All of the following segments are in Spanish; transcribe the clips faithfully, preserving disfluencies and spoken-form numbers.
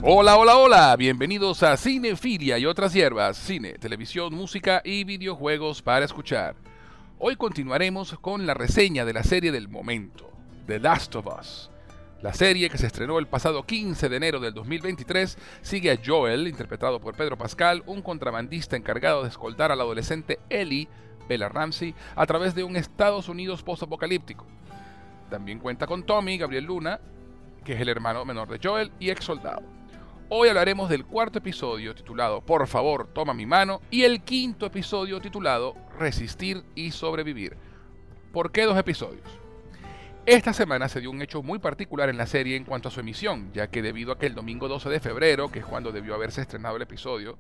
Hola, hola, hola, bienvenidos a Cinefilia y otras hierbas, cine, televisión, música y videojuegos para escuchar. Hoy continuaremos con la reseña de la serie del momento, The Last of Us. La serie, que se estrenó el pasado quince de enero del dos mil veintitrés, sigue a Joel, interpretado por Pedro Pascal, un contrabandista encargado de escoltar a la adolescente Ellie, Bella Ramsey, a través de un Estados Unidos post-apocalíptico. También cuenta con Tommy, Gabriel Luna, que es el hermano menor de Joel y ex soldado. Hoy hablaremos del cuarto episodio titulado Por favor, toma mi mano, y el quinto episodio titulado Resistir y sobrevivir. ¿Por qué dos episodios? Esta semana se dio un hecho muy particular en la serie en cuanto a su emisión, ya que debido a que el domingo doce de febrero, que es cuando debió haberse estrenado el episodio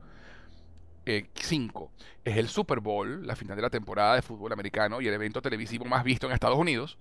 eh, cinco, es el Super Bowl, la final de la temporada de fútbol americano y el evento televisivo más visto en Estados Unidos,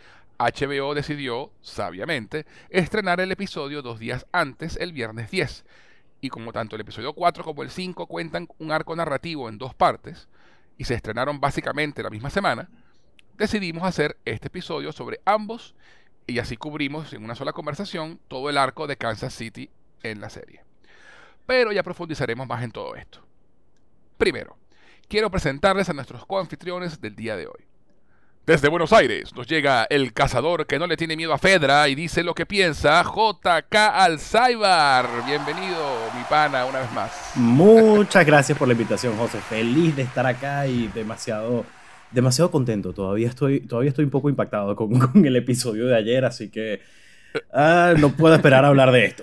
H B O decidió, sabiamente, estrenar el episodio dos días antes, el viernes diez. Y como tanto el episodio cuatro como el cinco cuentan un arco narrativo en dos partes, y se estrenaron básicamente la misma semana, decidimos hacer este episodio sobre ambos, y así cubrimos en una sola conversación todo el arco de Kansas City en la serie. Pero ya profundizaremos más en todo esto. Primero, quiero presentarles a nuestros coanfitriones del día de hoy. Desde Buenos Aires nos llega el cazador que no le tiene miedo a Fedra y dice lo que piensa, J K Alzaibar. Bienvenido, mi pana, una vez más. Muchas gracias por la invitación, José. Feliz de estar acá y demasiado, demasiado contento. Todavía estoy, todavía estoy un poco impactado con, con el episodio de ayer, así que uh, no puedo esperar a hablar de esto.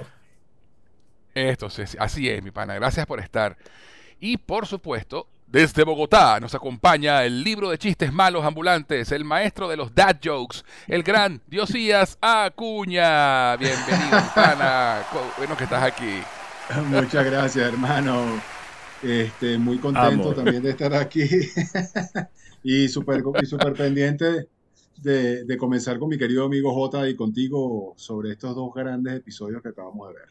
Esto, así es, mi pana. Gracias por estar. Y por supuesto, desde Bogotá nos acompaña el libro de chistes malos ambulantes, el maestro de los dad jokes, el gran Diosías Acuña. Bienvenido, pana. Bueno que estás aquí. Muchas gracias, hermano. Este, muy contento Amo. también de estar aquí y súper y super pendiente de, de comenzar con mi querido amigo J y contigo sobre estos dos grandes episodios que acabamos de ver.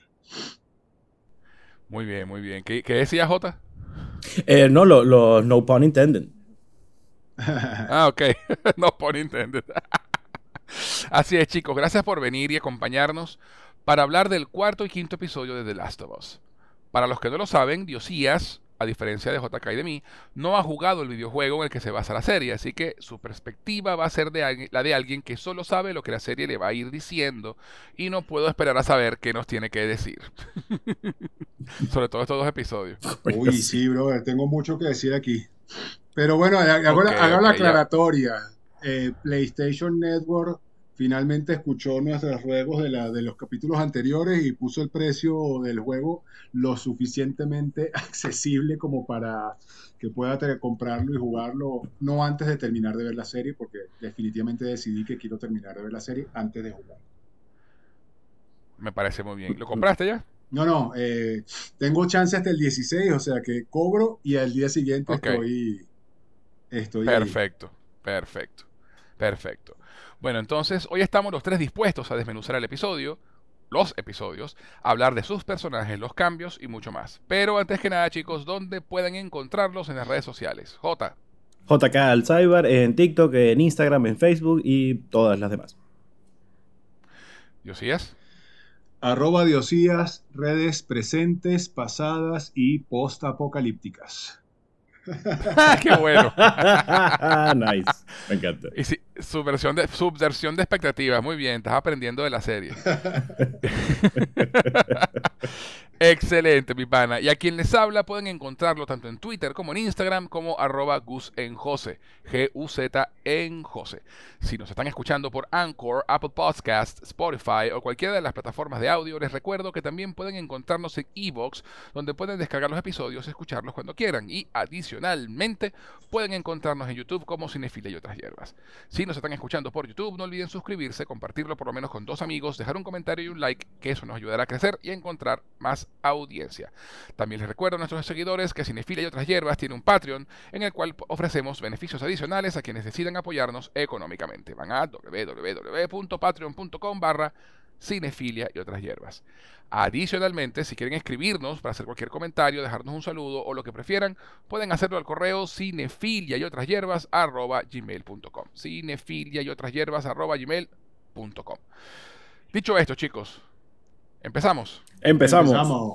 Muy bien, muy bien. ¿Qué, qué decía J? Eh, no, lo, lo, no pun intended. Ah, ok. No pun intended. Así es, chicos. Gracias por venir y acompañarnos para hablar del cuarto y quinto episodio de The Last of Us. Para los que no lo saben, Diosías, a diferencia de J K y de mí, no ha jugado el videojuego en el que se basa la serie, así que su perspectiva va a ser de la de alguien que solo sabe lo que la serie le va a ir diciendo y no puedo esperar a saber qué nos tiene que decir. Sobre todo estos dos episodios. Uy, sí, brother, tengo mucho que decir aquí. Pero bueno, hago, Okay, hago okay, la aclaratoria. Eh, PlayStation Network finalmente escuchó nuestros ruegos de, la, de los capítulos anteriores y puso el precio del juego lo suficientemente accesible como para que pueda te- comprarlo y jugarlo, no antes de terminar de ver la serie, porque definitivamente decidí que quiero terminar de ver la serie antes de jugar. Me parece muy bien. ¿Lo compraste ya? No, no, eh, tengo chance hasta el dieciséis, o sea que cobro y al día siguiente Ok. estoy, estoy ahí. Perfecto, perfecto, perfecto. Bueno, entonces hoy estamos los tres dispuestos a desmenuzar el episodio, los episodios, hablar de sus personajes, los cambios y mucho más. Pero antes que nada, chicos, ¿dónde pueden encontrarlos en las redes sociales? J. J K Alzaibar en TikTok, en Instagram, en Facebook y todas las demás. ¿Diosías? Arroba Diosías, redes presentes, pasadas y post-apocalípticas. ¡Qué bueno! Nice, me encanta. Y sí, subversión de, subversión de expectativas, muy bien, estás aprendiendo de la serie. Excelente, mi pana. Y a quien les habla pueden encontrarlo tanto en Twitter como en Instagram como arroba Gus en Jose, G U Z en Jose. Si nos están escuchando por Anchor, Apple Podcasts, Spotify o cualquiera de las plataformas de audio, les recuerdo que también pueden encontrarnos en iVoox, donde pueden descargar los episodios y escucharlos cuando quieran. Y adicionalmente pueden encontrarnos en YouTube como Cinefilia y otras hierbas. Si nos están escuchando por YouTube, no olviden suscribirse, compartirlo por lo menos con dos amigos, dejar un comentario y un like, que eso nos ayudará a crecer y a encontrar más audiencia. También les recuerdo a nuestros seguidores que Cinefilia y otras hierbas tiene un Patreon en el cual ofrecemos beneficios adicionales a quienes decidan apoyarnos económicamente. Van a w w w punto patreon punto com barra Cinefilia y otras hierbas. Adicionalmente, si quieren escribirnos para hacer cualquier comentario, dejarnos un saludo o lo que prefieran, pueden hacerlo al correo cinefilia y otras hierbas arroba gmail punto com. Cinefilia y otras hierbas arroba gmail punto com. Dicho esto, chicos, ¿Empezamos? Empezamos. Empezamos.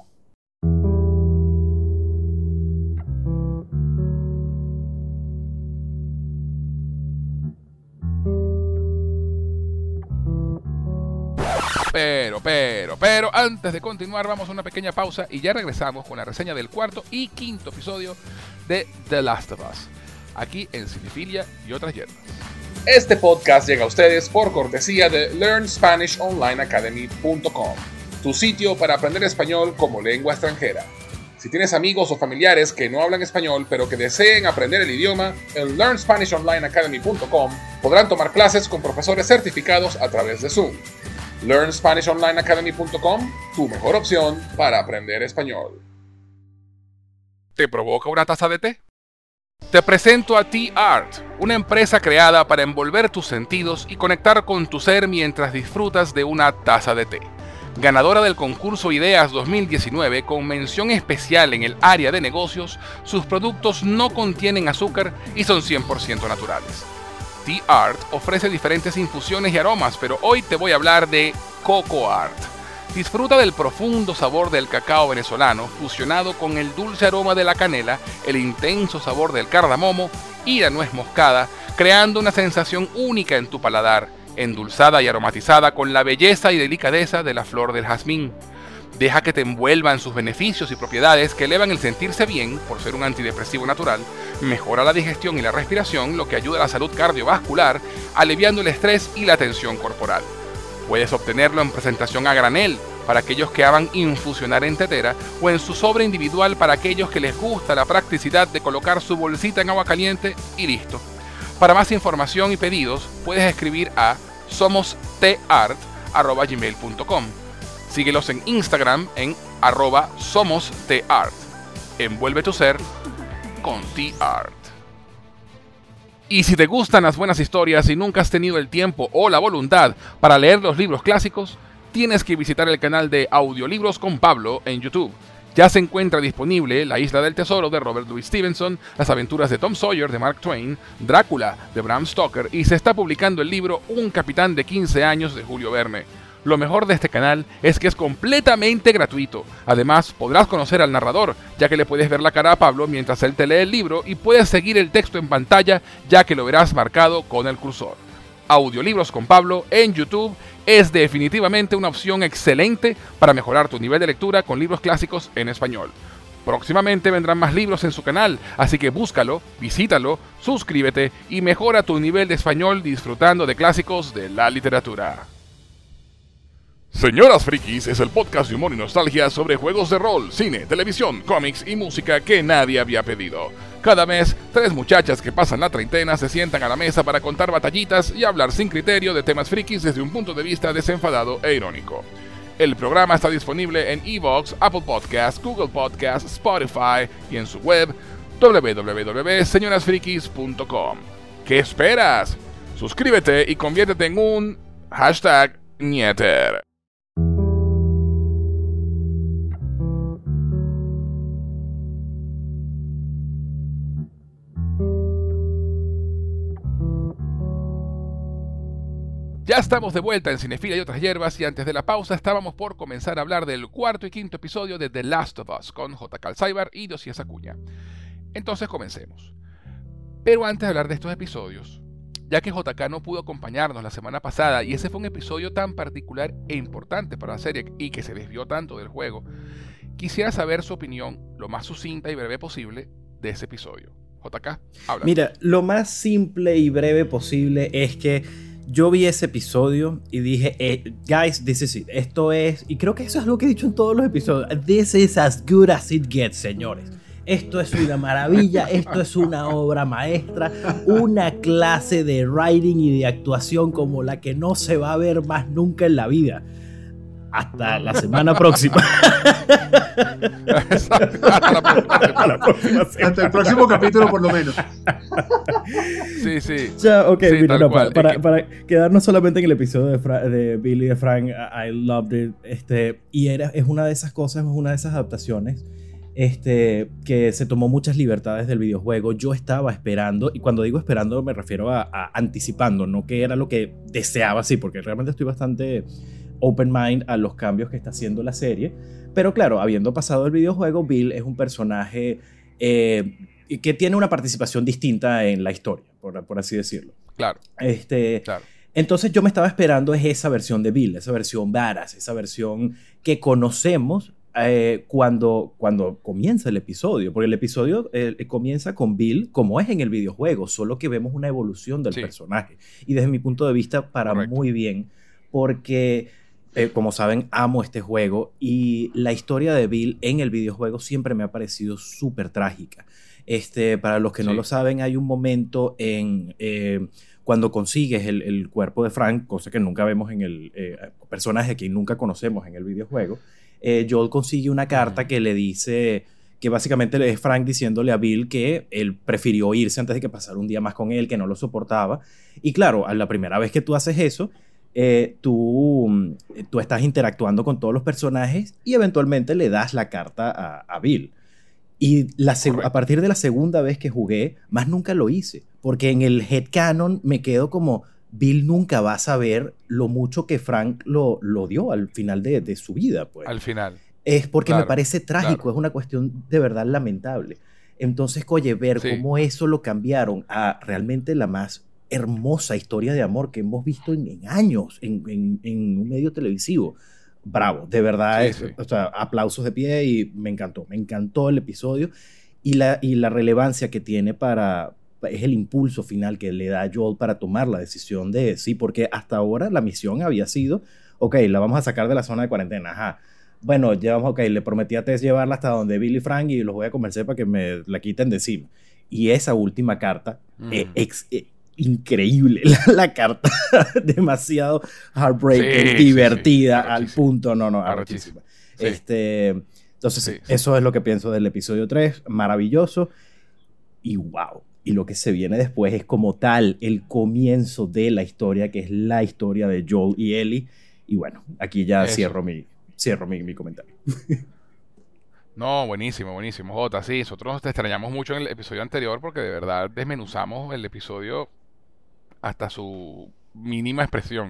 Pero, pero, pero, antes de continuar vamos a una pequeña pausa y ya regresamos con la reseña del cuarto y quinto episodio de The Last of Us, aquí en Cinefilia y otras hierbas. Este podcast llega a ustedes por cortesía de learn spanish online academy punto com, tu sitio para aprender español como lengua extranjera. Si tienes amigos o familiares que no hablan español pero que deseen aprender el idioma, en learn spanish online academy punto com podrán tomar clases con profesores certificados a través de Zoom. learn spanish online academy punto com, tu mejor opción para aprender español. ¿Te provoca una taza de té? Te presento a T-Art, una empresa creada para envolver tus sentidos y conectar con tu ser mientras disfrutas de una taza de té. Ganadora del concurso Ideas dos mil diecinueve con mención especial en el área de negocios, sus productos no contienen azúcar y son cien por ciento naturales. T-Art ofrece diferentes infusiones y aromas, pero hoy te voy a hablar de Coco Art. Disfruta del profundo sabor del cacao venezolano fusionado con el dulce aroma de la canela, el intenso sabor del cardamomo y la nuez moscada, creando una sensación única en tu paladar, endulzada y aromatizada con la belleza y delicadeza de la flor del jazmín. Deja que te envuelvan sus beneficios y propiedades que elevan el sentirse bien por ser un antidepresivo natural, mejora la digestión y la respiración, lo que ayuda a la salud cardiovascular, aliviando el estrés y la tensión corporal. Puedes obtenerlo en presentación a granel para aquellos que aman infusionar en tetera o en su sobre individual para aquellos que les gusta la practicidad de colocar su bolsita en agua caliente y listo. Para más información y pedidos puedes escribir a somostart arroba gmail punto com. Síguelos en Instagram en arroba somostart. Envuelve tu ser con T-Art. Y si te gustan las buenas historias y nunca has tenido el tiempo o la voluntad para leer los libros clásicos, tienes que visitar el canal de Audiolibros con Pablo en YouTube. Ya se encuentra disponible La Isla del Tesoro de Robert Louis Stevenson, Las aventuras de Tom Sawyer de Mark Twain, Drácula de Bram Stoker y se está publicando el libro Un capitán de quince años de Julio Verne. Lo mejor de este canal es que es completamente gratuito. Además, podrás conocer al narrador, ya que le puedes ver la cara a Pablo mientras él te lee el libro y puedes seguir el texto en pantalla, ya que lo verás marcado con el cursor. Audiolibros con Pablo en YouTube es definitivamente una opción excelente para mejorar tu nivel de lectura con libros clásicos en español. Próximamente vendrán más libros en su canal, así que búscalo, visítalo, suscríbete y mejora tu nivel de español disfrutando de clásicos de la literatura. Señoras Frikis es el podcast de humor y nostalgia sobre juegos de rol, cine, televisión, cómics y música que nadie había pedido. Cada mes, tres muchachas que pasan la treintena se sientan a la mesa para contar batallitas y hablar sin criterio de temas frikis desde un punto de vista desenfadado e irónico. El programa está disponible en iVoox, Apple Podcasts, Google Podcasts, Spotify y en su web w w w punto señoras frikis punto com. ¿Qué esperas? Suscríbete y conviértete en un hashtag Nieter. Ya estamos de vuelta en Cinefilia y otras hierbas y antes de la pausa estábamos por comenzar a hablar del cuarto y quinto episodio de The Last of Us con J K Alzaibar y Dosies Acuña. Entonces comencemos. Pero antes de hablar de estos episodios, ya que J K no pudo acompañarnos la semana pasada y ese fue un episodio tan particular e importante para la serie y que se desvió tanto del juego, quisiera saber su opinión lo más sucinta y breve posible de ese episodio. J K, habla. Mira, lo más simple y breve posible es que yo vi ese episodio y dije, eh, guys, this is it. Esto es, y creo que eso es lo que he dicho en todos los episodios. This is as good as it gets, señores. Esto es una maravilla, esto es una obra maestra, una clase de writing y de actuación como la que no se va a ver más nunca en la vida. Hasta la semana próxima. Hasta la próxima. la próxima Hasta el próximo capítulo, por lo menos. Sí, sí. Ya, ok, sí, mira, no, para, para, que... para quedarnos solamente en el episodio de, Fra de Billy de Frank, I loved it. Este, y era, es una de esas cosas, es una de esas adaptaciones este, que se tomó muchas libertades del videojuego. Yo estaba esperando, y cuando digo esperando me refiero a, a anticipando, no que era lo que deseaba, sí, porque realmente estoy bastante... open mind a los cambios que está haciendo la serie. Pero claro, habiendo pasado el videojuego, Bill es un personaje eh, que tiene una participación distinta en la historia, por, por así decirlo. Claro. Este, claro. Entonces yo me estaba esperando es esa versión de Bill, esa versión badass, esa versión que conocemos eh, cuando, cuando comienza el episodio. Porque el episodio eh, comienza con Bill como es en el videojuego, solo que vemos una evolución del sí. personaje. Y desde mi punto de vista, para Correcto. Muy bien, porque... Eh, como saben, amo este juego y la historia de Bill en el videojuego siempre me ha parecido súper trágica. Este, para los que sí. no lo saben, hay un momento en eh, cuando consigues el, el cuerpo de Frank, cosa que nunca vemos en el eh, personaje que nunca conocemos en el videojuego. Eh, Joel consigue una carta uh-huh. que le dice que básicamente es Frank diciéndole a Bill que él prefirió irse antes de que pasara un día más con él, que no lo soportaba. Y claro, a la primera vez que tú haces eso, Eh, tú, tú estás interactuando con todos los personajes y eventualmente le das la carta a, a Bill. Y la seg- a partir de la segunda vez que jugué, más nunca lo hice. Porque en el headcanon me quedo como, Bill nunca va a saber lo mucho que Frank lo, lo dio al final de, de su vida. Pues. Al final. Es porque claro, me parece trágico, claro. es una cuestión de verdad lamentable. Entonces, oye, ver sí. cómo eso lo cambiaron a realmente la más hermosa historia de amor que hemos visto en, en años en, en, en un medio televisivo. Bravo, de verdad, sí, es, sí. o sea, aplausos de pie y me encantó, me encantó el episodio y la, y la relevancia que tiene para, es el impulso final que le da a Joel para tomar la decisión de sí, porque hasta ahora la misión había sido, ok, la vamos a sacar de la zona de cuarentena, ajá. Bueno, llevamos, ok, le prometí a Tess llevarla hasta donde Bill y Frank y los voy a convencer para que me la quiten de encima. Y esa última carta, mm. eh, ex, eh, increíble la, la carta, demasiado heartbreaking, sí, divertida, sí, sí. al punto, no, no, arrechísima. Sí. Este, entonces, sí, sí. eso es lo que pienso del episodio tres, maravilloso, y wow, y lo que se viene después es como tal el comienzo de la historia, que es la historia de Joel y Ellie, y bueno, aquí ya eso. cierro mi, cierro mi, mi comentario. No, buenísimo, buenísimo, Jota. Sí, nosotros te extrañamos mucho en el episodio anterior porque de verdad desmenuzamos el episodio hasta su mínima expresión.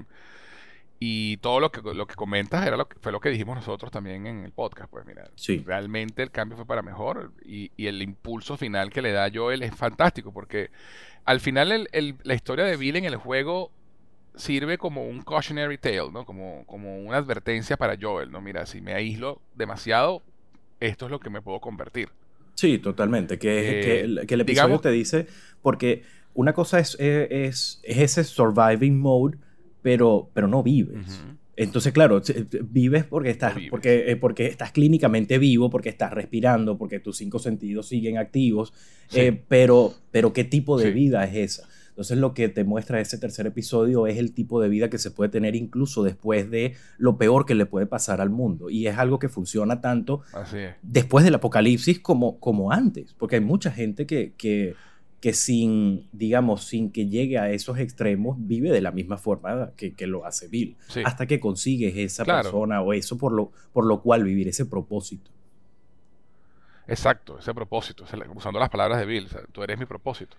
Y todo lo que, lo que comentas era lo que, fue lo que dijimos nosotros también en el podcast. Pues mira, sí. realmente el cambio fue para mejor y, y el impulso final que le da Joel es fantástico porque al final el, el, la historia de Bill en el juego sirve como un cautionary tale, ¿no? Como, como una advertencia para Joel, ¿no? Mira, si me aíslo demasiado, esto es lo que me puedo convertir. Sí, totalmente. Que, eh, que, que el episodio digamos, te dice, porque una cosa es, es, es ese surviving mode, pero, pero no vives. Uh-huh. Entonces, claro, vives porque estás, no vives. Porque, eh, porque estás clínicamente vivo, porque estás respirando, porque tus cinco sentidos siguen activos, sí. eh, pero, pero ¿qué tipo de sí. vida es esa? Entonces lo que te muestra ese tercer episodio es el tipo de vida que se puede tener incluso después de lo peor que le puede pasar al mundo. Y es algo que funciona tanto Así es. después del apocalipsis como, como antes. Porque hay mucha gente que, que, que sin, digamos, sin que llegue a esos extremos, vive de la misma forma que, que lo hace Bill. Sí. Hasta que consigues esa claro. persona o eso por lo, por lo cual vivir, ese propósito. Exacto, ese propósito. Usando las palabras de Bill, o sea, tú eres mi propósito.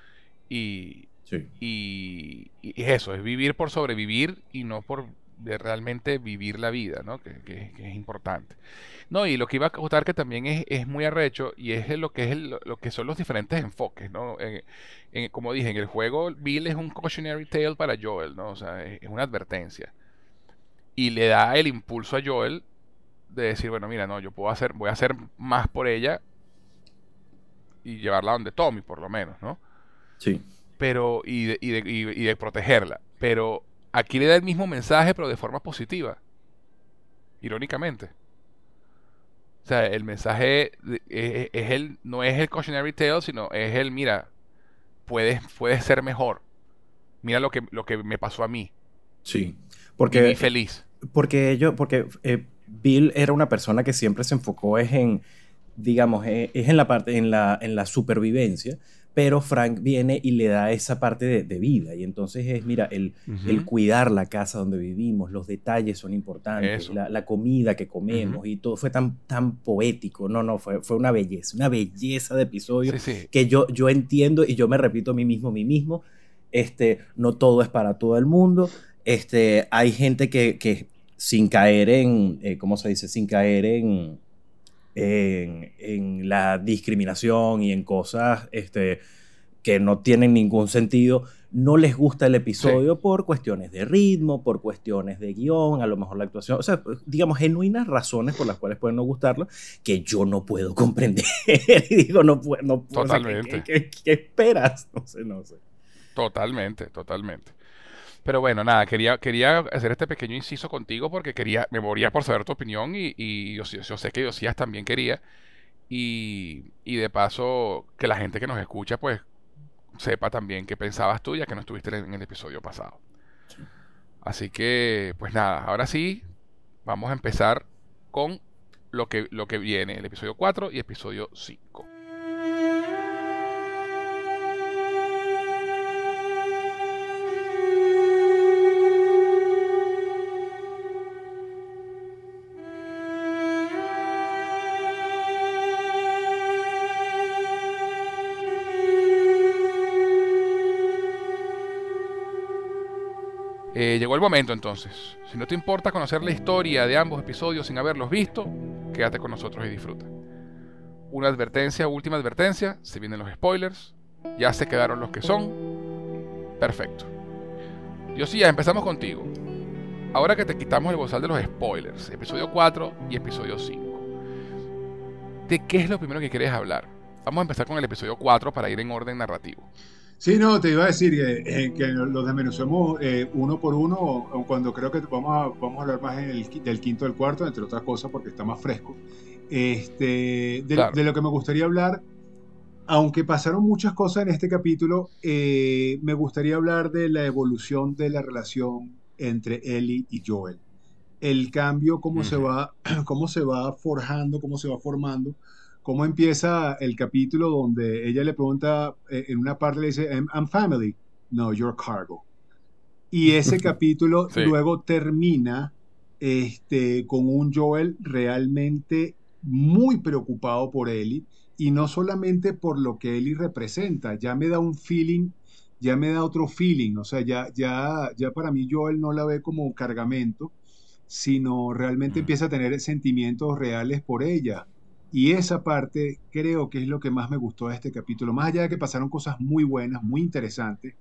Y, sí. y, y es eso, es vivir por sobrevivir y no por de realmente vivir la vida, ¿no? Que, que, que es importante. No, y lo que iba a contar que también es, es muy arrecho y es lo que es el, lo que son los diferentes enfoques, ¿no? En, en, como dije, en el juego Bill es un cautionary tale para Joel, ¿no? O sea, es, es una advertencia. Y le da el impulso a Joel de decir, bueno, mira, no, yo puedo hacer, voy a hacer más por ella y llevarla donde Tommy, por lo menos, ¿no? Sí. Pero, y de, y, de, y, y de protegerla. Pero aquí le da el mismo mensaje, pero de forma positiva. Irónicamente. O sea, el mensaje es, es el, no es el cautionary tale, sino es el, mira, puedes, puedes ser mejor. Mira lo que, lo que me pasó a mí. Sí. Porque, Viví feliz. Porque yo, porque eh, Bill era una persona que siempre se enfocó es en, digamos, es, es en la parte, en la, en la supervivencia. Pero Frank viene y le da esa parte de, de vida. Y entonces es, mira, el, uh-huh. el cuidar la casa donde vivimos, los detalles son importantes, la, la comida que comemos uh-huh. y todo fue tan, tan poético. No, no, fue, fue una belleza, una belleza de episodio sí, sí. que yo, yo entiendo y yo me repito a mí mismo, a mí mismo, este, no todo es para todo el mundo. Este, hay gente que, que sin caer en, eh, ¿cómo se dice? Sin caer en, en, en la discriminación y en cosas este, que no tienen ningún sentido. No les gusta el episodio sí. por cuestiones de ritmo, por cuestiones de guión, a lo mejor la actuación, o sea, digamos, genuinas razones por las cuales pueden no gustarlo, que yo no puedo comprender. Y digo, no puedo, no puedo. Totalmente. O sea, ¿qué, qué, qué esperas? No sé, no sé. Totalmente, totalmente. Pero bueno, nada, quería, quería hacer este pequeño inciso contigo porque quería, me moría por saber tu opinión y, y yo, yo sé que Josías también quería. Y, y de paso, que la gente que nos escucha, pues, sepa también qué pensabas tú, ya que no estuviste en el episodio pasado. Sí. Así que, pues nada, ahora sí, vamos a empezar con lo que, lo que viene, el episodio cuatro y episodio cinco. Eh, llegó el momento entonces. Si no te importa conocer la historia de ambos episodios sin haberlos visto, quédate con nosotros y disfruta. Una advertencia, última advertencia, se vienen los spoilers, ya se quedaron los que son. Perfecto. Josías, empezamos contigo. Ahora que te quitamos el bozal de los spoilers, episodio cuatro y episodio cinco, ¿de qué es lo primero que quieres hablar? Vamos a empezar con el episodio cuatro para ir en orden narrativo. Sí, no, te iba a decir que, eh, que los desmenucemos eh, uno por uno, cuando creo que vamos a, vamos a hablar más en el, del quinto del cuarto, entre otras cosas porque está más fresco. Este, de, claro. de lo que me gustaría hablar, aunque pasaron muchas cosas en este capítulo, eh, me gustaría hablar de la evolución de la relación entre Ellie y Joel. El cambio, cómo, uh-huh. se va, cómo se va forjando, cómo se va formando. Cómo empieza el capítulo donde ella le pregunta, eh, en una parte le dice, I'm, I'm family. No, you're cargo. Y ese capítulo sí. luego termina este, con un Joel realmente muy preocupado por Ellie, y no solamente por lo que Ellie representa, ya me da un feeling, ya me da otro feeling, o sea, ya, ya, ya para mí Joel no la ve como un cargamento, sino realmente mm. empieza a tener sentimientos reales por ella. Y esa parte creo que es lo que más me gustó de este capítulo. Más allá de que pasaron cosas muy buenas, muy interesantes,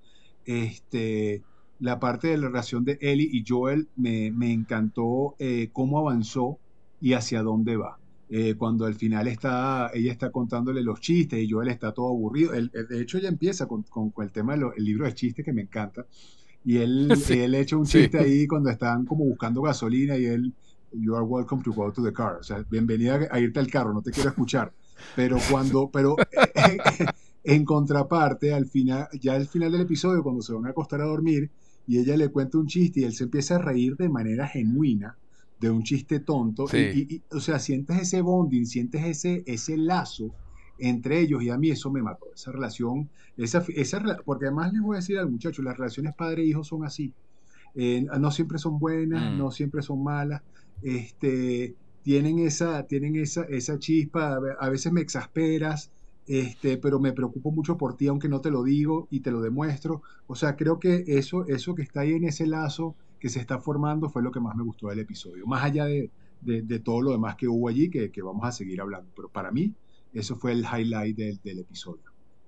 este, la parte de la relación de Ellie y Joel me, me encantó eh, cómo avanzó y hacia dónde va. Eh, cuando al final está, ella está contándole los chistes y Joel está todo aburrido. Él, él, de hecho, ella empieza con, con, con el tema del libro de chistes que me encanta. Y él, sí, él echa un chiste sí. ahí cuando están como buscando gasolina y él... You are welcome to go to the car. O sea, bienvenida a irte al carro, no te quiero escuchar. Pero cuando, pero eh, eh, en contraparte, al final, ya al final del episodio, cuando se van a acostar a dormir y ella le cuenta un chiste y él se empieza a reír de manera genuina de un chiste tonto, sí. y, y, y, o sea, sientes ese bonding, sientes ese, ese lazo entre ellos, y a mí eso me mató, esa relación, esa, esa, porque además les voy a decir al muchacho, las relaciones padre-hijo son así, eh, no siempre son buenas, mm. no siempre son malas. Este, tienen esa, tienen esa, esa chispa, a veces me exasperas, este, pero me preocupo mucho por ti, aunque no te lo digo y te lo demuestro. O sea, creo que eso, eso que está ahí en ese lazo que se está formando fue lo que más me gustó del episodio, más allá de, de, de todo lo demás que hubo allí, que, que vamos a seguir hablando, pero para mí eso fue el highlight del, del episodio.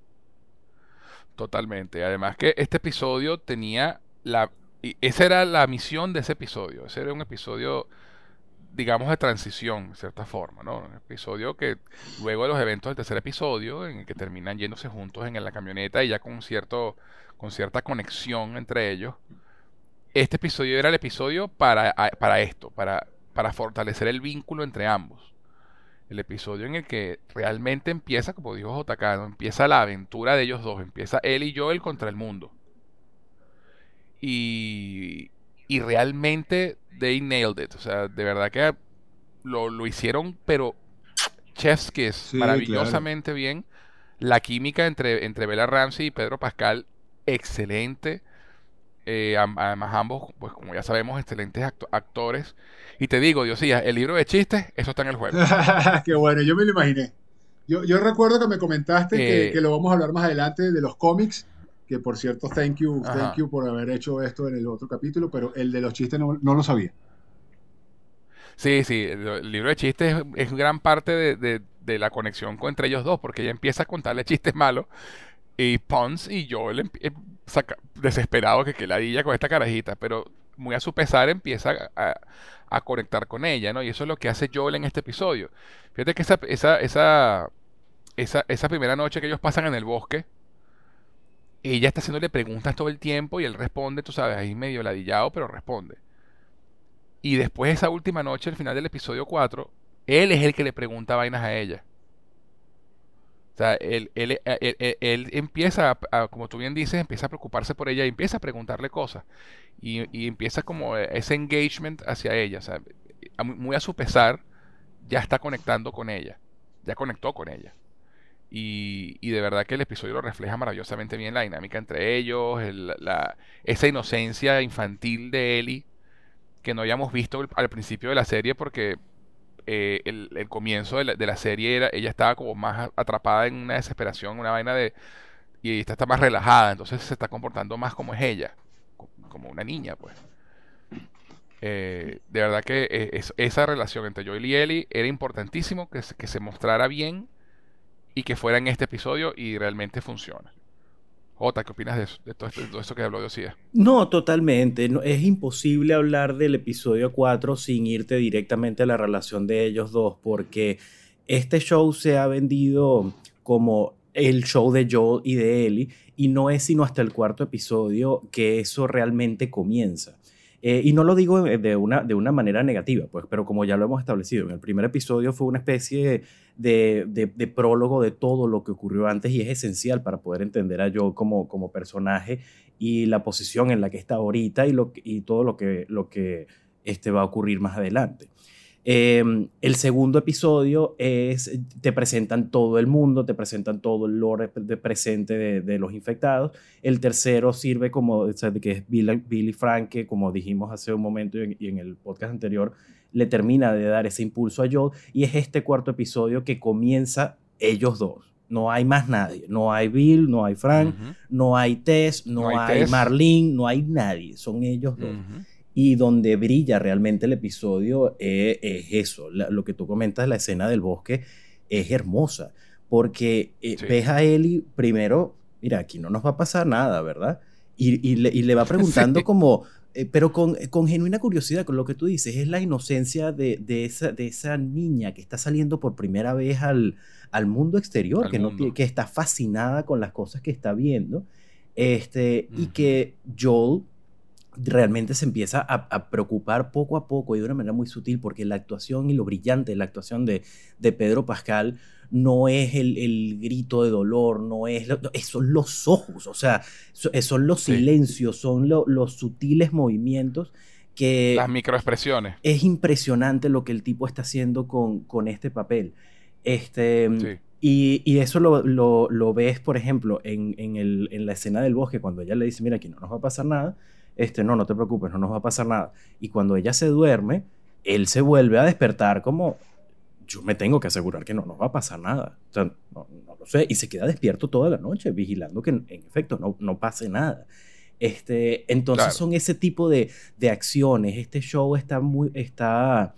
Totalmente, además que este episodio tenía la, y esa era la misión de ese episodio, ese era un episodio, digamos, de transición, de cierta forma, ¿no? Un episodio que luego de los eventos del tercer episodio, en el que terminan yéndose juntos en la camioneta y ya con cierto, con cierta conexión entre ellos, este episodio era el episodio para, para esto, para, para fortalecer el vínculo entre ambos. El episodio en el que realmente empieza, como dijo J K, ¿no? Empieza la aventura de ellos dos, empieza él y Joel contra el mundo. Y... Y realmente they nailed it. O sea, de verdad que lo, lo hicieron, pero chef's kiss, sí, maravillosamente claro. bien. La química entre, entre Bella Ramsey y Pedro Pascal, excelente. Eh, además ambos, pues como ya sabemos, excelentes acto- actores. Y te digo, Diosías, el libro de chistes, eso está en el juego. Qué bueno, yo me lo imaginé. Yo, yo recuerdo que me comentaste eh, que, que lo vamos a hablar más adelante de los cómics. Que por cierto, thank you, thank you por haber hecho esto en el otro capítulo, pero el de los chistes no, no lo sabía. Sí, sí, el, el libro de chistes es, es gran parte de, de- de la conexión con- entre ellos dos, porque ella empieza a contarle chistes malos y Pons y Joel empi- eh, saca- desesperado que que ladilla con esta carajita, pero muy a su pesar empieza a, a- a conectar con ella, ¿no? Y eso es lo que hace Joel en este episodio. Fíjate que esa, esa, esa, esa, esa primera noche que ellos pasan en el bosque, ella está haciéndole preguntas todo el tiempo y él responde, tú sabes, ahí medio ladillado, pero responde. Y después esa última noche, al final del episodio cuatro, él es el que le pregunta vainas a ella. O sea, él, él, él- él- él empieza, a, a- como tú bien dices, empieza a preocuparse por ella y empieza a preguntarle cosas. Y, y empieza como ese engagement hacia ella. O sea, a- muy a su pesar, ya está conectando con ella. Ya conectó con ella. Y, y de verdad que el episodio lo refleja maravillosamente bien la dinámica entre ellos, el- la, esa inocencia infantil de Ellie que no habíamos visto al principio de la serie porque eh, el, el comienzo de la, de la serie era, ella estaba como más atrapada en una desesperación, una vaina de, y esta está más relajada, entonces se está comportando más como es ella, co- como una niña, pues. Eh, de verdad que eh, es- esa relación entre Joel y Ellie era importantísimo que se, que se mostrara bien y que fuera en este episodio y realmente funciona. Jota, ¿qué opinas de eso? De todo, esto, de todo eso que habló de Osía. No, totalmente. No, es imposible hablar del episodio cuatro sin irte directamente a la relación de ellos dos, porque este show se ha vendido como el show de Joel y de Ellie, y no es sino hasta el cuarto episodio que eso realmente comienza. Eh, y no lo digo de una, de una manera negativa, pues, pero como ya lo hemos establecido, en el primer episodio fue una especie de, de, de prólogo de todo lo que ocurrió antes y es esencial para poder entender a Joel como, como personaje y la posición en la que está ahorita y, lo, y todo lo que, lo que este, va a ocurrir más adelante. Eh, el segundo episodio es, te presentan todo el mundo, te presentan todo el lore de presente de, de los infectados. El tercero sirve como, o sea, que es Billy, Billy Frank, que como dijimos hace un momento y en, y en el podcast anterior, le termina de dar ese impulso a Joel. Y es este cuarto episodio que comienza ellos dos. No hay más nadie. No hay Bill, no hay Frank, Ujú. no hay Tess, no, No hay hay Tess. Marlene, no hay nadie. Son ellos dos. Ujú. Y donde brilla realmente el episodio es, es eso, la- lo que tú comentas, la escena del bosque es hermosa, porque eh, Sí. ves a Ellie primero, mira, aquí no nos va a pasar nada, ¿verdad? Y, y, le, y le va preguntando Sí. como, eh, pero con, con genuina curiosidad, con lo que tú dices, es la inocencia de, de, esa, de esa niña que está saliendo por primera vez al, al mundo exterior, Al que, no mundo. tie- que está fascinada con las cosas que está viendo, este, y Ujú. que Joel realmente se empieza a, a preocupar poco a poco y de una manera muy sutil, porque la actuación y lo brillante de la actuación de, de Pedro Pascal no es el, el grito de dolor, no es, lo- es- son los ojos, o sea, so- son los Sí. silencios, son lo- los sutiles movimientos que Las microexpresiones. es impresionante lo que el tipo está haciendo con, con este papel. Este, Sí. y, y eso lo, lo, lo ves, por ejemplo, en, en, el, en la escena del bosque, cuando ella le dice, mira, aquí no nos va a pasar nada. Este, no, no te preocupes, no nos va a pasar nada. Y cuando ella se duerme, él se vuelve a despertar como, yo me tengo que asegurar que no nos va a pasar nada. O sea, no, no lo sé. Y se queda despierto toda la noche, vigilando que en, en efecto no, no pase nada. Este, entonces Claro. son ese tipo de, de acciones. Este show está muy, está,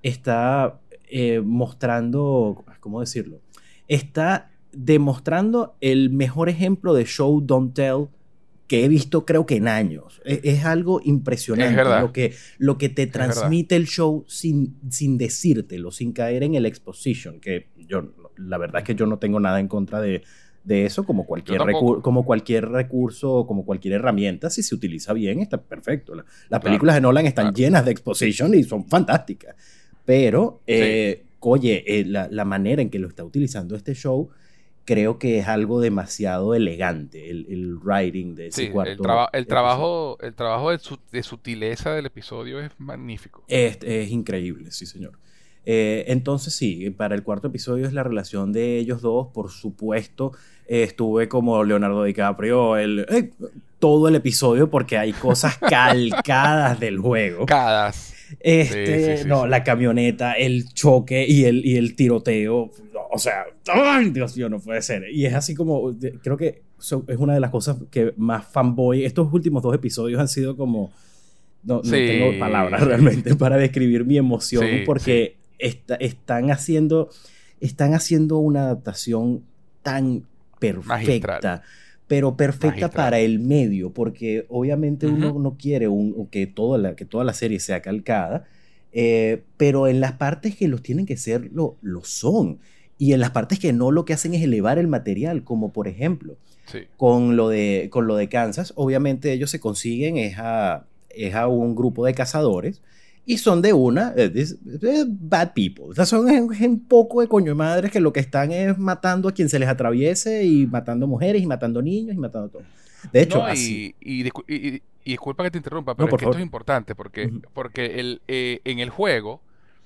está eh, mostrando, ¿cómo decirlo? Está demostrando el mejor ejemplo de show don't tell que he visto creo que en años. Es, es algo impresionante Es verdad. lo que, lo que te Es verdad. transmite el show sin, sin decírtelo, sin caer en el exposition, que yo, la verdad es que yo no tengo nada en contra de, de eso, como cualquier, Yo tampoco. recu- como cualquier recurso, como cualquier herramienta, si se utiliza bien, está perfecto. La- las Claro, películas de Nolan están claro. llenas de exposition y son fantásticas. Pero, eh, oye, eh, la, la manera en que lo está utilizando este show, creo que es algo demasiado elegante, el, el writing de ese Sí, cuarto el, traba- el episodio. trabajo, el trabajo de, su- de sutileza del episodio es magnífico. Es, es increíble, sí, señor. Eh, entonces, sí, para el cuarto episodio es la relación de ellos dos. Por supuesto, eh, estuve como Leonardo DiCaprio el, eh, todo el episodio porque hay cosas calcadas del juego. Cadas. Este, Sí, sí, sí, no, sí. la camioneta, el choque y el, y el tiroteo. No, o sea, ¡ay, Dios mío, no puede ser! Y es así como, de- creo que so- es una de las cosas que más fanboy. Estos últimos dos episodios han sido como no, no Sí. tengo palabras realmente para describir mi emoción, Sí, porque está- están haciendo, están haciendo una adaptación tan perfecta, Magistral. pero perfecta Magistral. para el medio, porque obviamente Ujú. uno no quiere un, que, toda la, que toda la serie sea calcada, eh, pero en las partes que los tienen que ser, lo, lo son. Y en las partes que no, lo que hacen es elevar el material, como por ejemplo, Sí. con lo de, con lo de Kansas, obviamente ellos se consiguen es a, es a un grupo de cazadores y son de una, eh, this- eh, bad people. O sea, son un, un poco de coño de madres que lo que están es matando a quien se les atraviese y matando mujeres y matando niños y matando todo. De hecho, No, así. y, y, discu- y- y- y disculpa que te interrumpa, No, pero es por que esto favor. es importante porque, Ujú. porque el, eh, en el juego,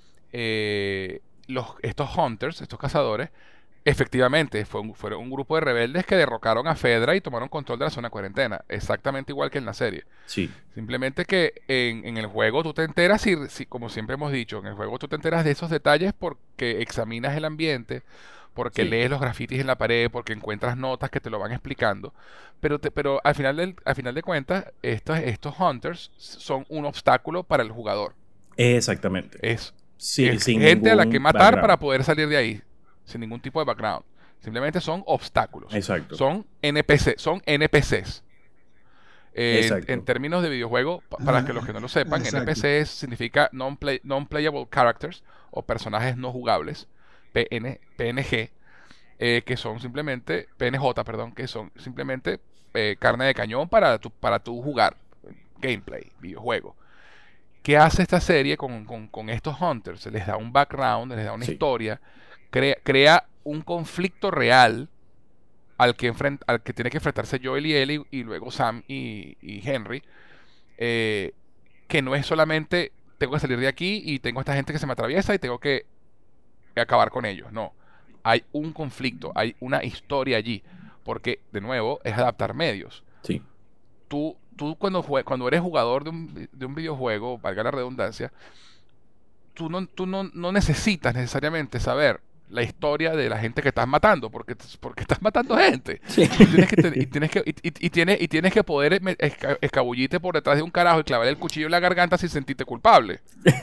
eh, los, estos hunters, estos cazadores, efectivamente fue un- fueron un grupo de rebeldes que derrocaron a Fedra y tomaron control de la zona de cuarentena, exactamente igual que en la serie. Sí, Simplemente que en, en el juego tú te enteras, y, si- como siempre hemos dicho, en el juego tú te enteras de esos detalles porque examinas el ambiente, porque sí. lees los grafitis en la pared, porque encuentras notas que te lo van explicando. Pero, te- pero al final del, al final de cuentas, estos, estos hunters son un obstáculo para el jugador. Exactamente. Es, Sí, es sin gente a la que ningún matar background. para poder salir de ahí, sin ningún tipo de background. Simplemente son obstáculos. Exacto. Son N P C, son N P Cs. Eh, en, Exacto. en términos de videojuego, pa- para que los que no lo sepan, Exacto. N P Cs significa non-play- non-playable characters o personajes no jugables, P N, P N G, eh, que son simplemente, P N J, perdón, que son simplemente eh, carne de cañón para tu, para tu jugar, gameplay, videojuego. ¿Qué hace esta serie con, con- con estos hunters? Se les da un background, les da una Sí. historia, crea, crea un conflicto real al que, enfrent- al que tiene que enfrentarse Joel y Ellie y luego Sam y, y Henry, eh, que no es solamente tengo que salir de aquí y tengo a esta gente que se me atraviesa y tengo que acabar con ellos. No, hay un conflicto, hay una historia allí, porque de nuevo es adaptar medios. Sí. Tú, tú cuando, jue- cuando eres jugador de un, de un videojuego, valga la redundancia, tú, no, tú no, no necesitas necesariamente saber la historia de la gente que estás matando, porque, porque estás matando gente. Sí. Tú tienes que, te- y tienes que, y, y- y tienes, y tienes que poder me- esca- escabullirte por detrás de un carajo y clavarle el cuchillo en la garganta sin sentirte culpable.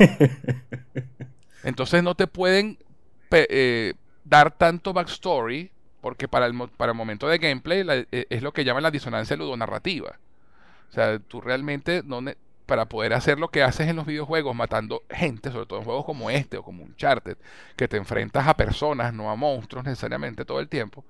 Entonces no te pueden pe- eh, dar tanto backstory, porque para el, mo- para el momento de gameplay la- eh, es lo que llaman la disonancia ludonarrativa. O sea, tú realmente, no ne- para poder hacer lo que haces en los videojuegos, matando gente, sobre todo en juegos como este o como Uncharted, que te enfrentas a personas, no a monstruos necesariamente todo el tiempo.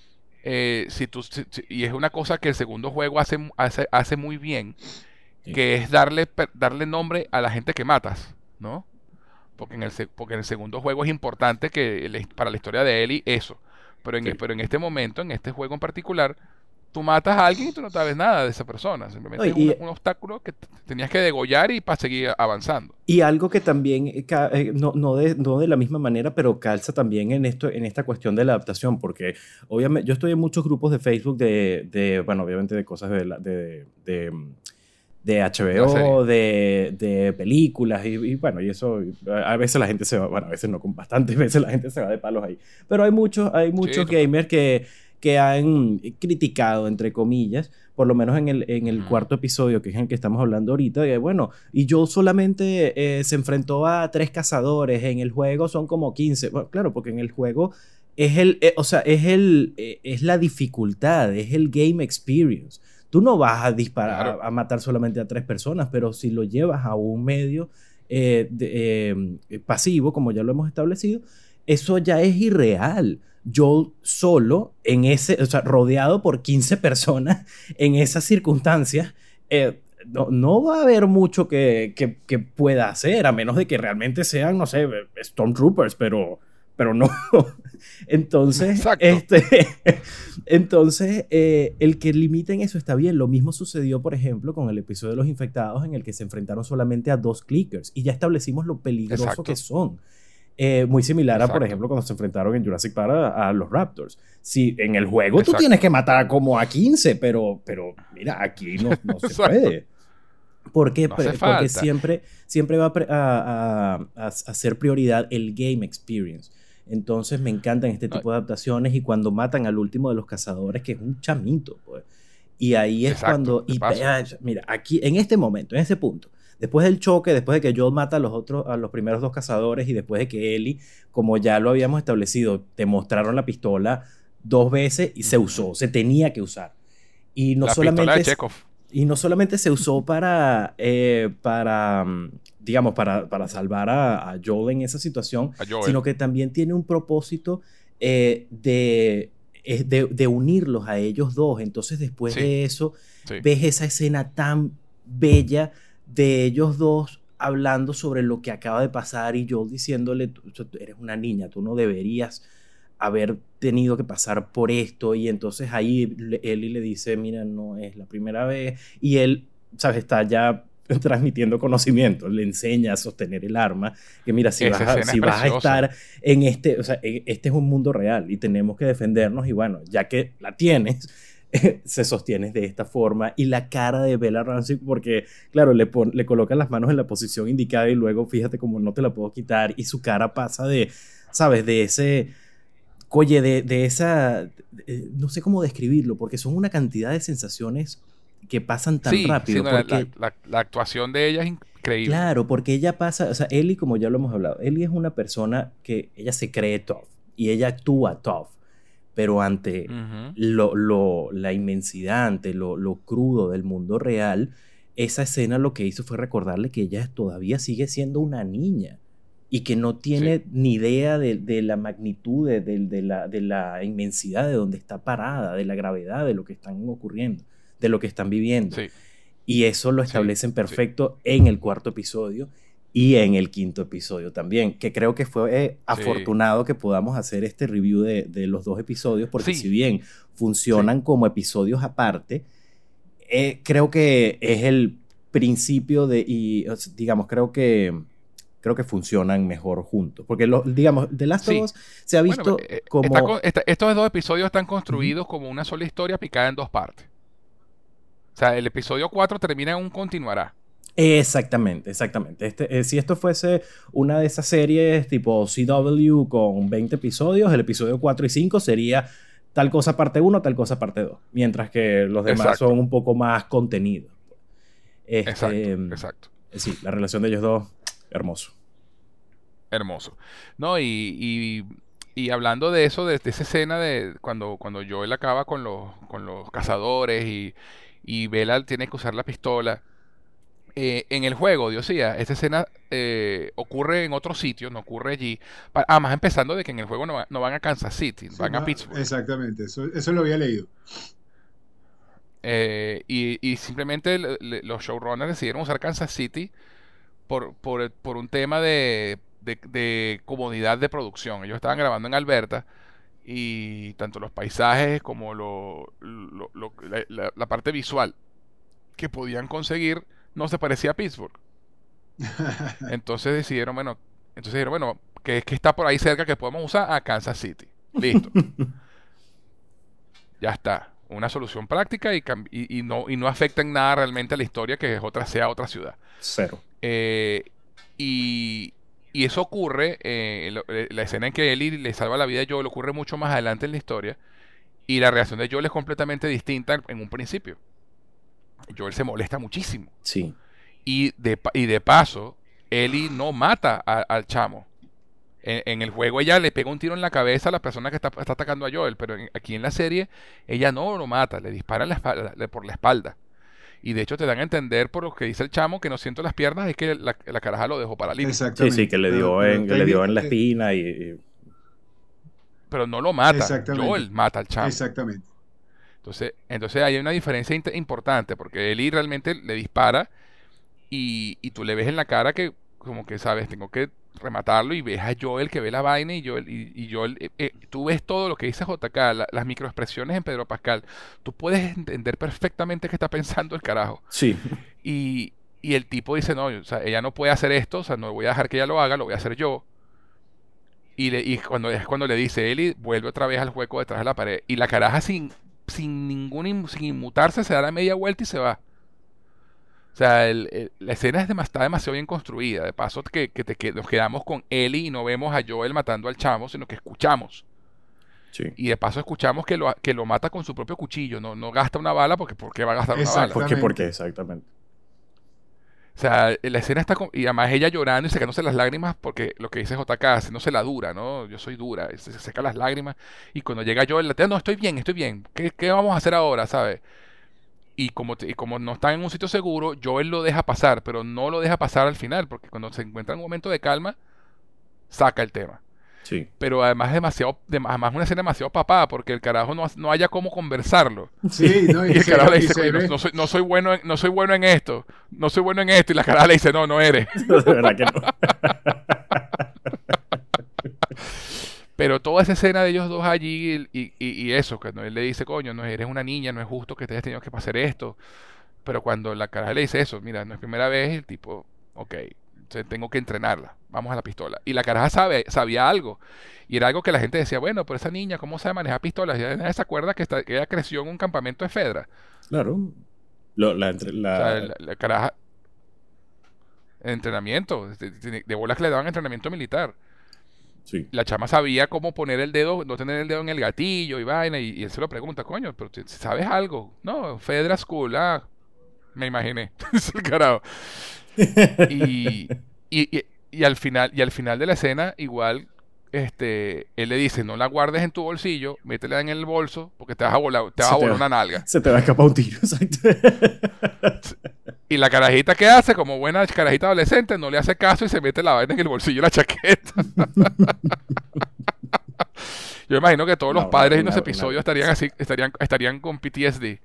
eh, si tú, si- si- y es una cosa que el segundo juego hace, mu- hace, hace muy bien, Sí. que es darle, per- darle nombre a la gente que matas, ¿no? Porque en el, se- porque en el segundo juego es importante que el- para la historia de Ellie eso. Pero en, Sí. pero en este momento, en este juego en particular, tú matas a alguien y tú no sabes nada de esa persona. Simplemente No, es y- un, un obstáculo que t- tenías que degollar y para seguir avanzando. Y algo que también, eh, ca- eh, no, no, de, no de la misma manera, pero calza también en, esto, en esta cuestión de la adaptación, porque obviamente yo estoy en muchos grupos de Facebook de, de bueno, obviamente de cosas de, la- de, de, de H B La serie. O, de, de películas, y, y bueno, y eso, a a veces la gente se va, bueno, a veces no, con bastantes veces la gente se va de palos ahí, pero hay muchos, hay muchos total. gamers que, que han criticado, entre comillas, por lo menos en el, en el Ujú. cuarto episodio, que es el que estamos hablando ahorita, de, bueno, y Joel solamente eh, se enfrentó a tres cazadores, en el juego son como quince. Bueno, claro, porque en el juego es el, eh, o sea, es el, eh, es la dificultad, es el game experience. Tú no vas a disparar, Claro. a, a matar solamente a tres personas, pero si lo llevas a un medio eh, de- eh, pasivo, como ya lo hemos establecido, eso ya es irreal. Joel solo, en ese, o sea, rodeado por quince personas, en esas circunstancias, eh, no, no va a haber mucho que, que, que pueda hacer, a menos de que realmente sean, no sé, Stormtroopers, pero, pero no. Entonces, Exacto. este, entonces eh, el que limiten eso está bien. Lo mismo sucedió, por ejemplo, con el episodio de los infectados, en el que se enfrentaron solamente a dos clickers, y ya establecimos lo peligroso Exacto. que son. Eh, muy similar a, por Exacto. ejemplo, cuando se enfrentaron en Jurassic Park a, a los Raptors. Si en el juego tú Exacto. tienes que matar como a quince, pero, pero mira, aquí no, no se Exacto. puede. ¿Por qué? No hace Porque falta. siempre, siempre va a, pre- a, a- a- a ser prioridad el game experience. Entonces me encantan este No. tipo de adaptaciones, y cuando matan al último de los cazadores, que es un chamito, pues. Y ahí es Exacto, cuando... de Y, paso. ah, mira, aquí, en este momento, en este punto, después del choque, después de que Joel mata a los otros, a los primeros dos cazadores y después de que Ellie, como ya lo habíamos establecido, te mostraron la pistola dos veces y se usó, se tenía que usar. Y no la solamente pistola de Chekhov. Y no solamente se usó para, eh, para digamos, para, para salvar a, a Joel en esa situación, Joel. sino que también tiene un propósito eh, de, de, de unirlos a ellos dos. Entonces, después Sí. de eso, Sí. ves esa escena tan bella de ellos dos hablando sobre lo que acaba de pasar y Joel diciéndole, tú, tú eres una niña, tú no deberías haber tenido que pasar por esto, y entonces ahí Ellie le dice, mira, no es la primera vez, y él, ¿sabes? Está ya transmitiendo conocimiento, le enseña a sostener el arma, que mira, si, vas a, si vas a estar en este, o sea, este es un mundo real y tenemos que defendernos, y bueno, ya que la tienes, se sostiene de esta forma. Y la cara de Bella Ramsey, porque claro, le, pon, le colocan las manos en la posición indicada y luego fíjate como no te la puedo quitar, y su cara pasa de, ¿sabes? De ese... Oye, de, de esa... De, no sé cómo describirlo, porque son una cantidad de sensaciones que pasan tan sí, rápido. Sí, no, porque, la, la, la actuación de ella es increíble. Claro, porque ella pasa... O sea, Ellie, como ya lo hemos hablado, Ellie es una persona que ella se cree tough y ella actúa tough, pero ante uh-huh. lo, lo, la inmensidad, ante lo, lo crudo del mundo real, esa escena lo que hizo fue recordarle que ella todavía sigue siendo una niña. Y que no tiene sí. ni idea de, de la magnitud, de, de, de, la, de la inmensidad de donde está parada, de la gravedad de lo que están ocurriendo, de lo que están viviendo. Sí. Y eso lo establecen sí. perfecto sí. en el cuarto episodio y en el quinto episodio también, que creo que fue eh, afortunado sí. que podamos hacer este review de, de los dos episodios, porque sí. si bien funcionan sí. como episodios aparte, eh, creo que es el principio de, y digamos, creo que... creo que funcionan mejor juntos. Porque, lo, digamos, The Last sí. of Us se ha visto bueno, eh, como... Está con, está, estos dos episodios están construidos uh-huh. como una sola historia picada en dos partes. O sea, el episodio cuatro termina en un continuará. Exactamente, exactamente. Este, eh, si esto fuese una de esas series tipo C W con veinte episodios, el episodio cuatro y cinco sería tal cosa parte uno, tal cosa parte dos. Mientras que los demás exacto. son un poco más contenidos. Este, exacto, exacto. Sí, la relación de ellos dos... Hermoso. Hermoso. No, y, y, y hablando de eso, de, de esa escena de cuando, cuando Joel acaba con los, con los cazadores y, y Bella tiene que usar la pistola. Eh, en el juego, Dios sea, esta escena eh, ocurre en otro sitio, no ocurre allí. Ah, más empezando de que en el juego no, va, no van a Kansas City, sí, van no, a Pittsburgh. Exactamente, eso, eso lo había leído. Eh, y, y simplemente le, le, los showrunners decidieron usar Kansas City Por, por, por un tema de, de, de comodidad de producción. Ellos estaban grabando en Alberta y tanto los paisajes como lo, lo, lo, la, la, la parte visual que podían conseguir no se parecía a Pittsburgh. Entonces decidieron, bueno, entonces dijeron, bueno, que es que está por ahí cerca que podemos usar a Kansas City. Listo. Ya está. Una solución práctica y, y, y, no, y no afecta en nada realmente a la historia, que es otra, sea otra ciudad. Cero. Eh, y, y eso ocurre, eh, la, la escena en que Ellie le salva la vida a Joel ocurre mucho más adelante en la historia, y la reacción de Joel es completamente distinta en un principio. Joel se molesta muchísimo. Sí. Y de, y de paso, Ellie no mata a, al chamo. En, en el juego ella le pega un tiro en la cabeza a la persona que está, está atacando a Joel, pero en, aquí en la serie ella no lo mata, le dispara la espalda, le, por la espalda. Y de hecho te dan a entender por lo que dice el chamo que no siento las piernas, es que la, la caraja lo dejó paralítico. Sí, sí, que le dio, pero, en, pero, que le dio en la espina y, y... Pero no lo mata, Joel mata al chamo. Exactamente. Entonces, entonces hay una diferencia importante, porque Ellie realmente le dispara y, y tú le ves en la cara que como que, sabes, tengo que rematarlo, y ves a Joel que ve la vaina y Joel, y, y Joel eh, eh, tú ves todo lo que dice J K, la, las microexpresiones en Pedro Pascal, tú puedes entender perfectamente qué está pensando el carajo. Sí. Y, y el tipo dice, no, o sea, ella no puede hacer esto, o sea, no voy a dejar que ella lo haga, lo voy a hacer yo. Y, le, y cuando es cuando le dice Ellie, vuelve otra vez al hueco detrás de la pared, y la caraja sin, sin ningún sin inmutarse se da la media vuelta y se va. O sea, el, el, la escena es dem- está demasiado bien construida. De paso que, que, te, que nos quedamos con Ellie y no vemos a Joel matando al chamo, sino que escuchamos. Sí. Y de paso escuchamos que lo, que lo mata con su propio cuchillo. No, no gasta una bala porque ¿por qué va a gastar una bala? ¿Por qué? ¿Por qué? Exactamente. O sea, la escena está con, y además ella llorando y secándose las lágrimas porque lo que dice J K, haciéndose la dura, ¿no? Yo soy dura, y se, se seca las lágrimas y cuando llega Joel, la tía, no, estoy bien, estoy bien, ¿qué, qué vamos a hacer ahora, ¿sabes? Y como, te- y como no están en un sitio seguro, Joel lo deja pasar, pero no lo deja pasar al final, porque cuando se encuentra en un momento de calma, saca el tema. Sí. Pero además demasiado, dem- además una escena demasiado papada, porque el carajo no, no haya cómo conversarlo. Sí, ¿no? Y Y el se, carajo le y dice, se coño, no, ve. no soy, no soy bueno en, no soy bueno en esto, no soy bueno en esto, y la caraja le dice, no, no eres. De verdad que no. Pero toda esa escena de ellos dos allí y, y- y eso, que él le dice, coño, no eres una niña, no es justo que te hayas tenido que pasar esto. Pero cuando la caraja le dice eso, mira, no es primera vez, el tipo, ok, entonces tengo que entrenarla, vamos a la pistola. Y la caraja sabe, sabía algo. Y era algo que la gente decía, bueno, pero esa niña, ¿cómo sabe manejar pistolas? Y nadie se acuerda que, está- que ella creció en un campamento de Fedra. Claro. Lo- la, entre- O sea, la- la, la caraja, entrenamiento, de, de- de bolas que le daban entrenamiento militar. sí. La chama sabía cómo poner el dedo, no tener el dedo en el gatillo y vaina, y, y él se lo pregunta, coño, pero si sabes algo. No, Fedra School, ah, me imaginé. Es el carajo. Y, y, y, y al final, y al final de la escena, igual, este, él le dice, no la guardes en tu bolsillo, métela en el bolso, porque te vas a volar, te vas Se a te volar va- una nalga. Se te va a escapar un tiro, exacto. Y la carajita que hace, como buena carajita adolescente, no le hace caso y se mete la vaina en el bolsillo de la chaqueta. Yo imagino que todos los No, padres una- en ese una- episodio una- estarían así, estarían, estarían con P T S D.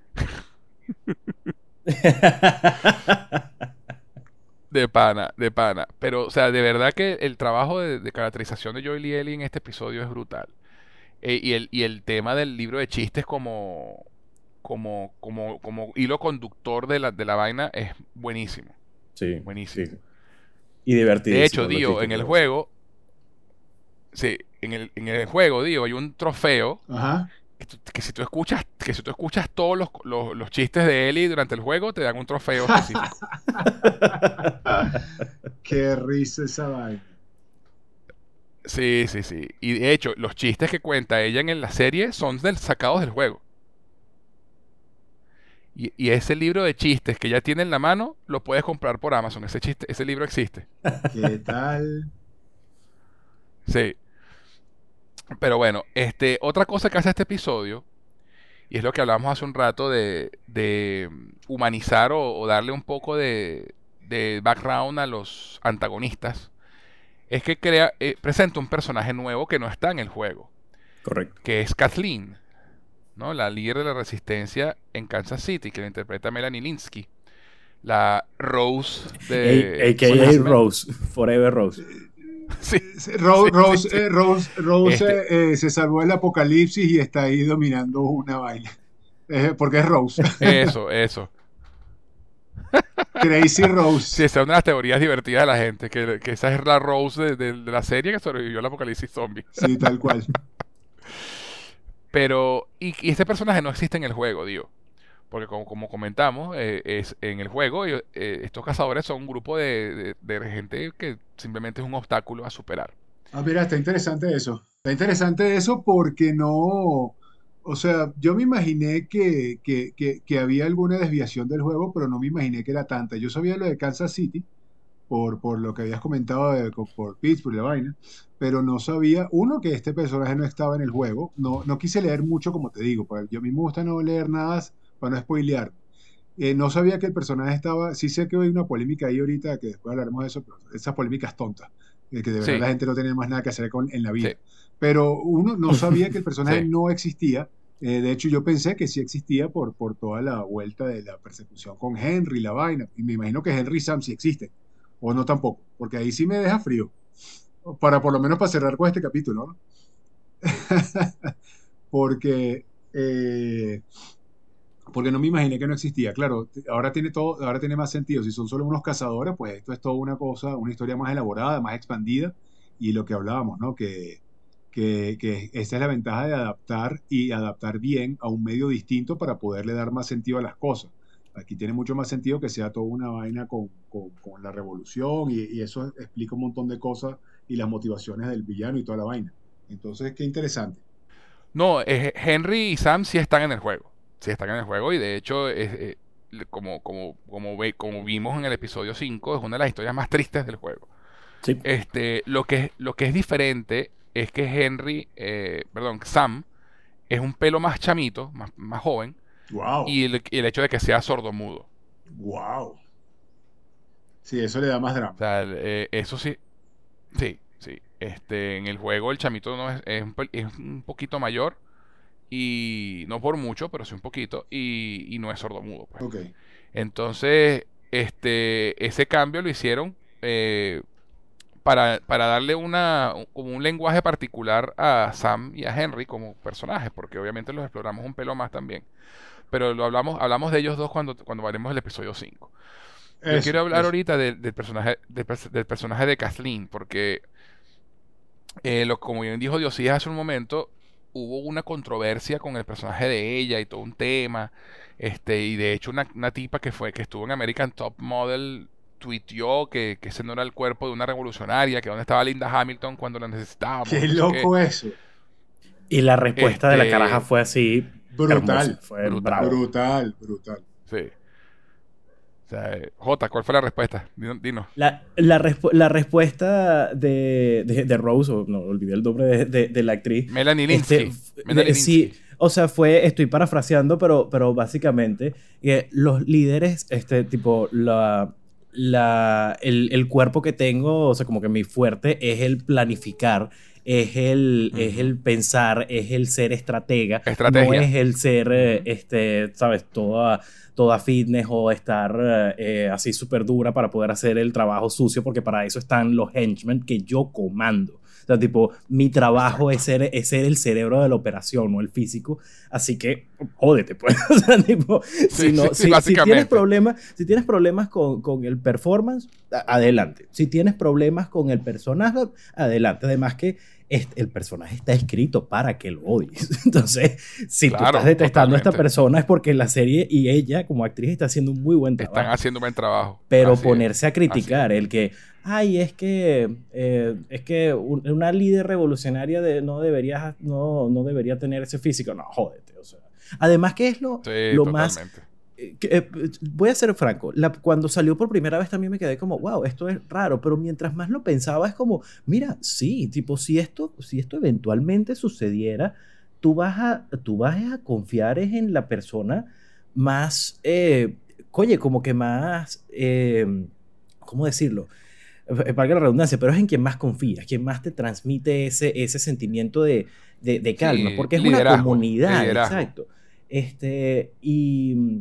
De pana, de pana. Pero, o sea, de verdad que el trabajo de, de caracterización de Joel y Ellie en este episodio es brutal. Eh, y, el, y el tema del libro de chistes como, como, como, como hilo conductor de la, de la vaina es buenísimo. Sí, Buenísimo. sí. Y divertido. De hecho, Dio, en el juego, sí, en el, en el juego, Dio, hay un trofeo Ajá. que, tú- que si tú escuchas, que si tú escuchas todos los, los, los chistes de Ellie durante el juego, te dan un trofeo específico. Qué risa esa vaina. Sí, sí, sí. Y de hecho, los chistes que cuenta ella en la serie son del, sacados del juego. Y, y ese libro de chistes que ella tiene en la mano, lo puedes comprar por Amazon. Ese chiste, ese libro existe. ¿Qué tal? Sí. Pero bueno, este, otra cosa que hace este episodio, y es lo que hablamos hace un rato de, de humanizar o, o darle un poco de, de background a los antagonistas, es que crea, eh, presenta un personaje nuevo que no está en el juego, Correcto. que es Kathleen, ¿no? La líder de la resistencia en Kansas City, que la interpreta Melanie Linsky, la Rose de A- AKA X-Men. Rose. Forever Rose. Sí, Rose, sí, Rose, sí. eh, Rose, Rose Este- eh, se salvó del apocalipsis y está ahí dominando una vaina. Eh, porque es Rose. Eso, eso. Crazy Sí, Rose. esa es una de las teorías divertidas de la gente, que, que esa es la Rose de, de- de la serie que sobrevivió al apocalipsis zombie. Sí, tal cual. Pero, y, y este personaje no existe en el juego, digo. Porque como, como comentamos, eh, es en el juego eh, eh, estos cazadores son un grupo de, de- de gente que simplemente es un obstáculo a superar. Ah, mira, está interesante eso. Está interesante eso porque no, o sea, yo me imaginé que, que, que, que había alguna desviación del juego, pero no me imaginé que era tanta. Yo sabía lo de Kansas City por, por lo que habías comentado de- co- por Pittsburgh y la vaina, pero no sabía, uno, que este personaje no estaba en el juego. No, no quise leer mucho, como te digo, porque yo a mí me gusta no leer nada para no spoilear. Eh, no sabía que el personaje estaba, sí sé que hay una polémica ahí ahorita, que después hablaremos de eso, pero esas polémicas tontas, de que de verdad Sí, la gente no tenía más nada que hacer con, en la vida. sí, Pero uno no sabía que el personaje sí. no existía. Eh, de hecho, yo pensé que sí existía por, por toda la vuelta de la persecución con Henry, la vaina. Y me imagino que Henry y Sam sí existen. O no tampoco. Porque ahí sí me deja frío. Para por lo menos para cerrar con este capítulo, ¿no? Porque, eh, porque no me imaginé que no existía. Claro, t- ahora tiene todo, ahora tiene más sentido. Si son solo unos cazadores, pues esto es toda una cosa, una historia más elaborada, más expandida. Y lo que hablábamos, ¿no? Que, que, que esa es la ventaja de adaptar y adaptar bien a un medio distinto para poderle dar más sentido a las cosas. Aquí tiene mucho más sentido que sea toda una vaina con, con- con la revolución y, y eso explica un montón de cosas y las motivaciones del villano y toda la vaina. Entonces, qué interesante. No, eh, Henry y Sam sí están en el juego. Sí están en el juego y de hecho es, eh, como, como, como, ve, como vimos en el episodio cinco, es una de las historias más tristes del juego. Sí. Este, lo que, lo que es diferente es que Henry, eh, perdón, Sam, es un pelo más chamito, más, más joven, Wow. y el, y el hecho de que sea sordomudo. Wow. Sí, eso le da más O drama. sea, eh, eso sí, sí, sí. Este, en el juego el chamito no es, es, un, pel- es un poquito mayor, y no por mucho, pero sí un poquito, y, y no es sordomudo, pues. Ok. Entonces, este, ese cambio lo hicieron eh, para, para darle una, como un lenguaje particular a Sam y a Henry como personajes, porque obviamente los exploramos un pelo más también. Pero lo hablamos, hablamos de ellos dos cuando, cuando haremos el episodio cinco. Yo Eso, quiero hablar eso. ahorita de- del personaje, del, pers- del personaje de Kathleen, porque eh, lo, como bien dijo Diosías hace un momento, hubo una controversia con el personaje de ella y todo un tema. Este, y de hecho una, una tipa que fue, que estuvo en American Top Model tuiteó que, que ese no era el cuerpo de una revolucionaria, que dónde estaba Linda Hamilton cuando la necesitábamos, Qué no sé qué. loco eso. Y la respuesta de la Este, caraja fue así, Brutal. hermosa, fue Brutal. bravo. Brutal, brutal. Sí. O sea, eh, Jota, ¿cuál fue la respuesta? Dino- Dinos. La, la, respu- la respuesta de, de, de Rose, o no, olvidé el nombre de, de, de la actriz. Melanie Linsky. Este, f- Melanie de- sí, Linsky. o sea, fue, estoy parafraseando, pero, pero básicamente que los líderes, este, tipo, la, la, el, el cuerpo que tengo, o sea, como que mi fuerte es el planificar, es el, Ujú. es el pensar, es el ser estratega, Estrategia. no es el ser, eh, Ujú. este, sabes, toda, toda fitness o estar eh, así súper dura para poder hacer el trabajo sucio, porque para eso están los henchmen que yo comando. O sea, tipo, mi trabajo es ser, es ser el cerebro de la operación, no el físico. Así que, jódete, pues. O sea, tipo, Sí, si, no, sí, sí, si, si básicamente. tienes problemas, si tienes problemas con, con el performance, a- adelante. Si tienes problemas con el personaje, adelante. Además que este- el personaje está escrito para que lo odies. Entonces, si tú Claro, estás detestando a esta totalmente. persona es porque la serie y ella como actriz está haciendo un muy buen trabajo. Están haciendo un buen trabajo. Pero Así es. ponerse a criticar Así el que, ay, es que, eh, es que un- una líder revolucionaria de, no, debería, no, no debería tener ese físico. No, jódete. O sea. Además que es lo, Sí, lo más... totalmente. eh, que, eh, voy a ser franco, la- cuando salió por primera vez también me quedé como, wow, esto es raro, pero mientras más lo pensaba es como, mira, sí, tipo, si esto, si esto eventualmente sucediera, tú vas a, tú vas a confiar es en la persona más, eh, oye, como que más, eh, ¿cómo decirlo? Eh, Valga la redundancia, pero es en quien más confías, quien más te transmite ese, ese sentimiento de, de, de calma, Sí, porque es liderazgo, una comunidad, liderazgo. exacto. Este, y,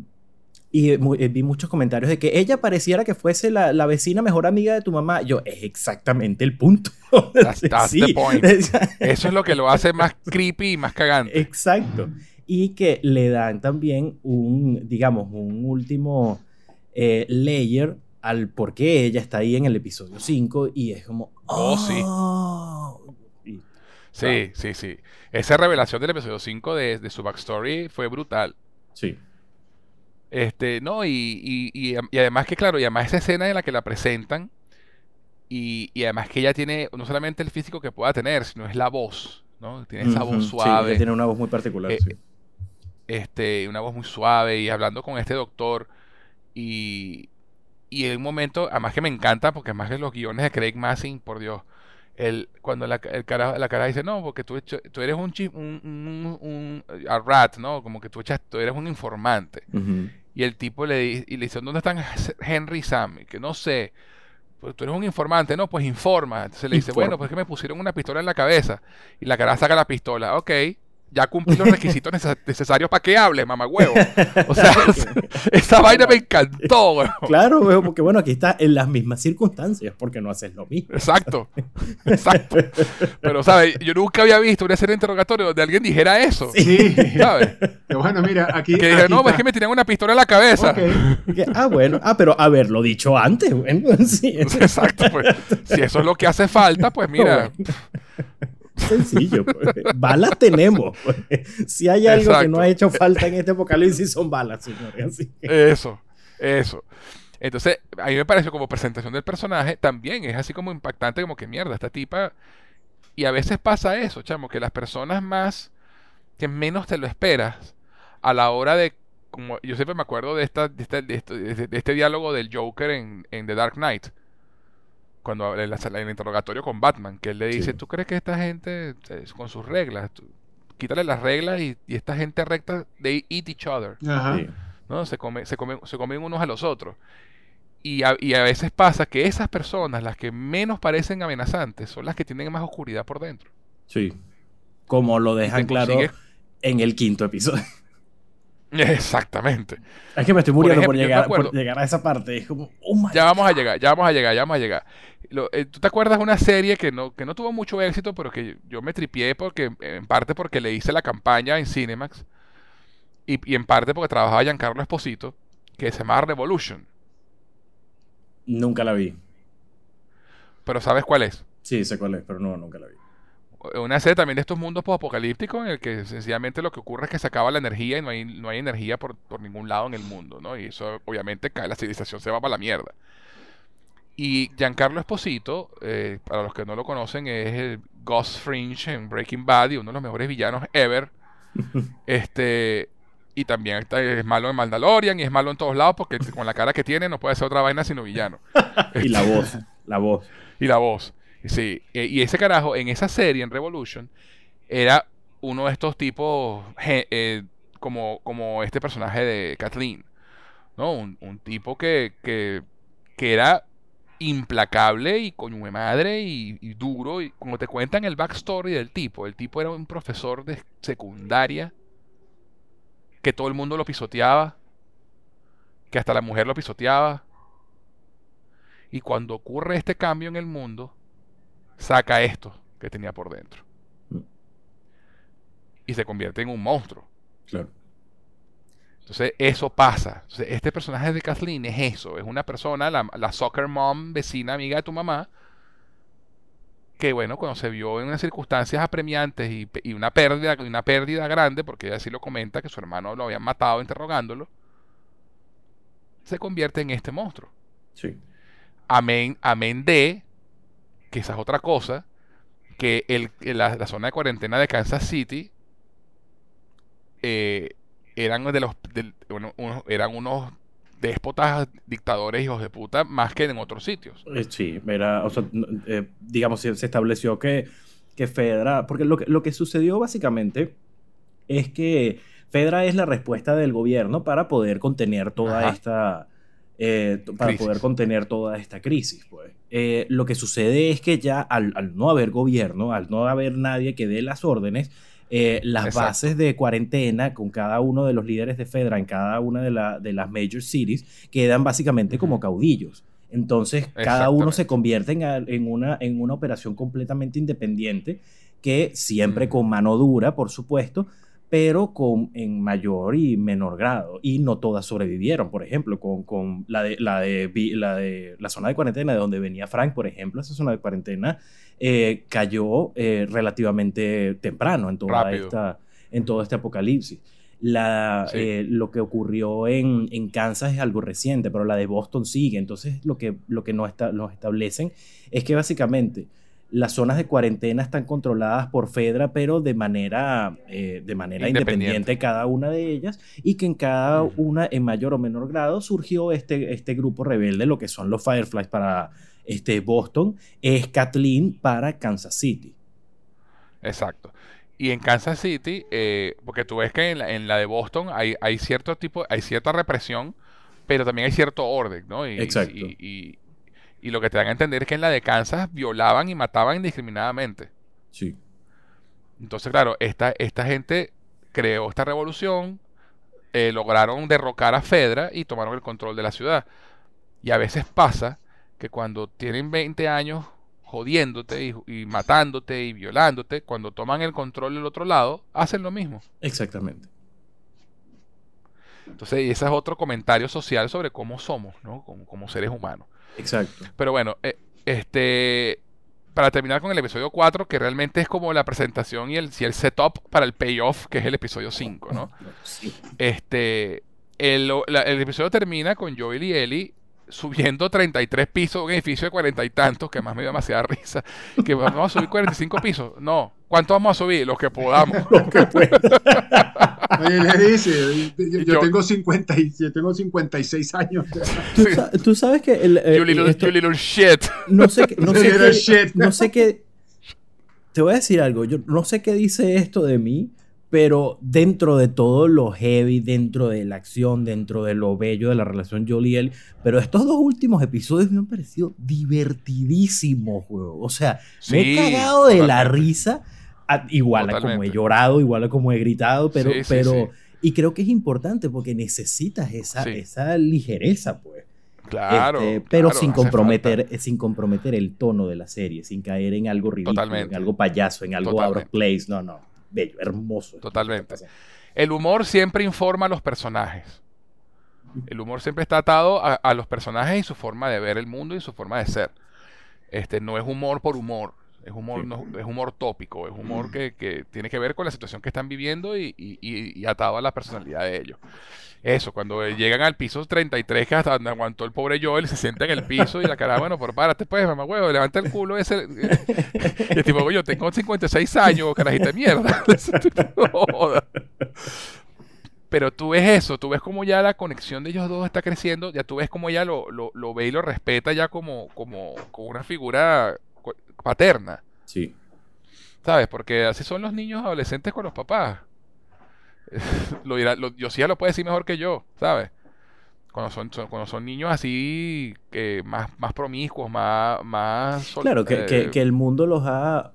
y mu- eh, vi muchos comentarios de que ella pareciera que fuese la, la vecina mejor amiga de tu mamá. Yo, es exactamente el punto. That's, that's Sí. the point. Eso es lo que lo hace más creepy y más cagante. Exacto. Y que le dan también un, digamos, un último eh, layer al por qué ella está ahí en el episodio cinco y es como, Oh, sí. oh. Y- Sí, sí, sí. Esa revelación del episodio cinco de, de su backstory fue brutal. sí. Este, no, y, y, y, y además que, claro, y además esa escena en la que la presentan, y, y además que ella tiene no solamente el físico que pueda tener, sino es la voz, ¿no? Tiene esa Ujú, voz sí, suave. ella tiene una voz muy particular, Eh, sí. este, una voz muy suave y hablando con este doctor y, y en un momento, además que me encanta porque además que los guiones de Craig Mazin, por Dios, el, cuando la, el cara, la cara dice, no, porque tú, echo- tú eres un, chi- un, un, un- a rat, ¿no? Como que tú, echas, tú eres un informante. Ujú. Y el tipo le, di- y le dice, ¿dónde están Henry y Sam? Y que no sé. Pues tú eres un informante, no, pues informa. Entonces le dice, Informa. bueno, pues es que me pusieron una pistola en la cabeza. Y la cara saca la pistola. Ok, ya cumplí los requisitos neces- necesarios para que hable, mamagüevo. O sea, esa vaina me encantó, güey. Claro, güey, porque bueno, aquí está en las mismas circunstancias, porque no haces lo mismo. Exacto, exacto. Pero, ¿sabes? Yo nunca había visto una serie de interrogatorio donde alguien dijera eso. Sí. ¿Sabes? Que bueno, mira, aquí. Que dije, aquí no, pues está. es que me tenían una pistola en la cabeza. Ok. Que, ah, bueno, ah, pero haberlo dicho antes, bueno, sí. Exacto, pues. Si eso es lo que hace falta, pues mira. Sencillo, pues. Balas tenemos. Pues. Si hay algo que Exacto. no ha hecho falta en este apocalipsis son balas, señores. Así que- Eso, eso. Entonces, a mí me pareció como presentación del personaje, también es así como impactante, como que mierda, esta tipa. Y a veces pasa eso, chamo, que las personas más que menos te lo esperas, a la hora de como yo siempre me acuerdo de esta, de, esta, de, esto- de- de este diálogo del Joker en, en The Dark Knight, cuando en, la sala- en el interrogatorio con Batman, que él le dice, Sí. ¿tú crees que esta gente, eh, con sus reglas, tú- quítale las reglas y, y esta gente recta, they eat each other, Ajá. Sí. ¿no? Se come, se comen, se comen unos a los otros. Y a, y a veces pasa que esas personas, las que menos parecen amenazantes, son las que tienen más oscuridad por dentro. Sí. Como lo Y dejan te claro consigues... en el quinto episodio. Exactamente. Es que me estoy Por muriendo ejemplo, por, yo me llegar, acuerdo- por llegar a esa parte. Es como, oh my Ya vamos a llegar, ya vamos a llegar, ya vamos a llegar. Lo- eh, ¿tú te acuerdas de una serie que no, que no tuvo mucho éxito, pero que yo me tripié porque, en parte porque le hice la campaña en Cinemax y, y en parte porque trabajaba Giancarlo Esposito, que se llamaba Revolution? Nunca la vi. Pero ¿sabes cuál es? Sí, sé cuál es, pero no, nunca la vi. Una serie también de estos mundos apocalípticos en el que sencillamente lo que ocurre es que se acaba la energía y no hay, no hay energía por, por ningún lado en el mundo, ¿no? Y eso obviamente cae, la civilización se va para la mierda. Y Giancarlo Esposito, eh, para los que no lo conocen, es el Gus Fringe en Breaking Bad y uno de los mejores villanos ever. este Y también está- es malo en Mandalorian y es malo en todos lados porque con la cara que tiene no puede ser otra vaina sino villano. Y la voz, la voz. Y la voz. Sí, e- y ese carajo en esa serie, en Revolution, era uno de estos tipos je- eh, como, como este personaje de Kathleen, ¿no? Un, un tipo que, que, que era implacable y coño de madre y, y duro. Y como te cuentan el backstory del tipo, el tipo era un profesor de secundaria que todo el mundo lo pisoteaba, que hasta la mujer lo pisoteaba. Y cuando ocurre este cambio en el mundo, saca esto que tenía por dentro. Mm. Y se convierte en un monstruo. Claro. Entonces, eso pasa. Entonces, este personaje de Kathleen es eso. Es una persona, la, la soccer mom, vecina, amiga de tu mamá, que bueno, cuando se vio en unas circunstancias apremiantes y, pe- y una pérdida, una pérdida grande, porque ella sí lo comenta, que su hermano lo habían matado interrogándolo, se convierte en este monstruo. Sí. Amén, amén de, que esa es otra cosa, que el, la, la zona de cuarentena de Kansas City eh, eran de los del- uno- unos, eran unos déspotas, dictadores, hijos de puta, más que en otros sitios. Eh, Sí, era, o sea, n- eh, digamos, se, se estableció que, que Fedra, porque lo que, lo que sucedió básicamente es que Fedra es la respuesta del gobierno para poder contener toda Ajá. esta, eh, t- para Crisis. poder contener toda esta crisis, pues. Eh, lo que sucede es que ya al, al no haber gobierno, al no haber nadie que dé las órdenes, eh, las Exacto. bases de cuarentena con cada uno de los líderes de Fedra en cada una de, la- de las major cities quedan básicamente como Ujú. caudillos. Entonces, cada uno se Exactamente. convierte en, a- en una, en una operación completamente independiente que siempre Ujú. con mano dura, por supuesto, pero con, en mayor y menor grado. Y no todas sobrevivieron, por ejemplo, con, con la, de, la, de, vi- la de la zona de cuarentena de donde venía Frank, por ejemplo, esa zona de cuarentena eh, cayó eh, relativamente temprano en, toda Rápido. esta, en todo este apocalipsis. La, Sí. eh, lo que ocurrió en, en Kansas es algo reciente, pero la de Boston sigue. Entonces, lo que, lo que nos, esta- nos establecen es que básicamente las zonas de cuarentena están controladas por Fedra, pero de manera, eh, de manera Independiente. independiente cada una de ellas, y que en cada Ujú. una, en mayor o menor grado, surgió este, este grupo rebelde, lo que son los Fireflies para este, Boston, es Kathleen para Kansas City. Exacto. Y en Kansas City, eh, porque tú ves que en la, en la de Boston hay, hay cierto tipo, hay cierta represión, pero también hay cierto orden, ¿no? Y, Exacto. Y, y- y lo que te dan a entender es que en la de Kansas violaban y mataban indiscriminadamente. Sí. Entonces, claro, esta, esta gente creó esta revolución, eh, lograron derrocar a Fedra y tomaron el control de la ciudad. Y a veces pasa que cuando tienen veinte años jodiéndote y, y matándote y violándote, cuando toman el control del otro lado, hacen lo mismo. Exactamente. Entonces, y ese es otro comentario social sobre cómo somos, ¿no? Como, como seres humanos. Exacto. Pero bueno, eh, este, para terminar con el episodio cuatro, que realmente es como la presentación y el, y el setup para el payoff, que es el episodio cinco, ¿no? Sí. Este, el, la- el episodio termina con Joel y Ellie subiendo treinta y tres pisos de un edificio de cuarenta y tantos, que más me dio demasiada risa. Que vamos a subir cuarenta y cinco pisos. No, ¿cuánto vamos a subir? Los que podamos. Lo que pueda. Ahí le dice, yo, yo, Yo- tengo cincuenta y, yo tengo cincuenta y seis años. Tú, sa- tú sabes que el, eh, You little, esto- you little shit. no sé qué, no sé Little qué, shit. no sé qué, te voy a decir algo, yo no sé qué dice esto de mí, pero dentro de todo lo heavy, dentro de la acción, dentro de lo bello de la relación Joel y él, pero estos dos últimos episodios me han parecido divertidísimos, juego. O sea, me he Sí, cagado de la totalmente. risa, a- igual a como he Totalmente. llorado, igual a como he gritado, pero, Sí, sí, pero sí. y creo que es importante porque necesitas esa, Sí. esa ligereza, pues. Claro. Este, pero claro, sin hace comprometer, falta. eh, sin comprometer el tono de la serie, sin caer en algo ridículo, Totalmente. en algo payaso, en algo out of Totalmente. place. No, no. Bello, hermoso. Totalmente. El humor siempre informa a los personajes. El humor siempre está atado a, a los personajes y su forma de ver el mundo y su forma de ser. Este, no es humor por humor. Es humor, Sí. no, es humor tópico. Es humor que, que tiene que ver con la situación que están viviendo y, y- y- y atado a la personalidad de ellos. Eso, cuando llegan al piso treinta y tres, que hasta donde aguantó el pobre Joel, se sienta en el piso y la cara, bueno, pero párate pues, mamá huevo, levanta el culo ese. Y el tipo, yo tengo cincuenta y seis años, carajita de mierda. No joda. Pero tú ves eso, tú ves como ya la conexión de ellos dos está creciendo, ya tú ves como ella lo, lo, lo ve y lo respeta ya como, como, como una figura cu- paterna, Sí. ¿sabes? Porque así son los niños adolescentes con los papás. Lo dirá, lo, Josiah lo puede decir mejor que yo, ¿sabes? Cuando son, son- cuando son niños así, que más, más promiscuos, más, más sol- Claro, que, eh, que, que el mundo los ha.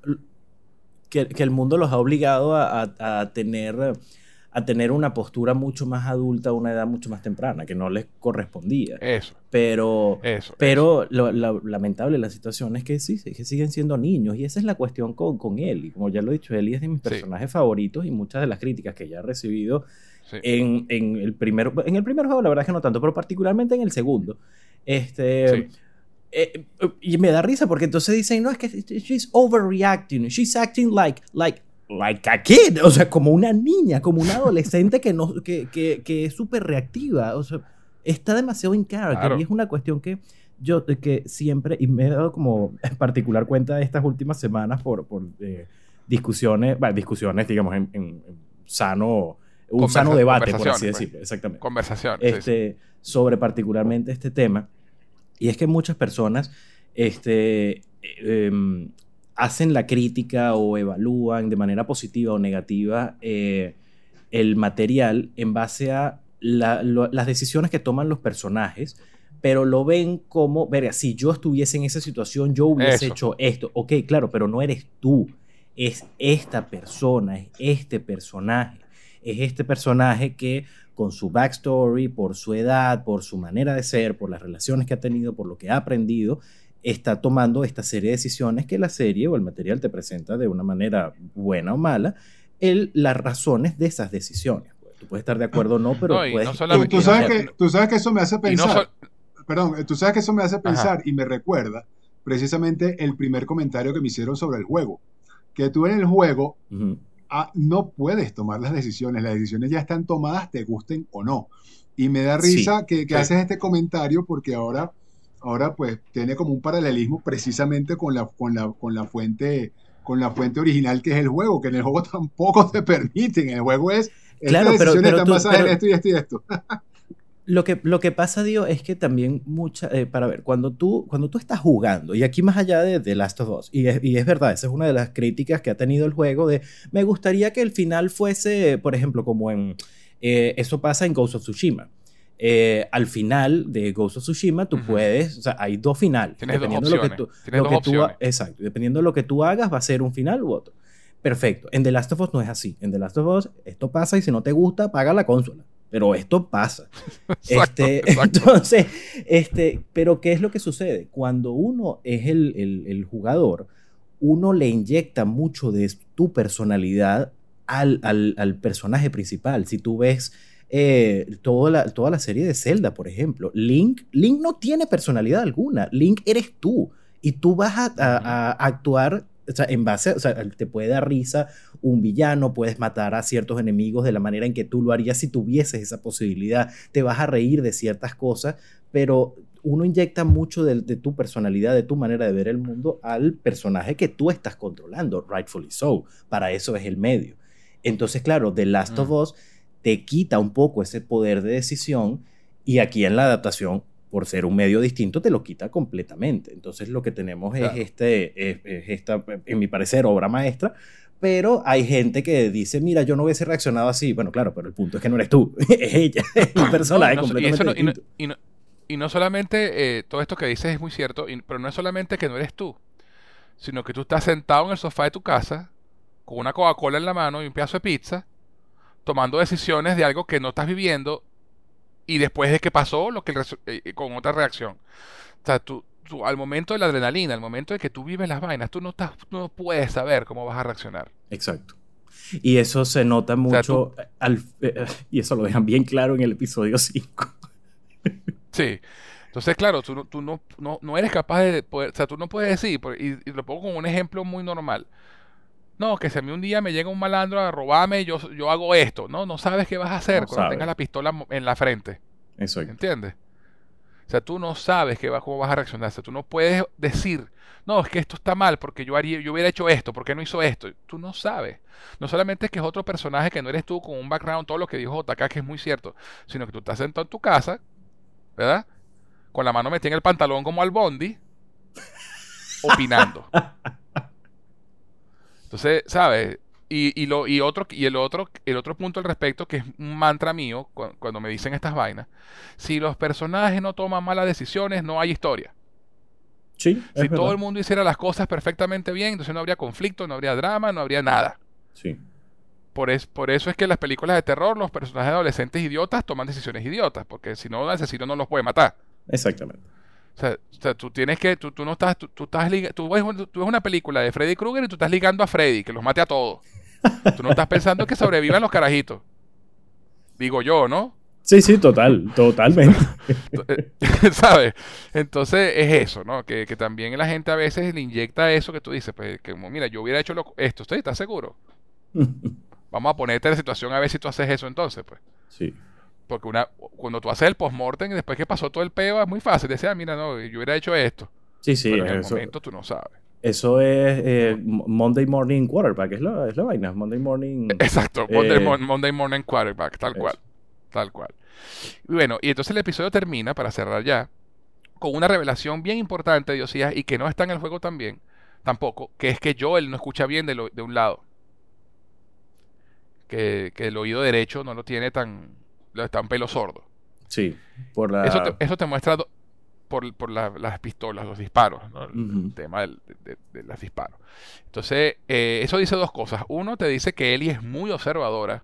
Que, que el mundo los ha obligado a, a- a tener. A tener una postura mucho más adulta a una edad mucho más temprana, que no les correspondía. eso, Pero. eso. Pero lo, lo lamentable de la situación es que sí, sí, que siguen siendo niños. Y esa es la cuestión con, con Ellie. Como ya lo he dicho, Ellie es de mis Sí. personajes favoritos y muchas de las críticas que ella ha recibido Sí. en, en, el primer, en el primer juego, la verdad es que no tanto, pero particularmente en el segundo. Este, Sí. eh, eh, y me da risa porque entonces dicen, no, es que she's overreacting, she's acting like, like, like a kid, o sea, como una niña, como una adolescente que, no, que, que, que es súper reactiva, o sea, está demasiado in character. Claro. Y es una cuestión que yo que siempre, y me he dado como en particular cuenta de estas últimas semanas por, por eh, discusiones, bueno, discusiones, digamos, en, en, en sano, un Conversa- sano debate, por así conversaciones, pues. decirlo, exactamente. Conversación. sí, sí. Este, sobre particularmente este tema. Y es que muchas personas este, eh, em, hacen la crítica o evalúan de manera positiva o negativa eh, el material en base a la- lo- las decisiones que toman los personajes, pero lo ven como, verga, si yo estuviese en esa situación, yo hubiese Eso. hecho esto. Ok, claro, pero no eres tú, es esta persona, es este personaje. Es este personaje que con su backstory, por su edad, por su manera de ser, por las relaciones que ha tenido, por lo que ha aprendido, está tomando esta serie de decisiones que la serie o el material te presenta de una manera buena o mala, el, las razones de esas decisiones. Tú puedes estar de acuerdo o no, pero No, y puedes no Tú, solamente- tú sabes no- que, tú sabes que eso me hace Y no pensar. sol- Perdón, tú sabes que eso me hace pensar y me recuerda precisamente el primer comentario que me hicieron sobre el juego. Que tú en el juego Ujú. ah, no puedes tomar las decisiones, las decisiones ya están tomadas, te gusten o no. Y me da risa Sí, que, que sí. haces este comentario porque ahora, ahora pues tiene como un paralelismo precisamente con la, con la, con la fuente, con la fuente original que es el juego, que en el juego tampoco te permiten. El juego es, estas Claro, pero- decisiones pero están tú- basadas pero- en esto y esto y esto. Lo que, lo que pasa, Dio, es que también mucha, eh, para ver, cuando tú, cuando tú estás jugando, y aquí más allá de The Last of Us, y es, y es verdad, esa es una de las críticas que ha tenido el juego, de me gustaría que el final fuese, por ejemplo, como en, eh, eso pasa en Ghost of Tsushima. Eh, al final de Ghost of Tsushima tú Ujú. puedes, o sea, hay dos finales. Tienes dos dependiendo de lo que opciones. tú- Tienes lo dos que tú ha- opciones. exacto, dependiendo de lo que tú hagas va a ser un final u otro. Perfecto. En The Last of Us no es así. En The Last of Us esto pasa y si no te gusta, paga la consola. Pero esto pasa. Exacto, Este, exacto. entonces, este, pero ¿qué es lo que sucede? Cuando uno es el, el- el jugador, uno le inyecta mucho de tu personalidad al, al- al personaje principal. Si tú ves eh, toda, la, toda la serie de Zelda, por ejemplo, Link, Link no tiene personalidad alguna. Link eres tú. Y tú vas a, a- a actuar, o sea, en base, o sea, te puede dar risa un villano, puedes matar a ciertos enemigos de la manera en que tú lo harías si tuvieses esa posibilidad, te vas a reír de ciertas cosas, pero uno inyecta mucho de, de tu personalidad, de tu manera de ver el mundo al personaje que tú estás controlando, rightfully so, para eso es el medio. Entonces, claro, The Last of Mm. Us te quita un poco ese poder de decisión, y aquí en la adaptación, por ser un medio distinto, te lo quita completamente. Entonces lo que tenemos Claro. es, este, es, es esta, en mi parecer, obra maestra, pero hay gente que dice, mira, yo no hubiese reaccionado así. Bueno, claro, pero el punto es que no eres tú, es ella, es un personaje No, y no, y completamente eso no- y no- distinto. y no- y no solamente, eh, todo esto que dices es muy cierto, y- pero no es solamente que no eres tú, sino que tú estás sentado en el sofá de tu casa, con una Coca-Cola en la mano y un pedazo de pizza, tomando decisiones de algo que no estás viviendo, y después de que pasó, lo que el resu- eh, eh, con otra reacción. O sea, tú, tú, al momento de la adrenalina, al momento de que tú vives las vainas, tú no estás, tú no puedes saber cómo vas a reaccionar. Exacto. Y eso se nota sea, tú- mucho, al, eh, y eso lo dejan bien claro en el episodio cinco. Sí. Entonces, claro, tú, no- tú no, no, no eres capaz de poder, o sea, tú no puedes decir, por- y, y lo pongo como un ejemplo muy normal. No, que si a mí un día me llega un malandro a robarme, yo, yo hago esto. No, no sabes qué vas a hacer No cuando sabes. tengas la pistola mo- en la frente. Exacto. ¿Entiendes? O sea, tú no sabes qué va, cómo vas a reaccionar. O sea, tú no puedes decir, no, es que esto está mal porque yo haría, yo hubiera hecho esto, ¿por qué no hizo esto? Tú no sabes. No solamente es que es otro personaje que no eres tú con un background, todo lo que dijo J K, que es muy cierto, sino que tú estás sentado en tu casa, ¿verdad? Con la mano metida en el pantalón como al Bondi, opinando. Entonces, ¿sabes? Y, y, lo, y, otro, y el, otro, el otro punto al respecto, que es un mantra mío cu- cuando me dicen estas vainas, si los personajes no toman malas decisiones, no hay historia. Sí, es Si todo verdad. el mundo hiciera las cosas perfectamente bien, entonces no habría conflicto, no habría drama, no habría nada. Sí. Por, es, por eso es que en las películas de terror los personajes adolescentes idiotas toman decisiones idiotas, porque si no, el asesino no los puede matar. Exactamente. O sea, o sea, tú tienes que, tú, tú no estás, tú, tú estás liga- tú ves, un- tú ves una película de Freddy Krueger y tú estás ligando a Freddy, que los mate a todos. Tú no estás pensando que sobrevivan los carajitos. Digo yo, ¿no? Sí, sí, total, totalmente. ¿Sabes? Entonces es eso, ¿no? Que, que también la gente a veces le inyecta eso que tú dices, pues, que como, mira, yo hubiera hecho lo- esto, ¿usted está seguro? Vamos a ponerte en la situación a ver si tú haces eso entonces, pues. Sí. Porque una, cuando tú haces el postmortem, después que pasó todo el peo, es muy fácil. Decir, ah, mira, no, yo hubiera hecho esto. Sí, sí, Pero en el eso, momento tú no sabes. eso es eh, Mo- Monday Morning Quarterback, es la, es la vaina, Monday Morning. Exacto, Monday, Eh, Mon- Monday Morning Quarterback, tal eso. cual. Tal cual. Y bueno, y entonces el episodio termina, para cerrar ya, con una revelación bien importante de Josías y que no está en el juego también, tampoco, que es que Joel no escucha bien de, lo- de un lado. Que, que el oído derecho no lo tiene tan, lo está un pelo sordo. Sí, por la... Eso te, eso te muestra do- por, por la- las pistolas, los disparos, ¿no? El, el Ujú. tema del- de, de- de los disparos. Entonces, eh, eso dice dos cosas. Uno, te dice que Ellie es muy observadora,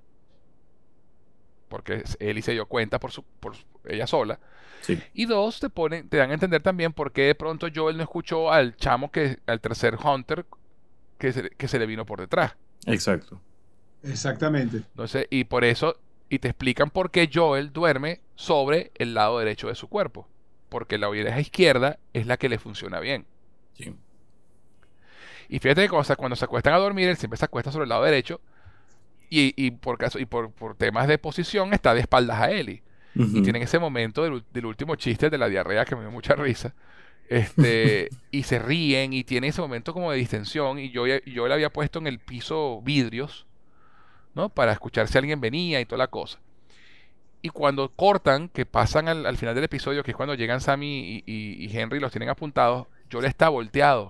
porque es- Ellie se dio cuenta por, su, por su- ella sola. Sí, Y dos, te ponen, te dan a entender también por qué de pronto Joel no escuchó al chamo, que al tercer Hunter, que se, que se le vino por detrás. exacto. Exactamente. Entonces, y por eso, y te explican por qué Joel duerme sobre el lado derecho de su cuerpo. Porque la oreja izquierda es la que le funciona bien. Sí. Y fíjate que cuando se, cuando se acuestan a dormir, él siempre se acuesta sobre el lado derecho. Y, y por caso, y por, por temas de posición está de espaldas a Ellie. Ujú. Y tienen ese momento del, ul- del último chiste de la diarrea que me dio mucha risa. Este, y se ríen y tiene ese momento como de distensión. Y yo, ya- y yo le había puesto en el piso vidrios, ¿no? Para escuchar si alguien venía y toda la cosa. Y cuando cortan, que pasan al, al final del episodio, que es cuando llegan Sammy y, y- y Henry, los tienen apuntados, Joel está volteado.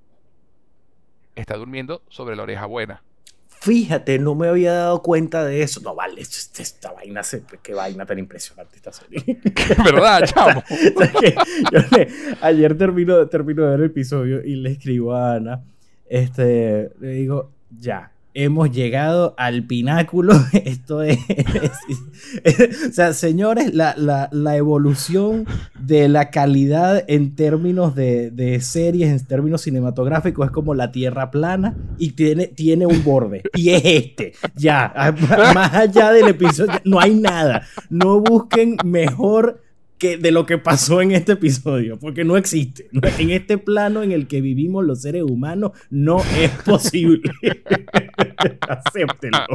Está durmiendo sobre la oreja buena. Fíjate, no me había dado cuenta de eso. No, vale, esta, esta vaina, se- qué vaina tan impresionante esta serie. ¿Verdad, chamo? ¿Sabes qué? Yo le- ayer termino, termino de ver el episodio y le escribo a Ana, este, le digo, ya, hemos llegado al pináculo. Esto es, es- o sea, señores, la, la, la evolución de la calidad en términos de, de series, en términos cinematográficos, es como la tierra plana y tiene, tiene un borde. Y es este. Ya, a- más allá del episodio, no hay nada. No busquen mejor que de lo que pasó en este episodio, porque no existe. En este plano en el que vivimos los seres humanos, no es posible. Acéptenlo.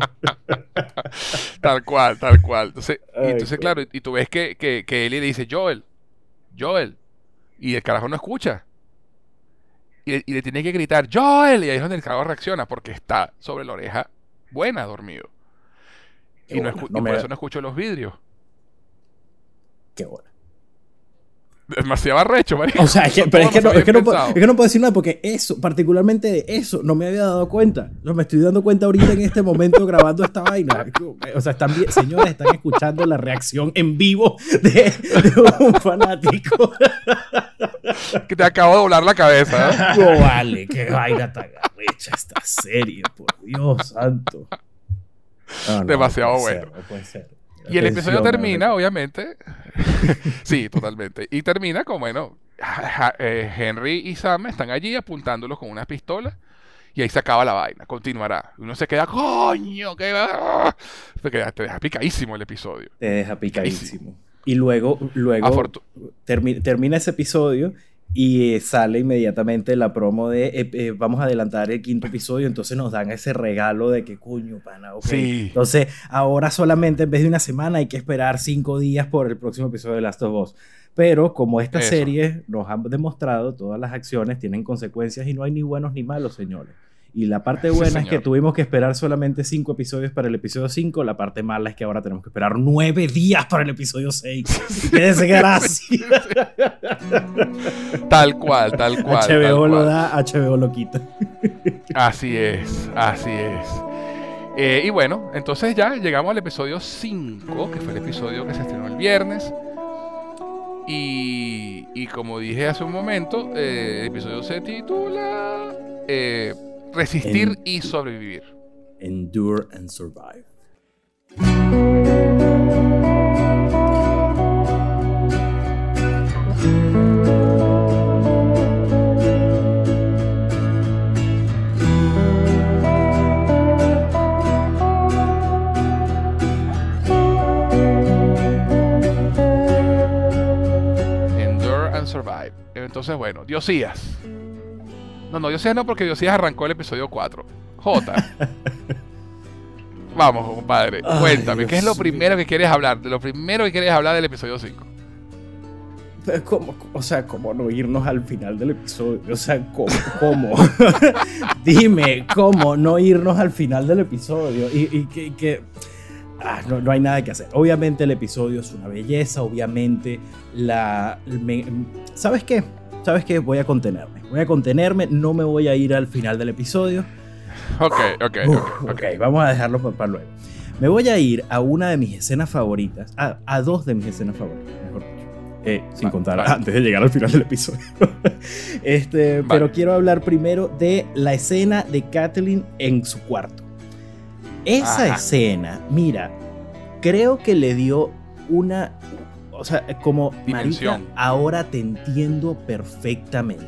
Tal cual, tal cual. Entonces, y Ay, entonces coño. claro, y, y tú ves que, que, que Ellie le dice, Joel, Joel, y el carajo no escucha. Y, le- y le tiene que gritar, Joel, y ahí es donde el carajo reacciona, porque está sobre la oreja buena, dormido. Qué y, no bola, escu- no y me- por eso no escucho los vidrios. Qué bola. Demasiado arrecho, marico. O sea, es que, Son pero es todo que, no, demasiado es, que no, bien puedo- pensado. es que no puedo decir nada porque eso, particularmente de eso, no me había dado cuenta. No, me estoy dando cuenta ahorita en este momento grabando esta vaina. O sea, están bien, señores, están escuchando la reacción en vivo de, de un fanático. Que te acabo de volar la cabeza, ¿eh? No vale, qué vaina tan arrecha esta serie, por Dios santo. No, no, Demasiado no puede bueno. ser, no puede ser. Y el episodio Atención, termina, Alex. obviamente. Sí, totalmente. Y termina con, bueno, ja- ja- eh, Henry y Sam están allí apuntándolos con unas pistolas. Y ahí se acaba la vaina. Continuará. Uno se queda, coño, que va. Te queda- te deja picadísimo el episodio. Te deja picadísimo. Y luego, luego Afortu- termi- termina ese episodio y eh, sale inmediatamente la promo de eh, eh, vamos a adelantar el quinto episodio, entonces nos dan ese regalo de que coño, pana, ok. Sí. Entonces, ahora solamente en vez de una semana hay que esperar cinco días por el próximo episodio de Last of Us. Pero como esta Eso. serie nos han demostrado, todas las acciones tienen consecuencias y no hay ni buenos ni malos, señores. Y la parte Sí, buena es que señor. tuvimos que esperar solamente cinco episodios para el episodio cinco. La parte mala es que ahora tenemos que esperar nueve días para el episodio seis. Quédese gracias. Tal cual, tal cual. H B O tal lo cual. da, H B O lo quita. Así es, así es. Eh, y bueno, entonces ya llegamos al episodio cinco, que fue el episodio que se estrenó el viernes. Y, y como dije hace un momento, eh, el episodio se titula eh, Resistir En- y sobrevivir. Endure and survive. Endure and survive. Entonces, bueno, Diosías. No, no, Diosías no, porque Diosías arrancó el episodio cuatro. J. Vamos, compadre. Ay, Cuéntame, Dios ¿qué es lo mío. primero que quieres hablar? De lo primero que quieres hablar del episodio cinco. Pero ¿cómo? O sea, ¿cómo no irnos al final del episodio? O sea, ¿cómo? ¿Cómo? Dime, ¿cómo no irnos al final del episodio? Y, y que... que- ah, no, no hay nada que hacer. Obviamente el episodio es una belleza, obviamente la... me- ¿Sabes qué? ¿Sabes qué? Voy a contenerme. Voy a contenerme, no me voy a ir al final del episodio. Ok, ok, Uf, ok. ok, vamos a dejarlo para, para luego. Me voy a ir a una de mis escenas favoritas, a, a dos de mis escenas favoritas, mejor dicho. Eh, sin Vale, contar vale. antes de llegar al final del episodio. este, Vale. Pero quiero hablar primero de la escena de Kathleen en su cuarto. Esa Ajá. escena, mira, creo que le dio una... O sea, como, Dimensión. marica, ahora te entiendo perfectamente.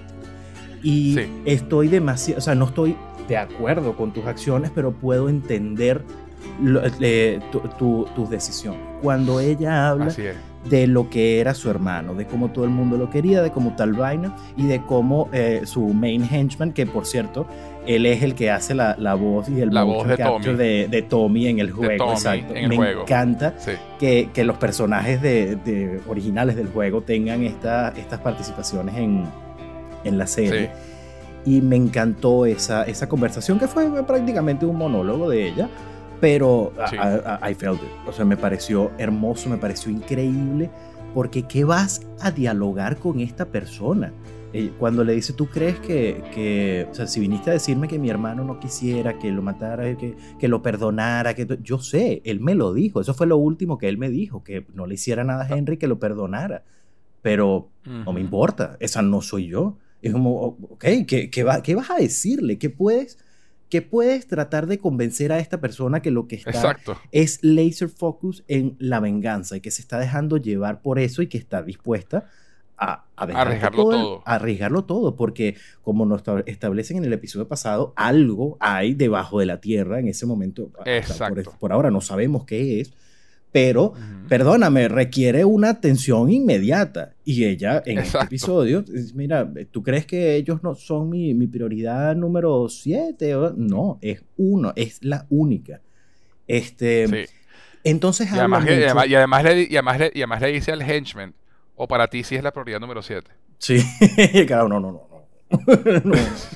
Y Sí. estoy demasiado... O sea, no estoy de acuerdo con tus acciones, pero puedo entender lo- eh, tu- tu- tus decisiones. Cuando ella habla Así es. de lo que era su hermano, de cómo todo el mundo lo quería, de cómo tal vaina, y de cómo eh, su main henchman, que por cierto, él es el que hace la, la voz y el La motion voz de capture Tommy. de, de Tommy en el juego. Tommy Exacto. en el Me juego. encanta Sí. que, que los personajes de, de originales del juego tengan esta, estas participaciones en, en la serie. Sí. Y me encantó esa, esa conversación que fue prácticamente un monólogo de ella, pero Sí. I, I- I felt it. O sea, me pareció hermoso, me pareció increíble, porque ¿qué vas a dialogar con esta persona? Eh, Cuando le dice, ¿tú crees que, que, o sea, si viniste a decirme que mi hermano no quisiera que lo matara, que, que lo perdonara, que yo sé, él me lo dijo, eso fue lo último que él me dijo, que no le hiciera nada a Henry, que lo perdonara, pero no me Ujú. importa, esa no soy yo. Es como, o- ok, ¿qué, qué, va- qué vas a decirle? ¿Qué puedes, ¿Qué puedes tratar de convencer a esta persona que lo que está Exacto. es laser focus en la venganza y que se está dejando llevar por eso y que está dispuesta a, a dejar que Arriesgarlo todo. a arriesgarlo todo? Porque como nos esta- establecen en el episodio pasado, algo hay debajo de la tierra en ese momento. Hasta Exacto. Por, por ahora no sabemos qué es, pero Ujú. perdóname, requiere una atención inmediata. Y ella en este Exacto. episodio, es, mira, ¿tú crees que ellos no son mi, mi prioridad número siete? No, es uno, es la única. Este, Sí. Entonces Y habla además, que- y, mucho- además, y, además le, di- y, además le, y además le dice al henchman, o para ti sí es la prioridad número siete. Sí, claro, no, no, no, no. No.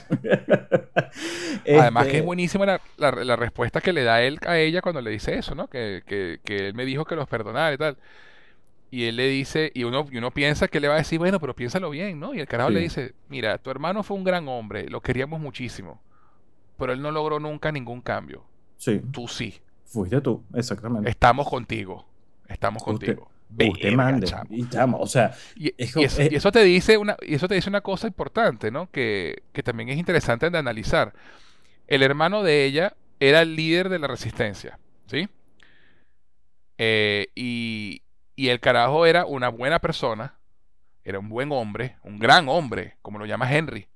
Además Este, que es buenísima la, la- la respuesta que le da él a ella cuando le dice eso, ¿no? Que, que, que él me dijo que los perdonara y tal. Y él le dice, y uno, y uno piensa que le va a decir, bueno, pero piénsalo bien, ¿no? Y el carajo le sí, dice, mira, tu hermano fue un gran hombre, lo queríamos muchísimo, pero él no logró nunca ningún cambio. sí, Tú sí. fuiste tú, exactamente. Estamos contigo. Estamos Usted, contigo. usted Verga, mande. chamo. Y chamo, o sea, Y, es y como- eso, eh, y eso te dice una, y eso te dice una cosa importante, ¿no? Que, que también es interesante de analizar. El hermano de ella era el líder de la resistencia, ¿sí? Eh, y, y el carajo era una buena persona, era un buen hombre, un gran hombre, como lo llama Henry.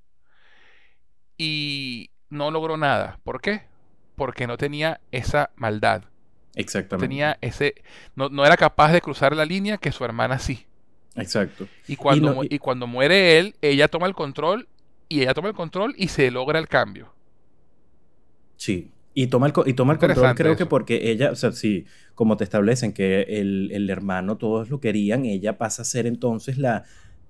Y no logró nada. ¿Por qué? Porque no tenía esa maldad. No exactamente. tenía ese, no, no era capaz de cruzar la línea que su hermana sí. Exacto. Y cuando, no- mu- y- y cuando muere él, ella toma el control y ella toma el control y se logra el cambio. Sí. Y toma el, co- y toma el control, Interesante creo que eso. porque ella, o sea, sí, como te establecen que el, el hermano todos lo querían, ella pasa a ser entonces la,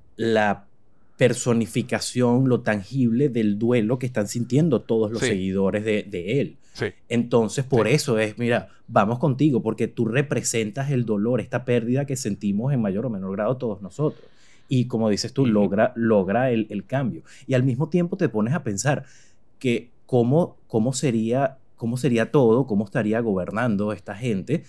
la personificación, lo tangible del duelo que están sintiendo todos los Sí, seguidores de, de él. sí, Entonces, por sí. eso es, mira, vamos contigo, porque tú representas el dolor, esta pérdida que sentimos en mayor o menor grado todos nosotros. Y como dices tú, Ujú. logra, logra el, el cambio. Y al mismo tiempo te pones a pensar que cómo, cómo sería, cómo sería todo, cómo estaría gobernando esta gente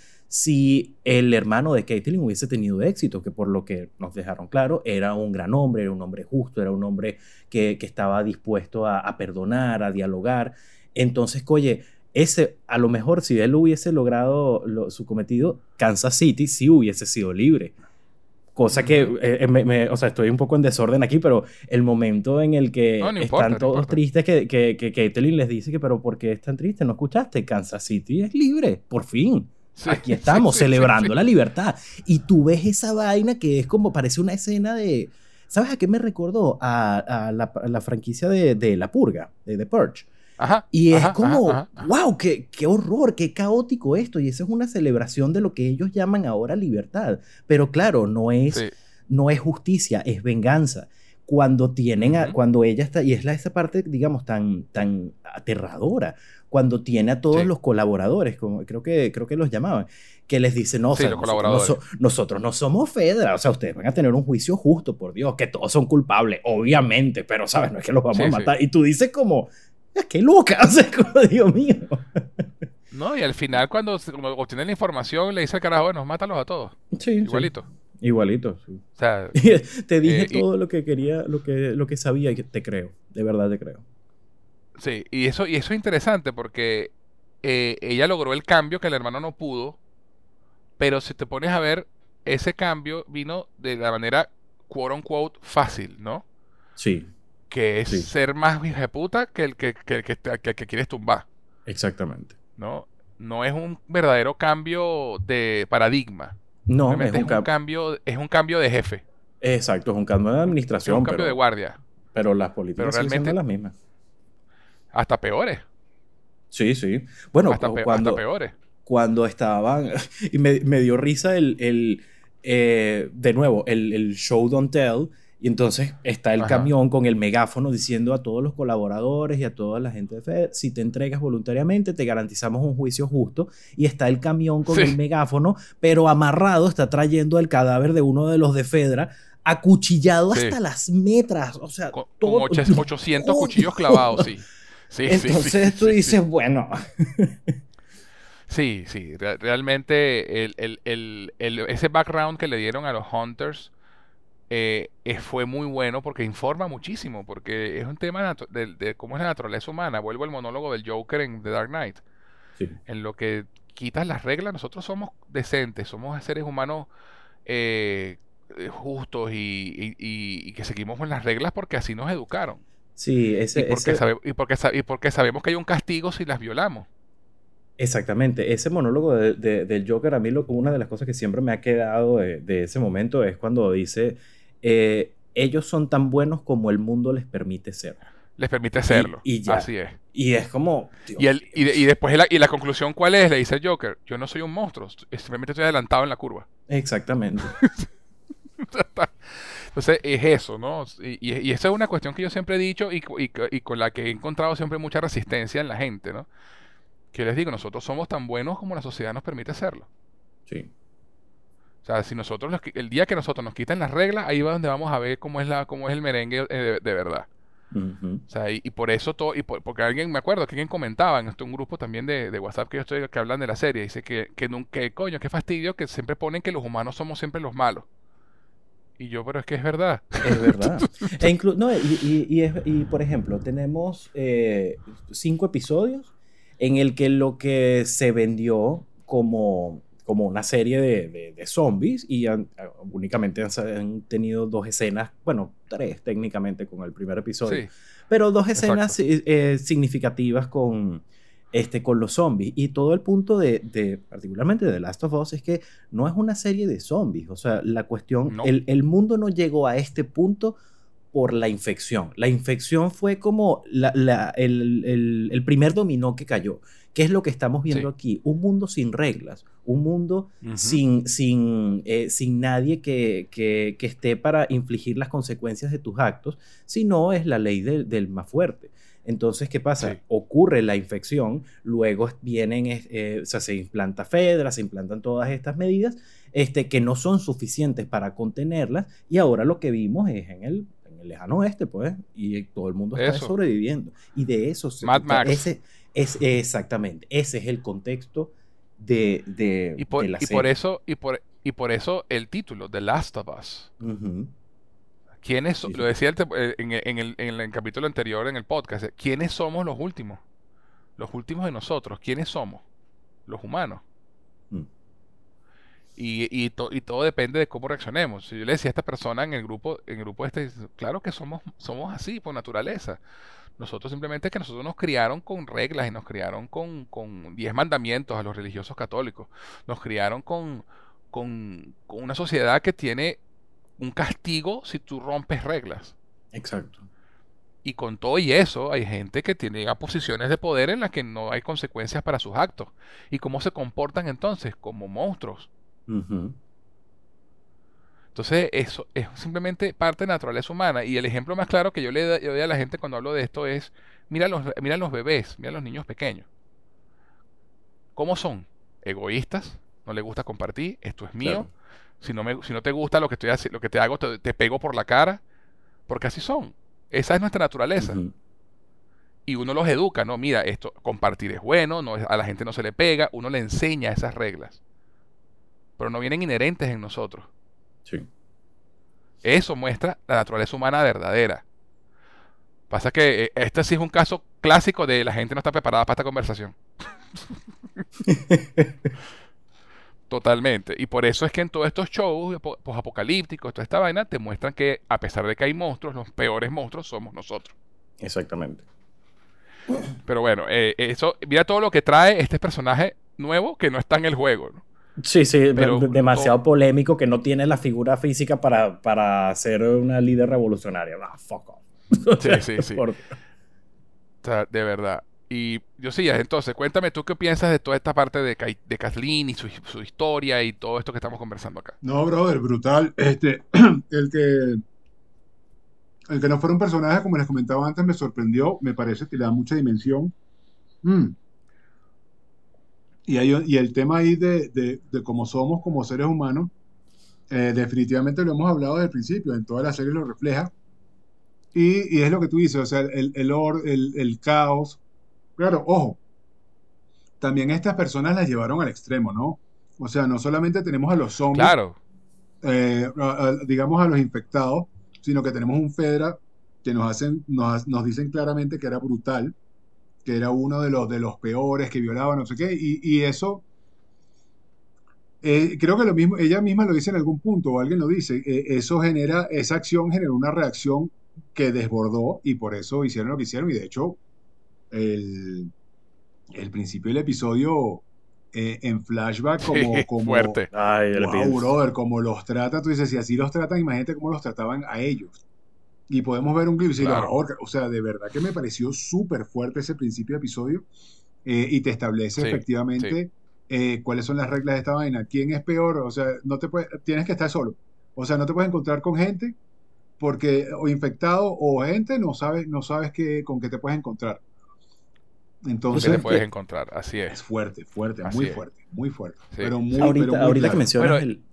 si el hermano de Caitlyn hubiese tenido éxito, que por lo que nos dejaron claro, era un gran hombre, era un hombre justo, era un hombre que, que estaba dispuesto a, a perdonar, a dialogar. Entonces, oye, ese, a lo mejor si él hubiese logrado lo- su cometido, Kansas City sí hubiese sido libre. Cosa que, Ujú. eh, me- me- o sea, estoy un poco en desorden aquí, pero el momento en el que No, no están importa, no todos importa. tristes, que, que, que Caitlyn les dice que, pero ¿por qué están tristes? ¿No escuchaste? Kansas City es libre, por fin. Sí, Aquí sí, estamos, sí, sí, celebrando sí. la libertad. Y tú ves esa vaina que es como, parece una escena de... ¿Sabes a qué me recordó? A, a la, a la franquicia de, de La Purga, de The Purge. Ajá, Y es ajá, como, ajá, ajá. wow, qué, qué horror, qué caótico esto. Y esa es una celebración de lo que ellos llaman ahora libertad. Pero claro, no es, Sí, no es justicia, es venganza. Cuando tienen, a- ujú, cuando ella está, y es la, esa parte, digamos, tan, tan aterradora, cuando tiene a todos sí, los colaboradores, como creo que, creo que los llamaban, que les dice, no, o sí, sea, los nosotros no, colaboradores. so- nosotros no somos Fedra, o sea, ustedes van a tener un juicio justo, por Dios, que todos son culpables, obviamente, pero, ¿sabes? No es que los vamos Sí, a sí. matar. Y tú dices como, es que loca, o sea, como, Dios mío. No, y al final cuando, se- cuando obtiene la información le dice al carajo, bueno, mátalos a todos. Sí, Igualito. sí. Igualito, sí. O sea, Te dije eh, y, todo lo que quería, lo que, lo que sabía, y te creo, de verdad te creo. sí, y eso, y eso es interesante porque eh, ella logró el cambio que el hermano no pudo, pero si te pones a ver, ese cambio vino de la manera quote unquote fácil, ¿no? Sí, Que es sí, ser más hija de puta que el que, que, que, que- que- que quieres tumbar, exactamente. ¿no? No es un verdadero cambio de paradigma. No, es Simplemente un es un cambio. cambio, es un cambio de jefe, Exacto, es un cambio de es un administración, cambio de pero, guardia, pero las pero políticas siguen siendo realmente las mismas. hasta peores, Sí, sí. Bueno, hasta, cu- pe- hasta cuando, peores. cuando estaban, y me, me dio risa el, el eh, de nuevo, el, el show don't tell, y entonces está el Ajá. camión con el megáfono diciendo a todos los colaboradores y a toda la gente de Fed, si te entregas voluntariamente te garantizamos un juicio justo, y está el camión con Sí. el megáfono, pero amarrado está trayendo el cadáver de uno de los de Fedra, acuchillado Sí. hasta las metras, o sea, Con, con todo... ocho- ochocientos cuchillos clavados, sí. Sí, sí, sí, Entonces sí, tú sí, sí. dices, bueno, Sí, sí, re- realmente el, el- el- el- ese background que le dieron a los Hunters eh, eh, fue muy bueno porque informa muchísimo, porque es un tema natu- de, de cómo es la naturaleza humana. Vuelvo al monólogo del Joker en The Dark Knight, sí, en lo que quitas las reglas, nosotros somos decentes, somos seres humanos eh, eh, justos y, y- y- y que seguimos con las reglas porque así nos educaron. sí, Y ese, porque, ese, sabe- y porque, sa- y porque sabemos que hay un castigo si las violamos. exactamente, ese monólogo de- de- del Joker, a mí lo- una de las cosas que siempre me ha quedado de, de ese momento es cuando dice, eh, ellos son tan buenos como el mundo les permite ser. Les permite Y, hacerlo. y ya, Así es. y es como, Dios Y, el, mío. y, de- y después la, y la conclusión, ¿cuál es? Le dice el Joker, yo no soy un monstruo, simplemente estoy adelantado en la curva. Exactamente. está, Entonces es eso, ¿no? Y, y, y esa es una cuestión que yo siempre he dicho y, y, y con la que he encontrado siempre mucha resistencia en la gente, ¿no? Que les digo, nosotros somos tan buenos como la sociedad nos permite serlo. Sí. O sea, si nosotros, nos, el día que nosotros nos quitan las reglas, ahí va donde vamos a ver cómo es la, cómo es el merengue eh, de, de verdad. Uh-huh. O sea, y, y por eso todo, y por, porque alguien, me acuerdo que alguien comentaba en este, un grupo también de, de WhatsApp que yo estoy, que hablan de la serie, dice que, que nunca, que, coño, qué fastidio que siempre ponen que los humanos somos siempre los malos. Y yo, pero es que es verdad. Es verdad. E inclu- no, y, y, y, es, y, por ejemplo, tenemos eh, cinco episodios en el que lo que se vendió como, como una serie de, de, de zombies y han, únicamente han, han tenido dos escenas, bueno, tres técnicamente con el primer episodio, sí, pero dos escenas eh, significativas con... Este, con los zombies. Y todo el punto de, de, particularmente de The Last of Us, es que no es una serie de zombies. O sea, la cuestión, no. el, el mundo no llegó a este punto por la infección. La infección fue como la, la, el, el, el primer dominó que cayó. ¿Qué es lo que estamos viendo sí. aquí? Un mundo sin reglas, un mundo uh-huh. sin, sin, eh, sin nadie que, que, que esté para infligir las consecuencias de tus actos, sino es la ley del, del más fuerte. Entonces, ¿qué pasa? Sí. Ocurre la infección, luego vienen, eh, o sea, se implanta Fedra, se implantan todas estas medidas este, que no son suficientes para contenerlas, y ahora lo que vimos es en el, en el lejano oeste, pues, y todo el mundo está eso. sobreviviendo. Y de eso se Mad Max. Ese, es, exactamente, ese es el contexto de, de, y por, de la y serie. Por eso, y, por, y por eso el título, The Last of Us. Uh-huh. ¿Quiénes, sí, sí. Lo decía el, en, en, el, en el capítulo anterior en el podcast, ¿quiénes somos los últimos? Los últimos de nosotros, ¿quiénes somos? Los humanos. Mm. Y, y, to, y todo depende de cómo reaccionemos. Si yo le decía a esta persona en el grupo, en el grupo este, claro que somos, somos así por naturaleza. Nosotros simplemente es que nosotros nos criaron con reglas y nos criaron con, con diez mandamientos a los religiosos católicos. Nos criaron con, con, con una sociedad que tiene un castigo si tú rompes reglas. Exacto. Y con todo y eso, hay gente que tiene posiciones de poder en las que no hay consecuencias para sus actos. ¿Y cómo se comportan entonces? Como monstruos. Uh-huh. Entonces, eso es simplemente parte de la naturaleza humana. Y el ejemplo más claro que yo le doy a la gente cuando hablo de esto es, mira los, mira los bebés, mira los niños pequeños. ¿Cómo son? Egoístas, no les gusta compartir, esto es mío. Claro. Si no, me, si no te gusta lo que, estoy, lo que te hago, te, te pego por la cara. Porque así son. Esa es nuestra naturaleza. Uh-huh. Y uno los educa, ¿no? Mira, esto, compartir es bueno, no, a la gente no se le pega, uno le enseña esas reglas. Pero no vienen inherentes en nosotros. Sí. Eso muestra la naturaleza humana verdadera. Pasa que eh, este sí es un caso clásico de la gente no está preparada para esta conversación. Totalmente. Y por eso es que en todos estos shows posapocalípticos, toda esta vaina, te muestran que a pesar de que hay monstruos, los peores monstruos somos nosotros. Exactamente. Pero bueno, eh, eso, mira todo lo que trae este personaje nuevo que no está en el juego, ¿no? Sí, sí, pero demasiado todo... polémico, que no tiene la figura física para, para ser una líder revolucionaria. Ah, fuck off. Sí, sí, sí. Por... O sea, de verdad. Y yo sí, entonces, cuéntame tú qué piensas de toda esta parte de, de Kathleen y su, su historia y todo esto que estamos conversando acá. No, brother, brutal. Este, el que el que no fuera un personaje, como les comentaba antes, me sorprendió. Me parece que le da mucha dimensión. Mm. Y, hay, y el tema ahí de, de, de cómo somos como seres humanos, eh, definitivamente lo hemos hablado desde el principio, en toda la serie lo refleja. Y, y es lo que tú dices, o sea, el, el, or, el, el caos. Claro, ojo, también estas personas las llevaron al extremo, ¿no? O sea, no solamente tenemos a los zombies, claro. eh, a, a, digamos a los infectados, sino que tenemos un Fedra que nos, hacen, nos, nos dicen claramente que era brutal, que era uno de los, de los peores, que violaba, no sé qué, y, y eso, eh, creo que lo mismo, ella misma lo dice en algún punto, o alguien lo dice, eh, eso genera, esa acción generó una reacción que desbordó, y por eso hicieron lo que hicieron, y de hecho, el, el principio del episodio, eh, en flashback, como, sí, como fuerte. Ay, el wow, brother, como los trata, tú dices, si así los tratan, imagínate cómo los trataban a ellos. Y podemos ver un clip, claro. O sea, de verdad que me pareció súper fuerte ese principio de episodio, eh, y te establece sí, efectivamente sí. Eh, cuáles son las reglas de esta vaina, quién es peor, o sea, no te puedes, tienes que estar solo, o sea, no te puedes encontrar con gente porque o infectado o gente no sabes, no sabes qué, con qué te puedes encontrar. Que te Entonces, puedes que encontrar, así es es, fuerte, fuerte, muy así es. fuerte, muy fuerte, Sí. pero muy, pero ahorita, muy ahorita que claro. mencionas Bueno, el,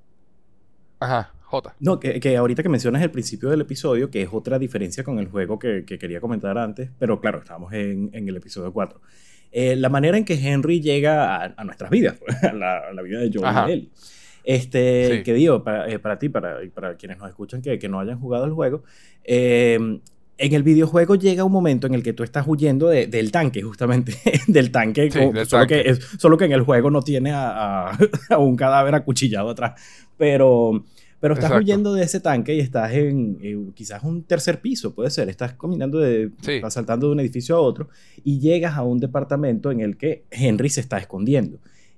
ajá, J. no, que, que ahorita que mencionas el principio del episodio, que es otra diferencia con el juego que, que quería comentar antes, pero claro, estamos en, en el episodio cuatro. Eh, la manera en que Henry llega a, a nuestras vidas, a la, a la vida de Joel y Ajá. de Ellie. Este, Sí. que digo, para, eh, para ti, para, y para quienes nos escuchan que, que no hayan jugado el juego, eh, en el videojuego llega un momento en el que tú estás huyendo de- del tanque, justamente, del tanque, Sí, como- del solo, tanque. Que es, solo que en el juego no tiene a, a- a un cadáver acuchillado atrás. Pero, pero estás Exacto. huyendo de ese tanque y estás en eh, quizás un tercer piso, puede ser. Estás caminando de, Sí. vas saltando de un edificio a otro y llegas a un departamento en el que Henry se está escondiendo.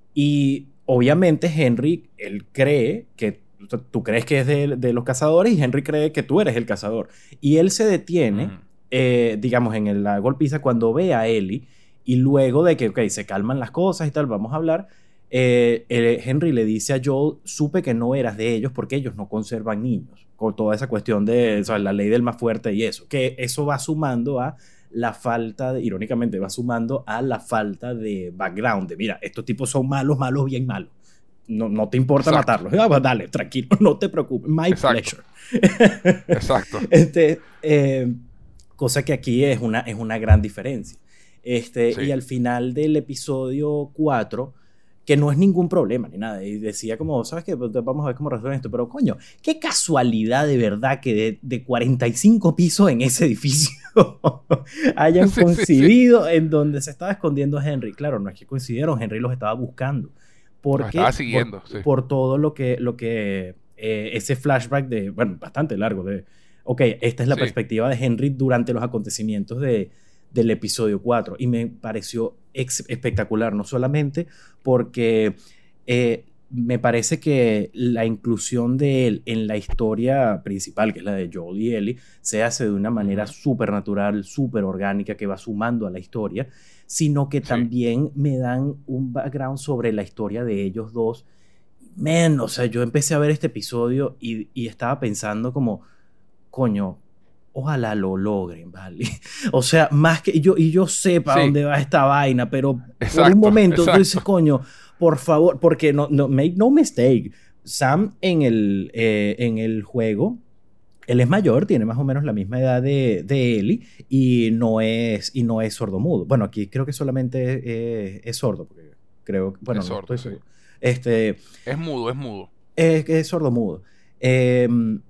Y obviamente Henry, él cree que o sea, tú crees que es de, de los cazadores y Henry cree que tú eres el cazador. Y él se detiene, Ujú. eh, digamos, en el- la golpiza cuando ve a Ellie y luego de que, ok, se calman las cosas y tal, vamos a hablar, eh, eh, Henry le dice a Joel, supe que no eras de ellos porque ellos no conservan niños, con toda esa cuestión de o sea, la ley del más fuerte y eso, que eso va sumando a la falta, de, irónicamente, va sumando a la falta de background, de mira, estos tipos son malos, malos, bien malos. No, no te importa Exacto. matarlos. Ah, pues dale, tranquilo, no te preocupes. My Exacto. pleasure. Exacto. Este, eh, cosa que aquí es una, es una gran diferencia. Este, Sí. Y al final del episodio cuatro, que no es ningún problema ni nada, y decía como, ¿sabes qué? Pues vamos a ver cómo resuelven esto, pero coño, qué casualidad de verdad que de, de cuarenta y cinco pisos en ese edificio hayan Sí, sí, sí. coincidido en donde se estaba escondiendo Henry. Claro, no es que coincidieron, Henry los estaba buscando. Los Porque, estaba siguiendo, por, sí. por todo lo que, lo que eh, ese flashback de, bueno, bastante largo, de, ok, esta es la Sí. perspectiva de Henry durante los acontecimientos de, del episodio cuatro y me pareció ex- espectacular, no solamente porque eh, me parece que la inclusión de él en la historia principal, que es la de Joel y Ellie, se hace de una manera Ujú. súper natural, súper orgánica, que va sumando a la historia, sino que Sí. también me dan un background sobre la historia de ellos dos. Man, o sea, yo empecé a ver este episodio y, y estaba pensando como, coño, ojalá lo logren, ¿vale? O sea, más que yo, y yo sé para Sí. dónde va esta vaina, pero por Exacto, un momento tú exacto. dices, coño, por favor, porque no, no, make no mistake, Sam en el, eh, en el juego, él es mayor, tiene más o menos la misma edad de, de Ellie y no es, y no es sordomudo. Bueno, aquí creo que solamente es, es sordo, porque creo, bueno, Es no sordo, estoy sí. seguro. Este, Es mudo, es mudo. es, es sordomudo. Eh,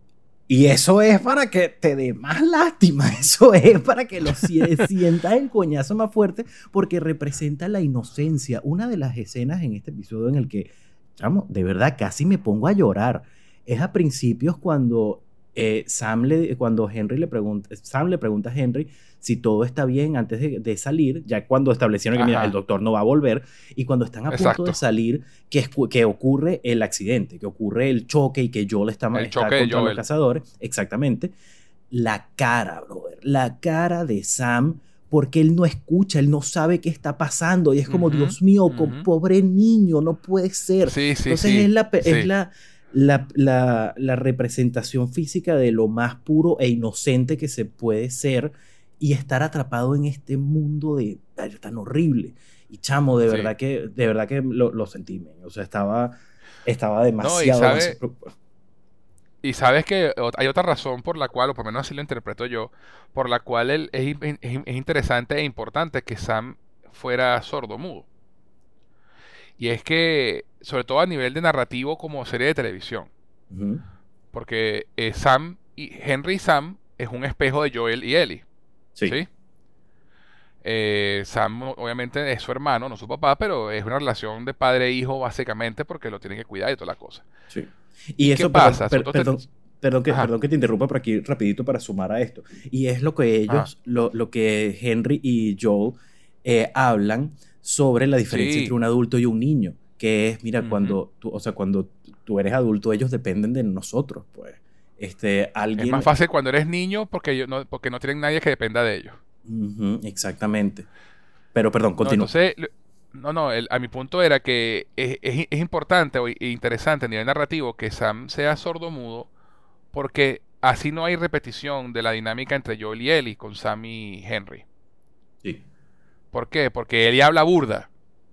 y eso es para que te dé más lástima, eso es para que lo si- sientas el coñazo más fuerte, porque representa la inocencia. Una de las escenas en este episodio en el que, chamo, de verdad casi me pongo a llorar, es a principios cuando eh, Sam le, cuando Henry le pregunta, Sam le pregunta a Henry si todo está bien antes de, de salir, ya cuando establecieron que mira, Ajá. el doctor no va a volver, y cuando están a punto Exacto. de salir, que, es- que ocurre el accidente, que ocurre el choque y que Joel está, El está choque de contra los Joel. cazadores, exactamente, la cara, brother, la cara de Sam, porque él no escucha, él no sabe qué está pasando, y es como, Ujú, Dios mío, co- ujú. pobre niño, no puede ser. Sí, sí, Entonces sí. es, la, pe- sí. es la, la, la, la representación física de lo más puro e inocente que se puede ser y estar atrapado en este mundo de ay, tan horrible. Y chamo, de Sí. verdad que, de verdad que lo, lo sentí, men. O sea, estaba, estaba No, y demasiado, sabe, demasiado preocupado. y sabes que ot- hay otra razón por la cual, o por lo menos así lo interpreto yo, por la cual él- es, in- es in- es interesante e importante que Sam fuera sordo-mudo. Y es que, sobre todo a nivel de narrativo como serie de televisión, Ujú. porque eh, Sam y Henry y Sam es un espejo de Joel y Ellie, Sí. ¿sí? Eh, Sam o- obviamente es su hermano, no su papá, pero es una relación de padre e hijo básicamente porque lo tienen que cuidar y toda la cosa. Sí. Y ¿Y eso, qué pasa? perdón, Sobre per- todo perdón, te- perdón que, Ajá. perdón que te interrumpa por aquí rapidito para sumar a esto. Y es lo que ellos, lo, lo que Henry y Joel eh, hablan sobre la diferencia Sí. entre un adulto y un niño. Que es, mira, Ujú. cuando tú, o sea, cuando tú eres adulto, ellos dependen de nosotros, pues. Este, Es alguien. más fácil cuando eres niño porque, ellos no, porque no tienen nadie que dependa de ellos. Ujú, exactamente. Pero perdón, No, continúa. entonces, lo- no, no, el- a mi punto era que es, es- es importante o- e interesante a nivel narrativo que Sam sea sordomudo porque así no hay repetición de la dinámica entre Joel y Ellie con Sam y Henry. Sí. ¿Por qué? Porque Ellie habla burda.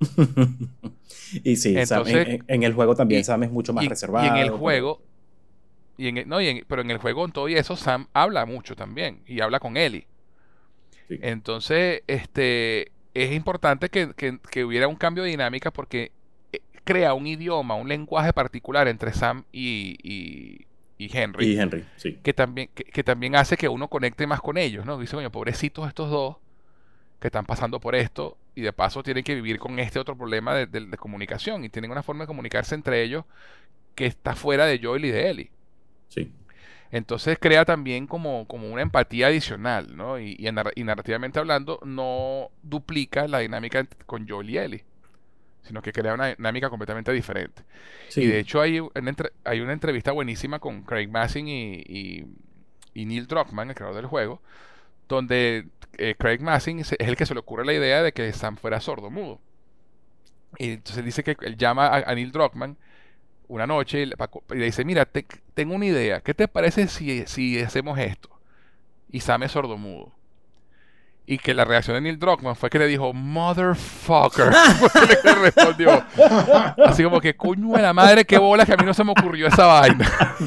Y sí, Entonces, Sam, en, en, en el juego también y, Sam es mucho más y, reservado. Y en el juego, y en el, no, y en, pero en el juego en todo y eso Sam habla mucho también y habla con Ellie. Sí. Entonces, este, es importante que, que, que hubiera un cambio de dinámica porque crea un idioma, un lenguaje particular entre Sam y, y, y Henry. Y Henry, sí. Que también, que, que también hace que uno conecte más con ellos, ¿no? Dice, coño, pobrecitos estos dos que están pasando por esto y de paso tienen que vivir con este otro problema de, de, de comunicación y tienen una forma de comunicarse entre ellos que está fuera de Joel y de Ellie. Sí. Entonces crea también como, como una empatía adicional, ¿no? Y, y, y narrativamente hablando no duplica la dinámica con Joel y Ellie, sino que crea una dinámica completamente diferente. Sí. Y de hecho hay una, entre, hay una entrevista buenísima con Craig Mazin y, y, y Neil Druckmann, el creador del juego, donde eh, Craig Mazin es el que se le ocurre la idea de que Sam fuera sordo-mudo. Y entonces dice que él llama a, a Neil Druckmann una noche y le, y le dice, mira, te, tengo una idea, ¿qué te parece si, si hacemos esto? Y Sam es sordo-mudo. Y que la reacción de Neil Druckmann fue que le dijo, motherfucker. Le respondió. Así como que, coño de la madre, qué bola que a mí no se me ocurrió esa vaina.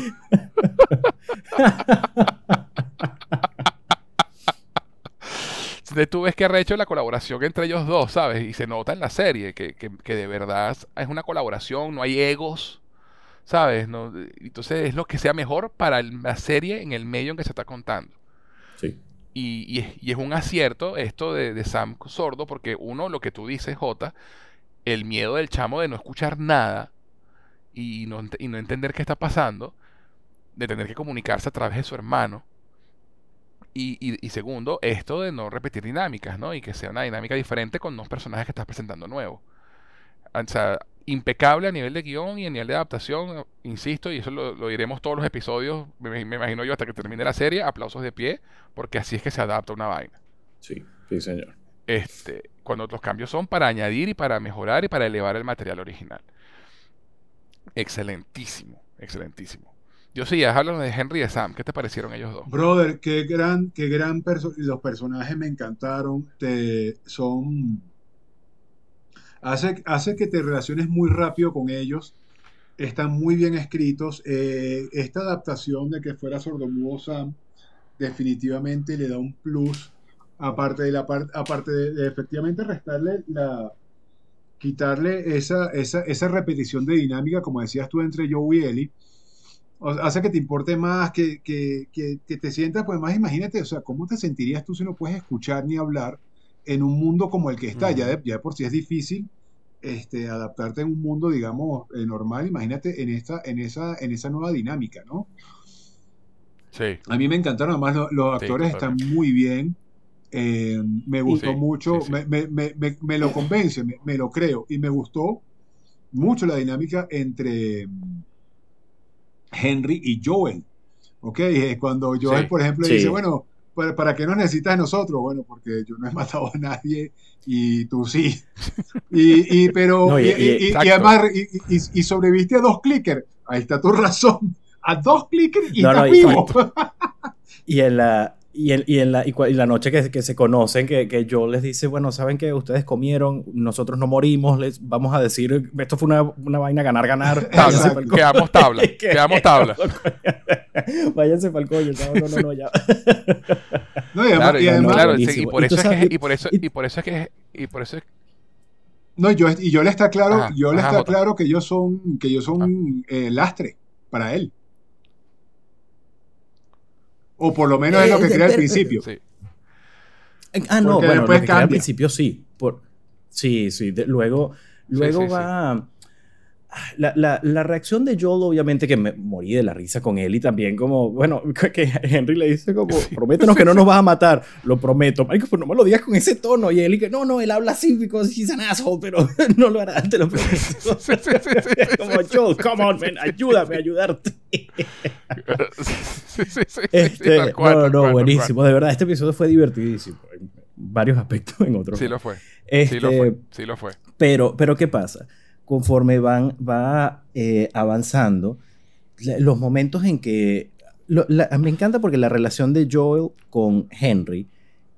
Entonces tú ves que ha hecho la colaboración entre ellos dos, ¿sabes? Y se nota en la serie que, que, que de verdad es una colaboración, no hay egos, ¿sabes? No, entonces es lo que sea mejor para el, la serie en el medio en que se está contando. Sí. Y, y, es, y es un acierto esto de, de Sam sordo, porque uno, lo que tú dices, Jota, el miedo del chamo de no escuchar nada y no, y no entender qué está pasando, de tener que comunicarse a través de su hermano. Y, y, y segundo, esto de no repetir dinámicas, ¿no? Y que sea una dinámica diferente con dos personajes que estás presentando nuevos. O sea, impecable a nivel de guión y a nivel de adaptación, insisto, y eso lo, lo diremos todos los episodios, me, me imagino yo, hasta que termine la serie, aplausos de pie, porque así es que se adapta una vaina. Sí, sí, señor. Este, cuando los cambios son para añadir y para mejorar y para elevar el material original. Excelentísimo, excelentísimo. Yo sí, háblame de Henry y de Sam. ¿Qué te parecieron ellos dos? Brother, qué gran, qué gran perso- los personajes me encantaron. Te, son hace, hace que te relaciones muy rápido con ellos. Están muy bien escritos. Eh, esta adaptación de que fuera sordomudo Sam definitivamente le da un plus. Aparte de la parte, aparte de, de efectivamente restarle la, quitarle esa, esa, esa repetición de dinámica, como decías tú, entre Joe y Ellie. O sea, hace que te importe más, que, que, que, que te sientas, pues más imagínate, o sea, ¿cómo te sentirías tú si no puedes escuchar ni hablar en un mundo como el que está? Uh-huh. Ya, de, ya de por sí es difícil este, adaptarte en un mundo, digamos, eh, normal. Imagínate en esta, en esa, en esa nueva dinámica, ¿no? Sí. A mí me encantaron, además lo, los actores sí, están muy bien. Eh, me gustó sí, mucho, sí, sí. Me, me, me, me lo convence, me, me lo creo, y me gustó mucho la dinámica entre Henry y Joel, ¿ok? Cuando Joel, sí, por ejemplo, sí. dice, bueno, ¿para, ¿para qué nos necesitas a nosotros? Bueno, porque yo no he matado a nadie y tú sí. Y, y, pero, no, y, y, y, y además, y, y, y sobreviviste a dos clickers. Ahí está tu razón. A dos clickers y no, estás no, vivo. Y en la... Y en, y en la, y la noche que, que se conocen, que, que Joel les dice, bueno, ¿saben qué? Ustedes comieron, nosotros no morimos, les vamos a decir, esto fue una, una vaina ganar-ganar. Quedamos tabla, quedamos tabla. Váyanse pa'l coño, no, no, no, no, ya. No, y además, claro, y, además, claro, sí, y por eso es que, y por eso, y por eso es que, y por eso es No, yo, y yo le está claro, ajá, yo le ajá, está Jota. claro que ellos son, que ellos son eh, lastre para él. O por lo menos eh, es lo que quería al principio. Sí. Ah, no, Porque bueno, lo que quería al principio sí. Por, sí, sí. De, luego luego sí, sí, va... Sí. La, la, la reacción de Joel, obviamente, que me morí de la risa con él y también como, bueno, que Henry le dice como, prométenos que no nos vas a matar. Lo prometo. Marico, pues no me lo digas con ese tono. Y él, y que no, no, él habla así because he's an asshole, pero no lo hará, te lo prometo. Sí, sí, sí, como, Joel, come on, man, ayúdame a ayudarte. Sí, sí, sí, este, sí, cual, no, no, no, cual, buenísimo. Cual. De verdad, este episodio fue divertidísimo. En varios aspectos, en otros. Sí lo fue. Este, sí lo fue. Sí lo fue. Pero, pero ¿qué pasa? Conforme van, va eh, avanzando, los momentos en que lo, la, me encanta porque la relación de Joel con Henry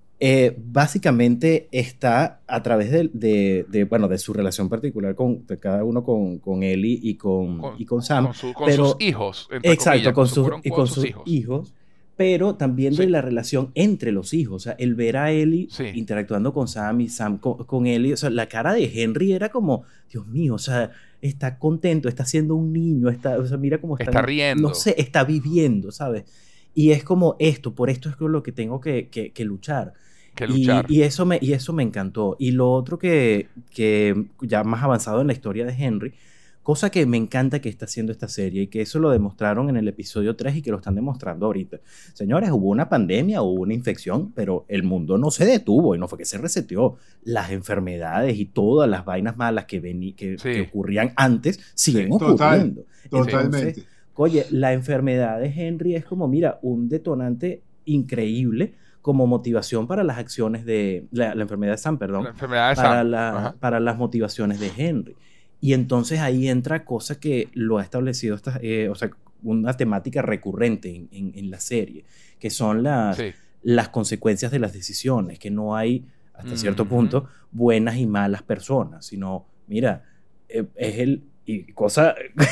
eh, básicamente está a través de, de, de, bueno, de su relación particular con de cada uno con, con Ellie y con, Con, y con Sam. con, su, con pero, sus hijos, entre exacto, comillas, con, con, su, sus, y con sus hijos. hijos, pero también Sí. de la relación entre los hijos. O sea, el ver a Ellie Sí. interactuando con Sam y Sam con, con Ellie, o sea, la cara de Henry era como, Dios mío, o sea, está contento, está siendo un niño, está, o sea, mira cómo está, Está riendo. no sé, está viviendo, ¿sabes? Y es como esto, por esto es con lo que tengo que, que, que luchar. Que luchar. Y, y, eso me, y eso me encantó. Y lo otro que, que ya más avanzado en la historia de Henry, cosa que me encanta que está haciendo esta serie y que eso lo demostraron en el episodio tres y que lo están demostrando ahorita. Señores, hubo una pandemia, hubo una infección, pero el mundo no se detuvo y no fue que se reseteó. Las enfermedades y todas las vainas malas que, vení, que, Sí. que ocurrían antes siguen Sí. ocurriendo. Total, totalmente. Entonces, oye, la enfermedad de Henry es como, mira, un detonante increíble como motivación para las acciones de la, la enfermedad de Sam, perdón, La enfermedad de para, Sam. la, para las motivaciones de Henry. Y entonces ahí entra cosa que lo ha establecido, esta, eh, o sea, una temática recurrente en, en, en la serie, que son las, Sí. las consecuencias de las decisiones, que no hay, hasta Mm-hmm. cierto punto, buenas y malas personas, sino, mira, eh, es el... Y cosa,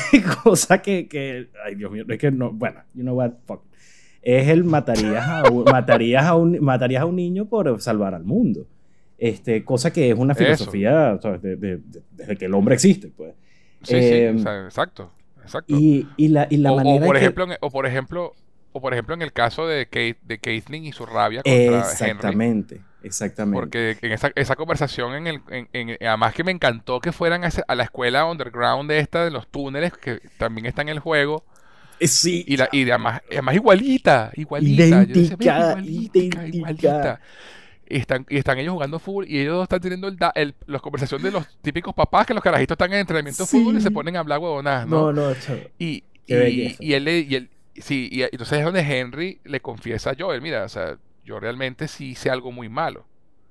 cosa que, que, ay Dios mío, es que no, bueno, you know what, fuck. Es el matarías a, un, matarías, a un, matarías a un niño por salvar al mundo. Este, cosa que es una filosofía, ¿sabes? De, de, de, desde que el hombre existe, pues. Sí, eh, sí, o sea, exacto, exacto. Y, y la, y la o, manera o por que... ejemplo, en, o por ejemplo, o por ejemplo en el caso de Kate, de Caitlyn y su rabia contra exactamente, Henry. Exactamente. Porque en esa, esa conversación, en el, en, en, además que me encantó que fueran a, esa, a la escuela underground de esta, de los túneles, que también está en el juego. Sí. Y, la, y además, además igualita, igualita. Idéntica, Yo decía, igualita, idéntica. igualita. Y están, y están ellos jugando fútbol y ellos están teniendo el, el, la conversación de los típicos papás que los carajitos están en entrenamiento de Sí. fútbol y se ponen a hablar huevonadas, ¿no? No, no, chaval. Y, Qué y, belleza. y él le, y él, sí, y entonces es donde Henry le confiesa a Joel, mira, o sea, yo realmente sí hice algo muy malo.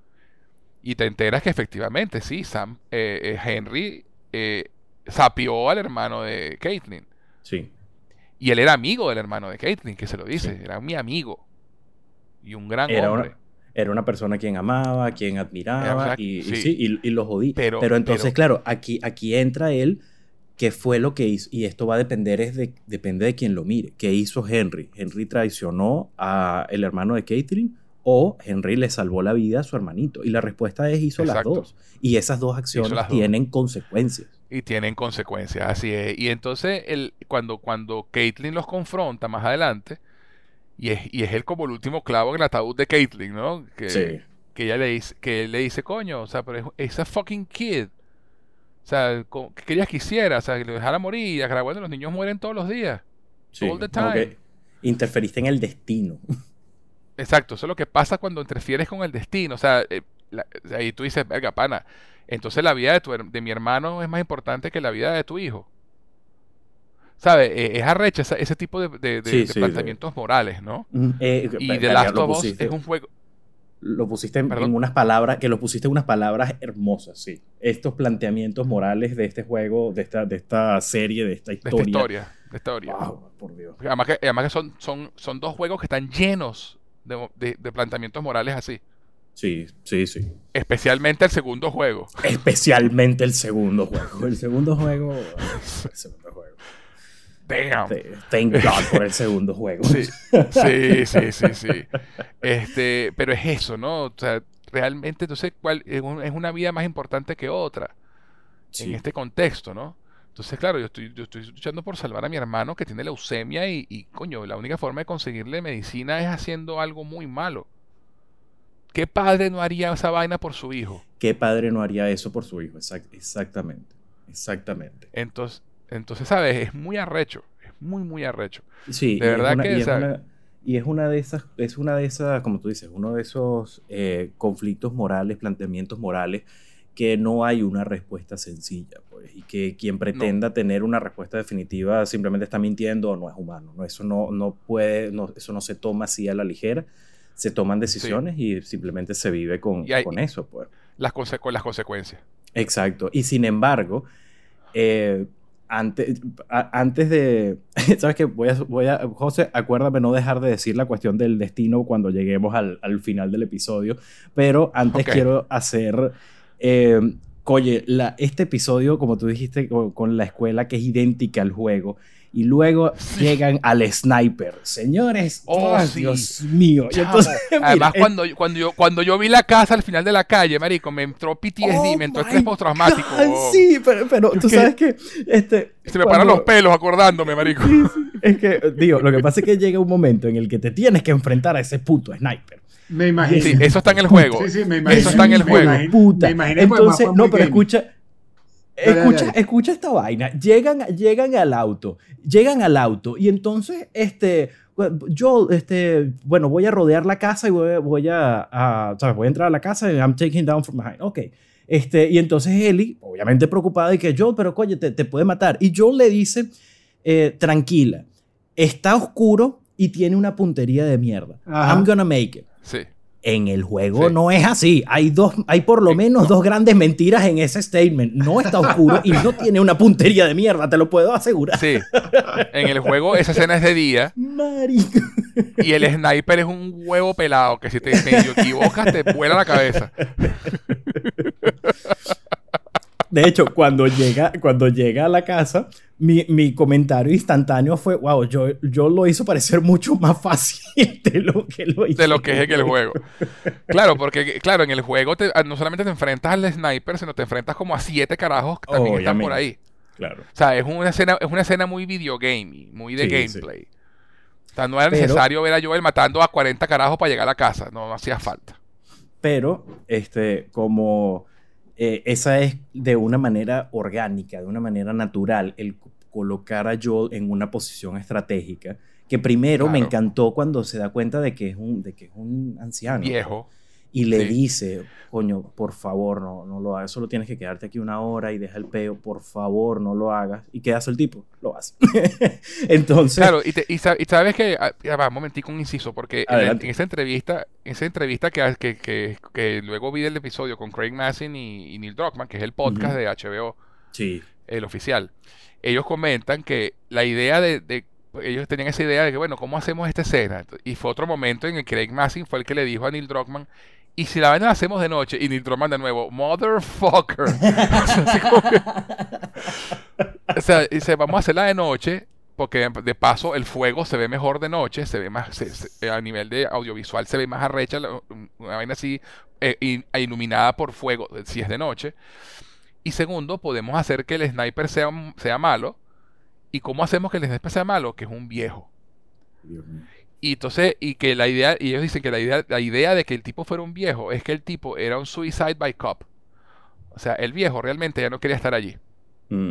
Y te enteras que efectivamente, sí, Sam, eh, eh, Henry eh, sapió al hermano de Caitlyn. Sí. Y él era amigo del hermano de Caitlyn, que se lo dice, Sí. era mi amigo. Y un gran Era hombre. una, era una persona a quien amaba, a quien admiraba, Era una- y, y sí. sí, y, y lo jodí. Pero- Pero, entonces, pero- claro, aquí, aquí entra él, que fue lo que hizo, y esto va a depender, es de, depende de quien lo mire. ¿Qué hizo Henry? ¿Henry traicionó al hermano de Caitlyn o Henry le salvó la vida a su hermanito? Y la respuesta es hizo Exacto. las dos. Y esas dos acciones las dos. tienen consecuencias. Y tienen consecuencias, así es. Y entonces, el, cuando, cuando Caitlyn los confronta más adelante, y es, y es él como el último clavo en el ataúd de Caitlyn, ¿no? Que, Sí. que ella le dice, que él le dice, coño, o sea, pero es esa fucking kid. O sea, co- ¿qué querías que hiciera? O sea, que lo dejara morir. Y acá, bueno, los niños mueren todos los días. Sí, All the como time. que interferiste en el destino. Exacto, eso es lo que pasa cuando interfieres con el destino. O sea, eh, la- ahí tú dices, verga, pana, entonces la vida de, tu, her- de mi hermano es más importante que la vida de tu hijo. ¿Sabes? Eh, es arrecha esa- ese tipo de, de- de- Sí, de sí, planteamientos morales, ¿no? Eh, Y ver- The verga, Last lo of Us pusiste- es un juego... Lo pusiste en, Perdón. en unas palabras, que lo pusiste en unas palabras hermosas, sí. Estos planteamientos morales de este juego, de esta, de esta serie, de esta De esta historia. historia. De historia. Wow, por Dios. Además que, además que son, son, son dos juegos que están llenos de, de- de planteamientos morales así. Sí, sí, sí. Especialmente el segundo juego. Especialmente el segundo juego. El segundo juego. El segundo juego. Damn. Thank God por el segundo juego. Sí, sí, sí, sí, sí. Este, pero es eso, ¿no? O sea, realmente, entonces, ¿cuál es, un- es una vida más importante que otra Sí. en este contexto, ¿no? Entonces, claro, yo estoy, yo estoy luchando por salvar a mi hermano que tiene leucemia y, y, coño, la única forma de conseguirle medicina es haciendo algo muy malo. ¿Qué padre no haría esa vaina por su hijo? ¿Qué padre no haría eso por su hijo? Exact- exactamente. Exactamente. Entonces, entonces, ¿sabes? Es muy arrecho, es muy, muy arrecho. Sí, De y verdad es una, que, y, es o sea- una, y es una de esas, es una de esas, como tú dices, uno de esos eh, conflictos morales, planteamientos morales, que no hay una respuesta sencilla, pues, y que quien pretenda tener una respuesta definitiva simplemente está mintiendo o no es humano, ¿no? Eso no, no puede, no, eso no se toma así a la ligera, se toman decisiones y simplemente se vive con, Y hay- con eso, pues. Las, conse- con las consecuencias. Exacto. Y sin embargo, eh, Antes, a, antes de... ¿Sabes qué? Voy a, voy a... José, acuérdame no dejar de decir la cuestión del destino cuando lleguemos al, al final del episodio. Pero antes okay. quiero hacer... Eh, oye, la, este episodio, como tú dijiste, con, con la escuela que es idéntica al juego. Y luego sí. llegan al sniper. Señores, oh, oh sí. Dios mío. Y entonces, además, mira, cuando, es... cuando, yo, cuando yo vi la casa al final de la calle, marico, me entró P T S D, oh me entró estrés postraumático. Oh. Sí, pero, pero tú que, sabes que... Este, se me cuando... paran los pelos acordándome, marico. Sí, sí. Es que, digo, lo que pasa es que llega un momento en el que te tienes que enfrentar a ese puto sniper. Me imagino. Sí, eso está en el juego. Sí, sí, me imagino. Eso está en el me juego. Imagino, puta. Me imaginé, entonces, no, pero escucha... Dale, Escucha, dale, dale. escucha esta vaina. Llegan, llegan al auto. Llegan al auto. Y entonces, este, yo, este, bueno, voy a rodear la casa y voy, voy a, a, ¿sabes? Voy a entrar a la casa y I'm taking down from behind. Ok. Este, y entonces Ellie, obviamente preocupada, y que Joel, pero coño, te, te puede matar. Y Joel le dice, eh, tranquila, está oscuro y tiene una puntería de mierda. Ajá. I'm gonna make it. Sí. En el juego sí. no es así. Hay, dos, hay por lo menos sí. dos grandes mentiras en ese statement. No está oscuro y no tiene una puntería de mierda, te lo puedo asegurar. Sí. En el juego esa escena es de día. Marico. Y el sniper es un huevo pelado que si te medio equivocas te vuela la cabeza. De hecho, cuando llega, cuando llega a la casa, mi, mi comentario instantáneo fue, wow, yo, yo lo hizo parecer mucho más fácil de lo que lo hice. De lo que es en el juego. Claro, porque claro, en el juego te, no solamente te enfrentas al sniper, sino te enfrentas como a siete carajos que también oh, están por ahí. Claro. O sea, es una escena, es una escena muy videogame, muy de sí, gameplay. Sí. O sea, no era pero, necesario ver a Joel matando a cuarenta carajos para llegar a la casa. No, no hacía falta. Pero, este, como... Eh, esa es de una manera orgánica, de una manera natural, el colocar a Joel en una posición estratégica, que primero claro. me encantó cuando se da cuenta de que es un, de que es un anciano. Viejo. Y le sí. dice, coño, por favor, no, no lo hagas, solo tienes que quedarte aquí una hora y deja el peo, por favor, no lo hagas. ¿Y qué hace el tipo? Lo hace. Entonces... Claro, y, te, y, y sabes que, ya va, un momentico, un inciso, porque en, en esa entrevista, en esa entrevista que, que, que, que luego vi del episodio con Craig Mazin y, y Neil Druckmann, que es el podcast uh-huh. de H B O, sí. el oficial, ellos comentan que la idea de... de ellos tenían esa idea de que, bueno, ¿cómo hacemos esta escena? Y fue otro momento en el que Craig Mazin fue el que le dijo a Neil Druckmann, y si la vaina la hacemos de noche, y Neil Druckmann de nuevo, motherfucker. O sea, dice, vamos a hacerla de noche, porque de paso el fuego se ve mejor de noche, se ve más, se, se, a nivel de audiovisual se ve más arrecha, una vaina así, eh, in, iluminada por fuego, si es de noche. Y segundo, podemos hacer que el sniper sea, sea malo. ¿Y cómo hacemos que el sniper sea malo? Que es un viejo. Dios mío. Y entonces, y que la idea, y ellos dicen que la idea, la idea de que el tipo fuera un viejo es que el tipo era un suicide by cop. O sea, el viejo realmente ya no quería estar allí. Mm.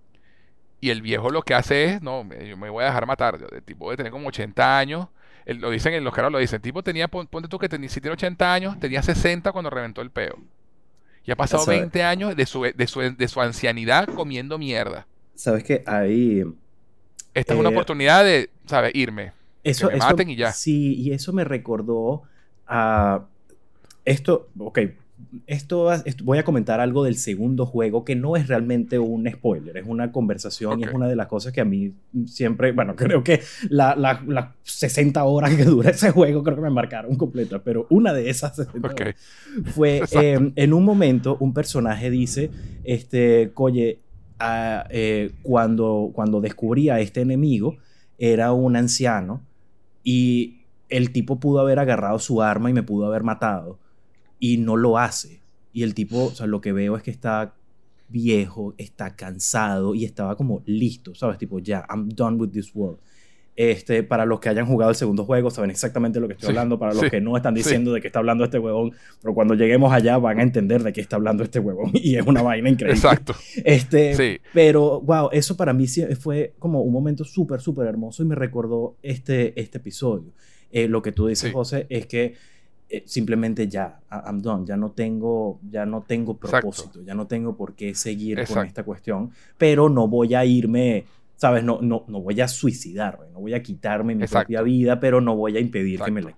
Y el viejo lo que hace es, no, yo me voy a dejar matar. El tipo debe tener como ochenta años. El, lo dicen, en los caras lo dicen. El tipo tenía, ponte tú que tenía, si tiene ochenta años, tenía sesenta cuando reventó el peo. Y ha pasado ¿sabes? veinte años de su, de su, de su ancianidad comiendo mierda. ¿Sabes qué? Ahí... Esta eh, es una oportunidad de, ¿sabes? Irme. Eso, que me eso, maten y ya. Sí, y eso me recordó a... Esto, ok, esto, esto, voy a comentar algo del segundo juego que no es realmente un spoiler, es una conversación okay. y es una de las cosas que a mí siempre, bueno, creo que las la, la sesenta horas que dura ese juego creo que me marcaron completas, pero una de esas sesenta okay. horas fue eh, en un momento un personaje dice, este, oye, uh, eh, cuando, cuando descubrí a este enemigo era un anciano y el tipo pudo haber agarrado su arma y me pudo haber matado. Y no lo hace. Y el tipo, o sea, lo que veo es que está viejo, está cansado y estaba como listo, ¿sabes? Tipo, ya, I'm done with this world. Este, para los que hayan jugado el segundo juego, saben exactamente de lo que estoy sí, hablando. Para los sí, que no están diciendo sí. de qué está hablando este huevón, pero cuando lleguemos allá van a entender de qué está hablando este huevón. Y es una vaina increíble. Exacto. Este, sí. Pero, wow, eso para mí fue como un momento súper, súper hermoso y me recordó este, este episodio. Eh, lo que tú dices, sí. José, es que Eh, simplemente ya, I'm done, ya no tengo, ya no tengo propósito, Exacto. ya no tengo por qué seguir Exacto. con esta cuestión, pero no voy a irme, ¿sabes? No, no, no voy a suicidarme, no voy a quitarme mi Exacto. propia vida, pero no voy a impedir Exacto. que me la quiten.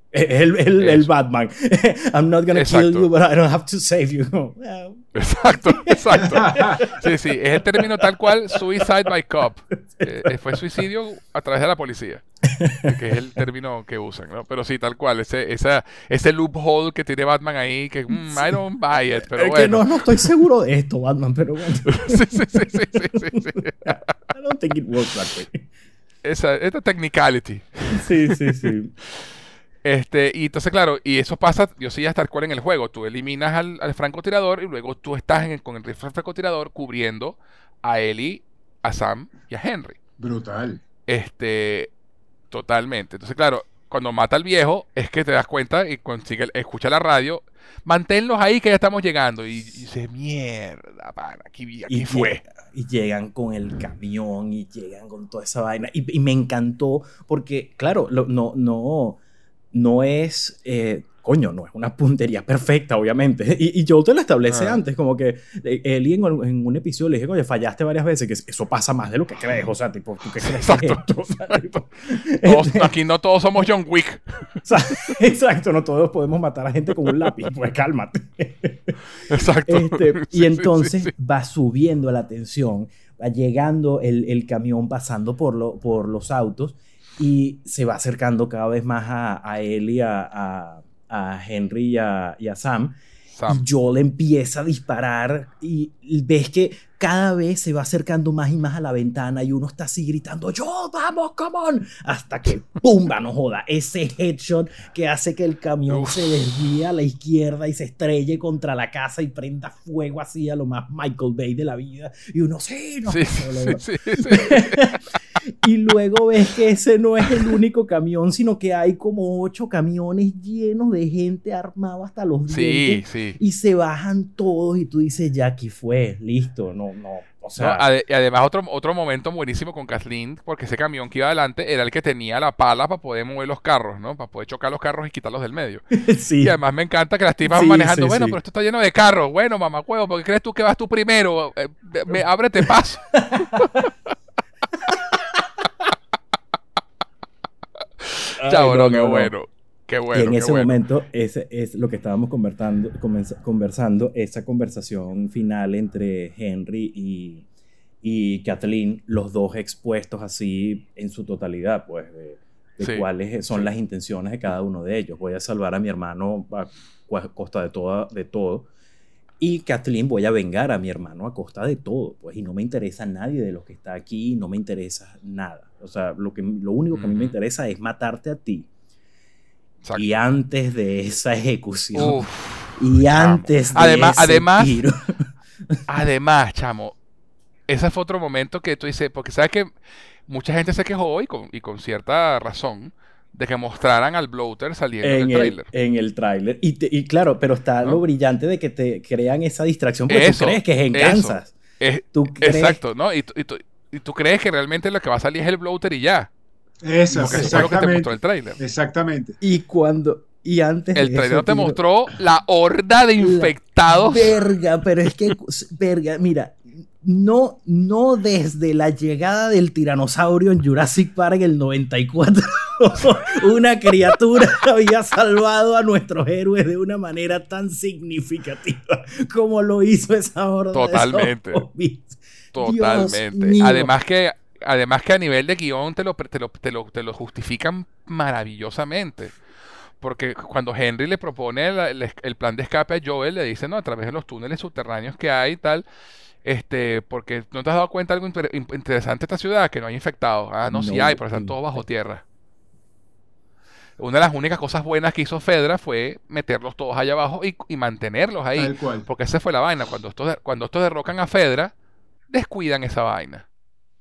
Es el, el, el Batman. I'm not gonna Exacto. kill you, but I don't have to save you. Well. Exacto, exacto. Sí, sí, es el término tal cual, suicide by cop. Eh, fue suicidio a través de la policía, que es el término que usan, ¿no? Pero sí, tal cual, ese, esa, ese loophole que tiene Batman ahí, que mm, I don't buy it, pero es bueno. que no, no estoy seguro de esto, Batman, pero bueno. Sí, sí, sí, sí, sí, sí, sí. I don't think it works that way. Esa, esta technicality. Sí, sí, sí. Este, y entonces, claro, y eso pasa, yo sí, ya tal cual en el juego. Tú eliminas al, al francotirador y luego tú estás en el- con el rifle francotirador cubriendo a Ellie, a Sam y a Henry. Brutal. Este, totalmente. Entonces, claro, cuando mata al viejo, es que te das cuenta y consigue, escucha la radio. Manténlos ahí que ya estamos llegando. Y, y dices, mierda, pana, aquí, aquí y fue. llega- y llegan con el camión y llegan con toda esa vaina. Y, y me encantó porque, claro, lo- no, no, no es, eh, coño, no es una puntería perfecta, obviamente. Y, y Joel te lo establece Ah. antes, como que eh, Ellie en, en un episodio le dije, oye, fallaste varias veces, que eso pasa más de lo que crees. O sea, tipo, ¿tú qué crees que es Exacto, esto? O sea, tipo, Todos- este, aquí no todos somos John Wick. o sea, exacto, no todos podemos matar a gente con un lápiz, pues cálmate. Exacto. Este, Sí, y sí, entonces sí, sí. va subiendo la tensión, va llegando el, el camión pasando por, lo, por los autos y se va acercando cada vez más a, a él y a, a, a Henry y a, y a Sam. Sam. Y Joel empieza a disparar y ves que cada vez se va acercando más y más a la ventana y uno está así gritando, Joel, vamos, come on, hasta que ¡pumba! No joda, ese headshot que hace que el camión Uf. se desvíe a la izquierda y se estrelle contra la casa y prenda fuego así a lo más Michael Bay de la vida y uno, sí, no, Sí, no lo sí, logró. sí, sí. Y luego ves que ese no es el único camión, sino que hay como ocho camiones llenos de gente armada hasta los Sí, dientes. sí. Y se bajan todos y tú dices, ya aquí fue, listo, no, no, o No, sea, ade- y además otro, otro momento buenísimo con Kathleen, porque ese camión que iba adelante era el que tenía la pala para poder mover los carros, ¿no? Para poder chocar los carros y quitarlos del medio. sí, Y además me encanta que las tipas Sí, van manejando, sí, bueno, sí. pero esto está lleno de carros. Bueno, mamacuevo, ¿por qué crees tú que vas tú primero? Eh, me, ábrete paso. Ay, Chavo, no, no, qué no, no. bueno. Qué bueno, y en qué ese bueno. momento ese es lo que estábamos conversando, comenza- conversando, esa conversación final entre Henry y, y Kathleen, los dos expuestos así en su totalidad, pues, de, de Sí, cuáles son sí. las intenciones de cada uno de ellos. Voy a salvar a mi hermano a cua- costa de, toda, de todo. Y Kathleen, voy a vengar a mi hermano a costa de todo, pues, y no me interesa nadie de los que está aquí, no me interesa nada. O sea, lo, que, lo único que a mí me Ujú. interesa es matarte a ti. Exacto. Y antes de esa ejecución, Uf, y chamo. antes de Además- ese además- tiro, Además, chamo, ese fue otro momento que tú dices, porque sabes que mucha gente se quejó y con, y con cierta razón de que mostraran al bloater saliendo en del el, trailer. en el tráiler. Y, te- y claro, pero está ¿No? lo brillante de que te crean esa distracción porque Eso, tú crees que es en eso. Kansas. Es- Tú crees- exacto, ¿no? Y, tú- y, tú, y tú crees que realmente lo que va a salir es el bloater y ya. Eso, Porque eso fue lo que te mostró exactamente. el trailer. Exactamente. Y cuando... Y antes El de trailer ese no te tiro- mostró la horda de infectados. Verga, pero es que, verga, mira, no, no desde la llegada del tiranosaurio en Jurassic Park en el noventa y cuatro, una criatura había salvado a nuestros héroes de una manera tan significativa como lo hizo esa horda. de Totalmente. zombies. Totalmente. Dios mío. Además que, además que a nivel de guión te lo, te lo, te lo, te lo justifican maravillosamente. Porque cuando Henry le propone el, el- el plan de escape a Joel, le dice, no, a través de los túneles subterráneos que hay y tal, este, porque no te has dado cuenta de algo inter- in- interesante de esta ciudad, que no hay infectados. Ah, no, sí No, hay, pero están todos bajo tierra. Una de las únicas cosas buenas que hizo Fedra fue meterlos todos allá abajo y, y mantenerlos ahí. Tal cual. Porque esa fue la vaina. Cuando estos, de- cuando estos derrocan a Fedra, descuidan esa vaina.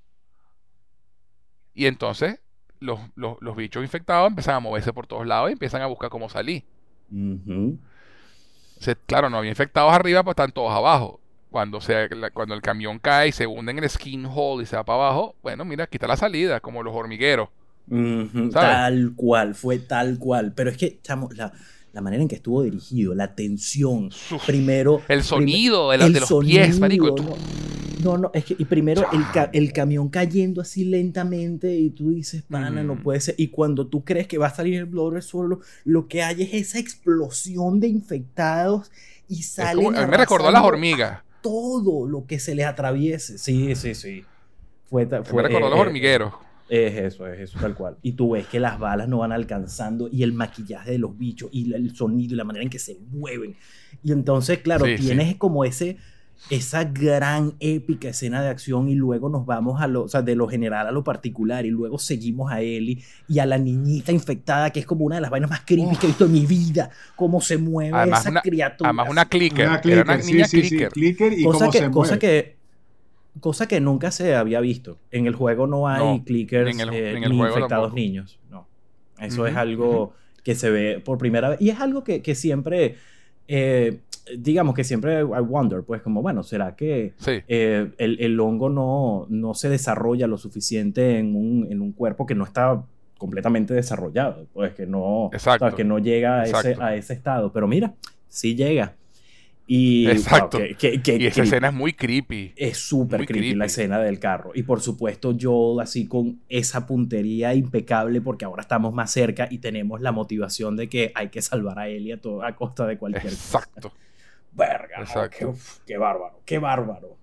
Y entonces los, los, los bichos infectados empiezan a moverse por todos lados y empiezan a buscar cómo salir. Ujú. O sea, claro, no había infectados arriba, pues están todos abajo. Cuando, se, la- cuando el camión cae y se hunde en el skin hole y se va para abajo, bueno, mira, aquí está la salida, como los hormigueros. Ujú, ¿Sabes? tal cual, fue tal cual. Pero es que, chamo, la, la manera en que estuvo dirigido, la tensión, Uf, primero... el prim- sonido de, la- el de los pies, marico. sonido, No, No, no, es que y primero el, ca el camión cayendo así lentamente y tú dices, pana, mm. no puede ser. Y cuando tú crees que va a salir el bloater solo, lo que hay es esa explosión de infectados y salen como, a mí me recordó a las hormigas. Todo lo que se les atraviese. Sí, sí, sí. Fue, fue, me recordó a eh, los hormigueros. Es eso, es eso, tal cual. Y tú ves que las balas no van alcanzando y el maquillaje de los bichos y el sonido y la manera en que se mueven. Y entonces, claro, sí, tienes sí. como ese... esa gran épica escena de acción y luego nos vamos a lo, o sea, de lo general a lo particular y luego seguimos a Ellie y a la niñita infectada que es como una de las vainas más creepy Uf. que he visto en mi vida, cómo se mueve además esa una, criatura. Además una clicker, una clicker, era una sí, niña sí, clicker. Sí, clicker y cosa cómo que, se cosa mueve. que cosa que nunca se había visto. En el juego no hay no, clickers en el, eh, en el ni juego infectados tampoco. niños. No. Eso uh-huh, es algo uh-huh. que se ve por primera vez y es algo que, que siempre eh, digamos que siempre I wonder, pues como, bueno, ¿será que sí. eh, el, el hongo no, no se desarrolla lo suficiente en un, en un cuerpo que no está completamente desarrollado? Pues que no, ¿sabes? Que no llega a ese, a ese estado. Pero mira, sí llega. Y, Exacto. Wow, que, que, que, y esa creepy. escena es muy creepy. Es súper creepy, creepy la escena del carro. Y por supuesto Joel así con esa puntería impecable porque ahora estamos más cerca y tenemos la motivación de que hay que salvar a Ellie a, todo, a costa de cualquier Exacto. cosa. Verga, Exacto. Qué, uf, qué bárbaro, qué bárbaro.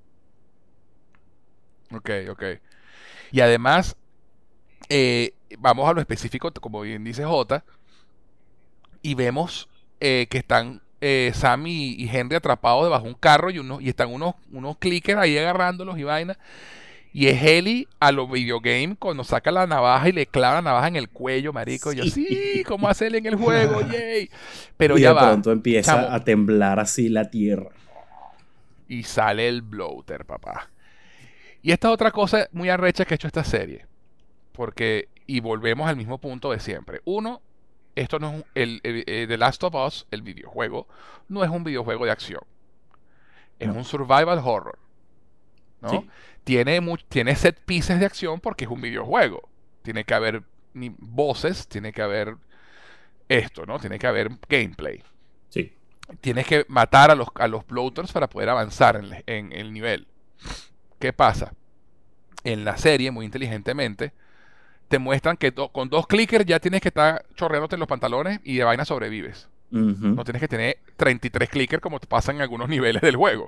Ok, ok. Y además, eh, vamos a lo específico, como bien dice Jota, y vemos eh, que están eh, Sam y, y Henry atrapados debajo de un carro y, unos, y están unos, unos clickers ahí agarrándolos y vaina. Y es Ellie a los videogames cuando saca la navaja y le clava la navaja en el cuello, marico. Sí. Y yo, sí, ¿cómo hace él en el juego? Yay. Pero y ya de va. pronto empieza chamo, a temblar así la tierra. Y sale el bloater, papá. Y esta es otra cosa muy arrecha que ha hecho esta serie. Porque, y volvemos al mismo punto de siempre. Uno, esto no es un, el, el, el The Last of Us, el videojuego, no es un videojuego de acción. Es no. un survival horror. ¿no? Sí. Tiene, tiene set pieces de acción porque es un videojuego. Tiene que haber ni voces, tiene que haber esto, ¿no? Tiene que haber gameplay. Sí. Tienes que matar a los, a los bloaters para poder avanzar en, en el nivel. ¿Qué pasa? En la serie, muy inteligentemente, te muestran que do, con dos clickers ya tienes que estar chorreándote en los pantalones y de vaina sobrevives. Uh-huh. No tienes que tener treinta y tres clickers como te pasan en algunos niveles del juego.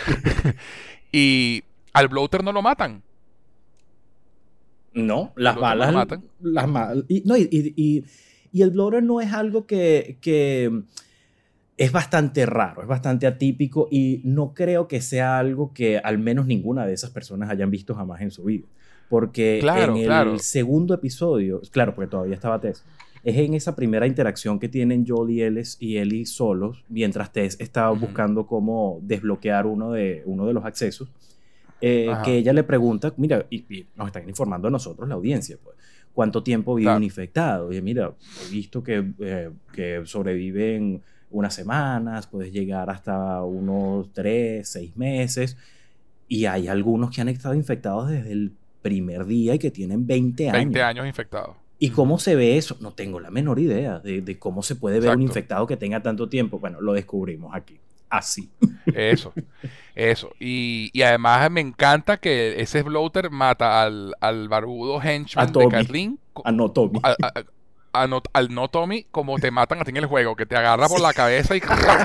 Y al bloater no lo matan. No, las balas... No lo matan. Las ma y, no, y, y, y el bloater no es algo que, que es bastante raro, es bastante atípico y no creo que sea algo que al menos ninguna de esas personas hayan visto jamás en su vida. Porque claro, en el claro. segundo episodio, claro, porque todavía estaba Tess, es en esa primera interacción que tienen Joel y Ellie, y Ellie solos, mientras Tess estaba uh-huh. buscando cómo desbloquear uno de, uno de los accesos, eh, que ella le pregunta, mira, y, y nos están informando a nosotros, la audiencia, pues, ¿cuánto tiempo vive claro. un infectado? Y mira, he visto que, eh, que sobreviven unas semanas, puedes llegar hasta unos tres, seis meses, y hay algunos que han estado infectados desde el primer día y que tienen veinte años. veinte años infectados. ¿Y cómo se ve eso? No tengo la menor idea de, de cómo se puede ver Exacto. un infectado que tenga tanto tiempo. Bueno, lo descubrimos aquí. Así. Eso, eso. Y, y además me encanta que ese bloater mata al, al barbudo henchman de Kathleen. A no Tommy. A, a, a no, al no Tommy, como te matan a ti en el juego, que te agarra por sí. la cabeza y...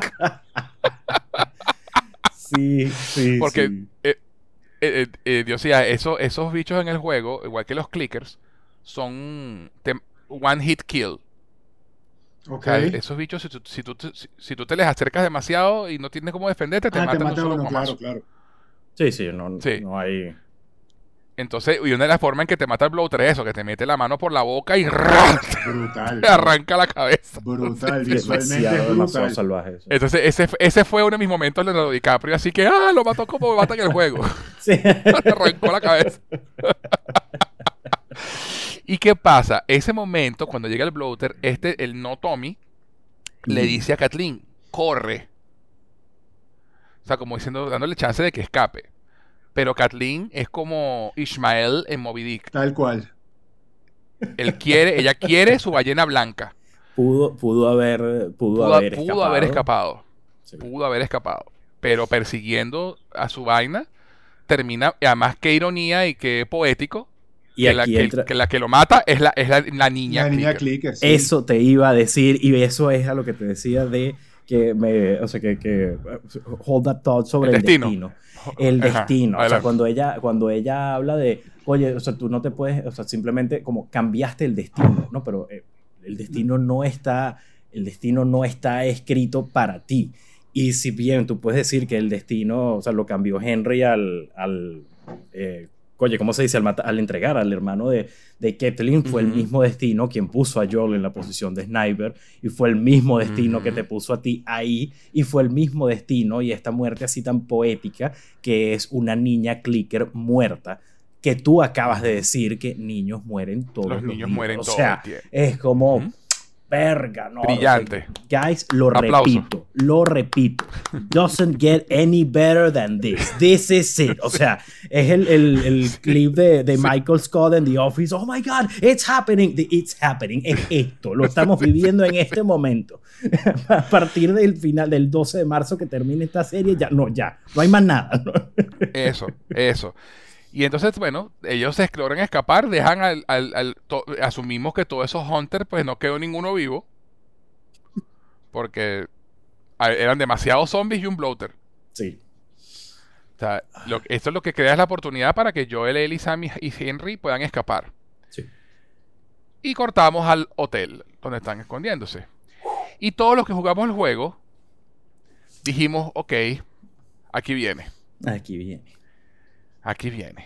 sí, sí, Porque, sí. Eh, eh, eh, Dios sea, eso, esos bichos en el juego, igual que los clickers, son te, one hit kill. Okay. O sea, esos bichos, si tú, si, tú, si, si tú te les acercas demasiado y no tienes cómo defenderte, te ah, matan te de mata un solo uno, comazo. claro, claro. Sí, sí, no, sí. no hay... Entonces, y una de las formas en que te mata el bloater es eso, que te mete la mano por la boca y brutal, te arranca la cabeza. Brutal, sí, visualmente es brutal. Salvaje eso. Entonces, ese, ese fue uno de mis momentos de Leonardo DiCaprio, así que, ah, lo mató como me mata en el juego. Sí. Le arrancó la cabeza. ¿Y qué pasa? Ese momento, cuando llega el bloater, este, el no Tommy, mm. le dice a Kathleen, corre. O sea, como diciendo, dándole chance de que escape. Pero Kathleen es como Ishmael en Moby Dick. Tal cual. Él quiere, ella quiere su ballena blanca. Pudo, pudo haber, pudo, pudo haber pudo escapado. haber escapado. Sí. Pudo haber escapado. Pero persiguiendo a su vaina, termina, y además qué ironía y qué poético, Y que, la aquí que, entra- que la que lo mata es la, es la, la niña. La niña clicker. clicker, sí. Eso te iba a decir, y eso es a lo que te decía de que me, o sea, que, que hold that thought sobre El el destino. destino. El Ajá, destino. O sea, adelante. cuando ella, cuando ella habla de, oye, o sea, tú no te puedes, o sea, simplemente como cambiaste el destino, ¿no? Pero eh, el destino no está, el destino no está escrito para ti. Y si bien tú puedes decir que el destino, o sea, lo cambió Henry al, al eh, oye, ¿cómo se dice? Al, mata- al entregar al hermano de, de Catelyn, fue Ujú. el mismo destino quien puso a Joel en la posición de sniper, y fue el mismo destino Ujú. que te puso a ti ahí, y fue el mismo destino, y esta muerte así tan poética, que es una niña clicker muerta, que tú acabas de decir que niños mueren todos los, Los niños días. mueren o todo sea, el tiempo. es como... Ujú. Verga, no. Brillante. O sea, guys, lo Aplauso. repito, lo repito. Doesn't get any better than this. This is it. O sea, es el, el, el Sí. clip de, de Sí. Michael Scott en The Office. Oh my God, it's happening. The It's happening. Es esto. Lo estamos viviendo en este momento. A partir del final, del doce de marzo que termine esta serie, ya no, ya. No hay más nada. ¿no? Eso, eso. Y entonces, bueno, ellos se logran escapar, dejan al, al, al to- asumimos que todos esos hunters, pues no quedó ninguno vivo, porque a- eran demasiados zombies y un bloater. Sí. O sea, lo- esto es lo que crea es la oportunidad para que Joel, Ellie, Sam y y Henry puedan escapar. Sí. Y cortamos al hotel donde están escondiéndose. Y todos los que jugamos el juego dijimos, ok, aquí viene. Aquí viene. Aquí viene.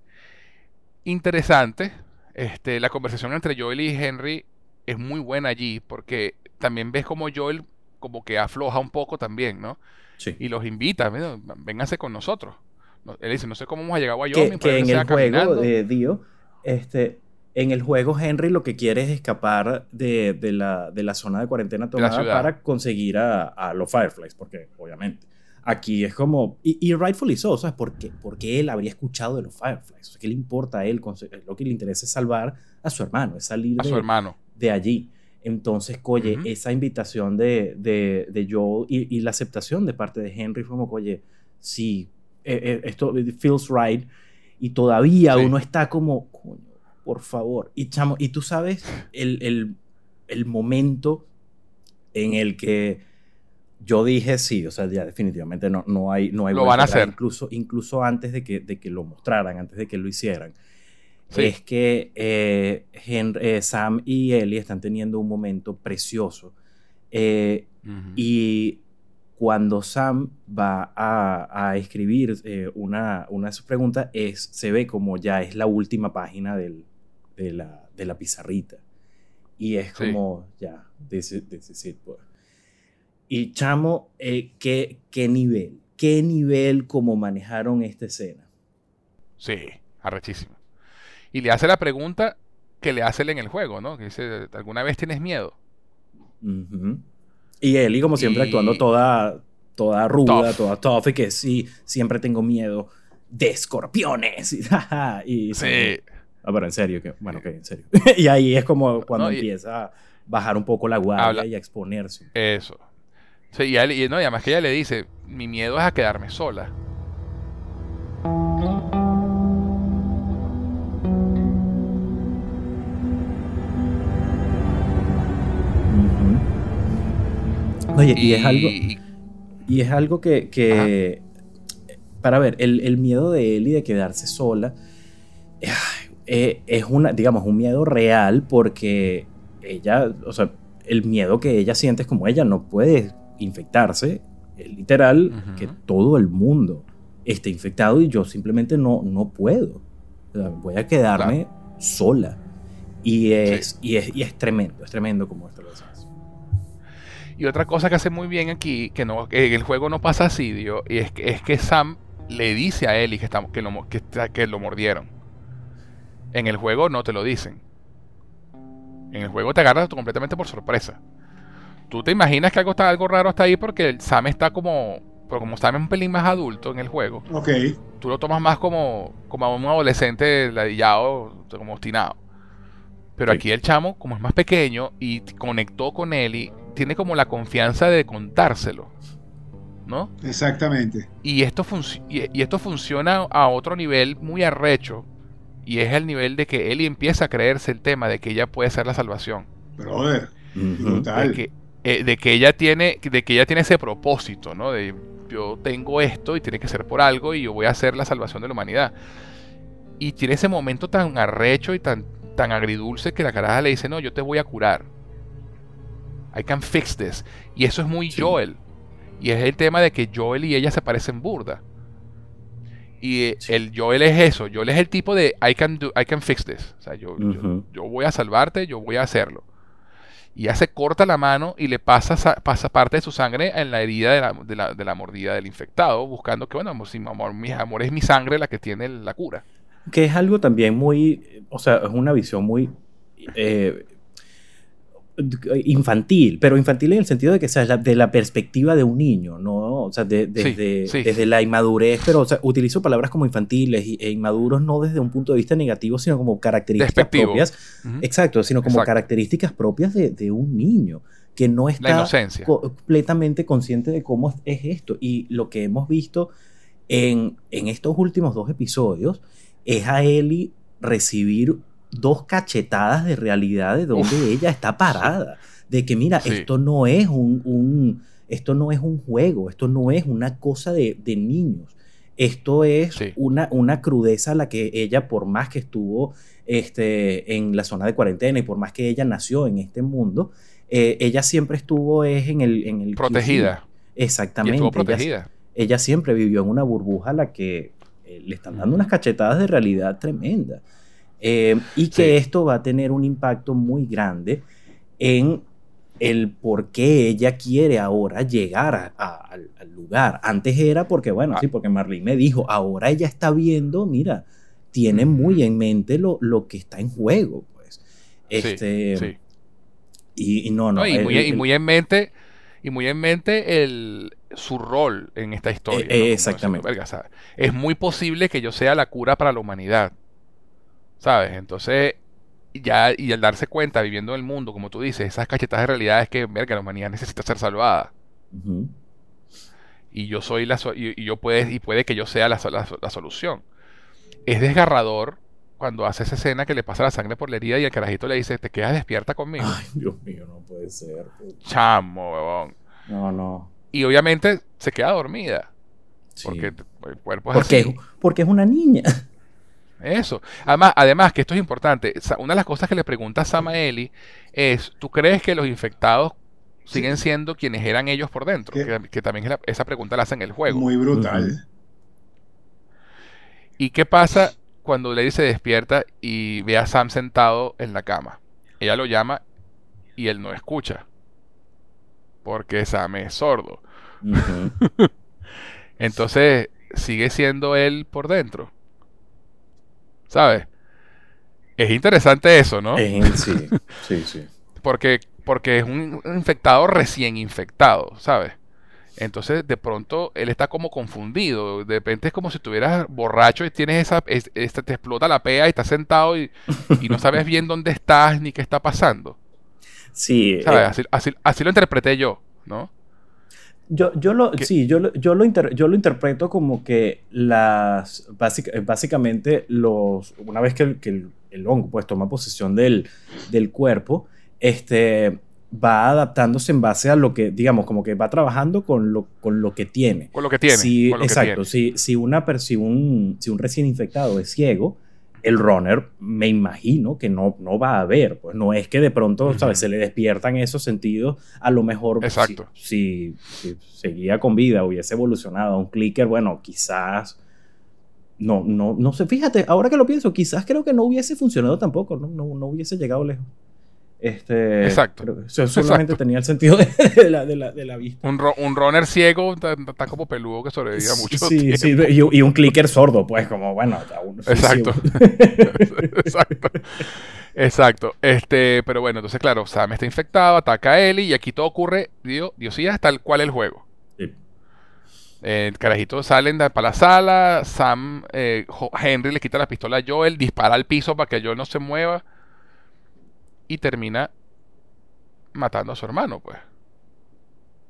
Interesante. Este, la conversación entre Joel y Henry es muy buena allí, porque también ves como Joel como que afloja un poco también, ¿no? Sí. Y los invita, "Mira, vénganse con nosotros". No- Él dice, no sé cómo hemos llegado a que, Wyoming, que en sea el juego caminando. de Dio, este, en el juego Henry lo que quiere es escapar de, de, la, de la zona de cuarentena tomada ciudad. para conseguir a, a los Fireflies, porque obviamente aquí es como, y, y rightfully so, ¿sabes? Porque, porque él habría escuchado de los Fireflies, o sea, ¿qué le importa a él? Conse- Lo que le interesa es salvar a su hermano, es salir A de, su hermano. de allí. Entonces, oye, Ujú. esa invitación de, de, de Joel y, y la aceptación de parte de Henry fue como, oye, sí, eh, eh, esto it feels right. Y todavía Sí. uno está como, coño, por favor. Y chamo, y tú sabes el, el, el momento en el que yo dije sí, o sea, ya definitivamente no, no hay, no hay Lo vuelta van a atrás, hacer. Incluso, incluso antes de que, de que lo mostraran, antes de que lo hicieran. Sí. Es que eh, Hen- eh, Sam y Ellie están teniendo un momento precioso. Eh, Ujú. y cuando Sam va a, a escribir eh, una, una de sus preguntas, es, se ve como ya es la última página del, de, la, de la pizarrita. Y es Sí. como, ya, this is, this is it, boy. Y chamo, eh, ¿qué, qué nivel, qué nivel como manejaron esta escena. Sí, arrechísimo. Y le hace la pregunta que le hace él en el juego, ¿no? Que dice, ¿alguna vez tienes miedo? Ujú. Y Ellie, como siempre, Y- actuando toda, toda ruda, Tough. toda tough, y que sí, siempre tengo miedo de escorpiones. Y, jaja, y Sí. Ah, pero en serio, que, bueno, que en serio. Y ahí es como cuando No, y- empieza a bajar un poco la guardia Habla- y a exponerse. Eso. Sí, y, a él- y no, y además que ella le dice, mi miedo es a quedarme sola. Ujú. Oye, y, es algo, y- y es algo que, que para ver, el, el miedo de Ellie de quedarse sola eh, es una, digamos, un miedo real porque ella, o sea, el miedo que ella siente es como ella no puede infectarse, es literal Ujú. que todo el mundo esté infectado y yo simplemente no, no puedo. O sea, voy a quedarme sola. Y es, y, es, y es tremendo, es tremendo como esto lo haces. Y otra cosa que hace muy bien aquí, que, no, que en el juego no pasa así, Dio, y es que, es que Sam le dice a Ellie que, está, que, lo, que, está- que lo mordieron. En el juego no te lo dicen. En el juego te agarras completamente por sorpresa. Tú te imaginas que algo está algo raro hasta ahí porque el Sam está como... Pero como Sam es un pelín más adulto en el juego, Ok. tú lo tomas más como, como a un adolescente ladillado, como obstinado. Pero Sí. aquí el chamo, como es más pequeño y conectó con Ellie, tiene como la confianza de contárselo. ¿no? Exactamente. Y esto, func- y, y esto funciona a otro nivel muy arrecho, y es el nivel de que Ellie empieza a creerse el tema de que ella puede ser la salvación. Brother, Ujú. brutal. De que, eh, de que ella tiene, de que ella tiene ese propósito, ¿no? De yo tengo esto y tiene que ser por algo y yo voy a hacer la salvación de la humanidad. Y tiene ese momento tan arrecho y tan, tan agridulce que la caraja le dice, no, yo te voy a curar. I can fix this. Y eso es muy Sí. Joel. Y es el tema de que Joel y ella se parecen burda. Y eh, Sí. el Joel es eso. Joel es el tipo de I can do, I can fix this. O sea, yo, yo, Ujú. yo voy a salvarte, yo voy a hacerlo. Y ya se corta la mano y le pasa, sa- pasa parte de su sangre en la herida de la, de la, de la mordida del infectado, buscando que, bueno, amor, si mi amor, mi amor es mi sangre la que tiene la cura. Que es algo también muy, o sea, es una visión muy eh, infantil, pero infantil en el sentido de que, o sea, la- de la perspectiva de un niño, ¿no? O sea, de- desde, sí. desde la inmadurez, pero, o sea, utilizo palabras como infantiles y- e inmaduros no desde un punto de vista negativo, sino como características Despectivo. propias. Ujú. Exacto, sino como Exacto. características propias de, de un niño que no La está inocencia. co- completamente consciente de cómo es, es esto. Y lo que hemos visto en, en estos últimos dos episodios es a Ellie recibir dos cachetadas de realidad de donde Uf. ella está parada. De que, mira, Sí. esto no es un, un- esto no es un juego, esto no es una cosa de, de niños. Esto es Sí. una, una crudeza a la que ella, por más que estuvo este, en la zona de cuarentena y por más que ella nació en este mundo, eh, ella siempre estuvo es en el... En el Protegida. Q C. Exactamente. Y estuvo Ella- protegida. ella siempre vivió en una burbuja a la que eh, le están dando unas cachetadas de realidad tremenda. Eh, y que Sí. esto va a tener un impacto muy grande en el por qué ella quiere ahora llegar a- a- al, al lugar. Antes era porque, bueno, Ah. sí, porque Marlene me dijo, ahora ella está viendo, mira, tiene Ujú. muy en mente lo, lo que está en juego, pues. Sí, Este, sí. Y, y no, no. No, y, el- muy, y el- muy en mente y muy en mente el, su rol en esta historia. Eh, ¿no? Como exactamente. diciendo, "Verga, ¿sabes? Es muy posible que yo sea la cura para la humanidad, ¿sabes? Entonces, ya, y al darse cuenta, viviendo en el mundo, como tú dices, esas cachetadas de realidad es que, verga, la humanidad necesita ser salvada. Ujú. Y yo soy la so- y, y yo puede, y puede que yo sea la, so- la so- la solución. Es desgarrador cuando hace esa escena que le pasa la sangre por la herida y el carajito le dice, te quedas despierta conmigo. Ay, Dios mío, no puede ser. Chamo, huevón. No, no. Y obviamente se queda dormida. Sí. Porque el cuerpo es porque, así. porque es una niña. Eso. Además, además, que esto es importante. Sa- Una de las cosas que le pregunta Sam a Ellie es, ¿tú crees que los infectados siguen siendo quienes eran ellos por dentro? ¿Qué? Que, que también es la- esa pregunta la hacen en el juego. Muy brutal. Ujú. ¿Y qué pasa cuando Lady se despierta y ve a Sam sentado en la cama? Ella lo llama y él no escucha. Porque Sam es sordo. Ujú. Entonces, sigue siendo él por dentro. ¿Sabes? Es interesante eso, ¿no? Es en- sí, sí, sí. Porque, porque es un infectado recién infectado, ¿sabes? Entonces, de pronto, él está como confundido. De repente es como si estuvieras borracho y tienes esa, es- esta- te explota la pea y estás sentado y, y no sabes bien dónde estás ni qué está pasando. Sí, ¿Sabes? eh, Así, así, así lo interpreté yo, ¿no? yo, yo lo, Que- sí, yo, lo- yo, lo inter- yo lo interpreto como que las, básica- eh, básicamente los, una vez que el, que el, el hongo pues toma posesión del, del cuerpo, este, va adaptándose en base a lo que, digamos, como que va trabajando con lo, con lo que tiene. Con lo que tiene. Si- con lo que exacto, tiene. si, si, una, per- si, un, si un recién infectado es ciego, el runner me imagino que no, no va a ver, pues no es que de pronto, Ujú. ¿sabes? Se le despiertan esos sentidos, a lo mejor si- Exacto. Si, si seguía con vida, hubiese evolucionado a un clicker, bueno, quizás, no, no, no sé, fíjate, ahora que lo pienso, quizás creo que no hubiese funcionado tampoco, no, no, no hubiese llegado lejos. Este, Exacto. creo que eso solamente Exacto. tenía el sentido de, de la, de, la, de la vista. Un, ro- un runner ciego está, está como peludo que sobrevive a mucho Sí, tiempo. sí, y, y un clicker sordo, pues, como, bueno, ya uno- sí, Exacto. sí. Exacto. Exacto. Este, pero bueno, entonces, claro, Sam está infectado, ataca a Ellie y aquí todo ocurre, digo, Diosías, tal cual el juego. Sí. Eh, el carajito salen de- para la sala, Sam, eh, Jo- Henry le quita la pistola a Joel, dispara al piso para que Joel no se mueva y termina matando a su hermano, pues.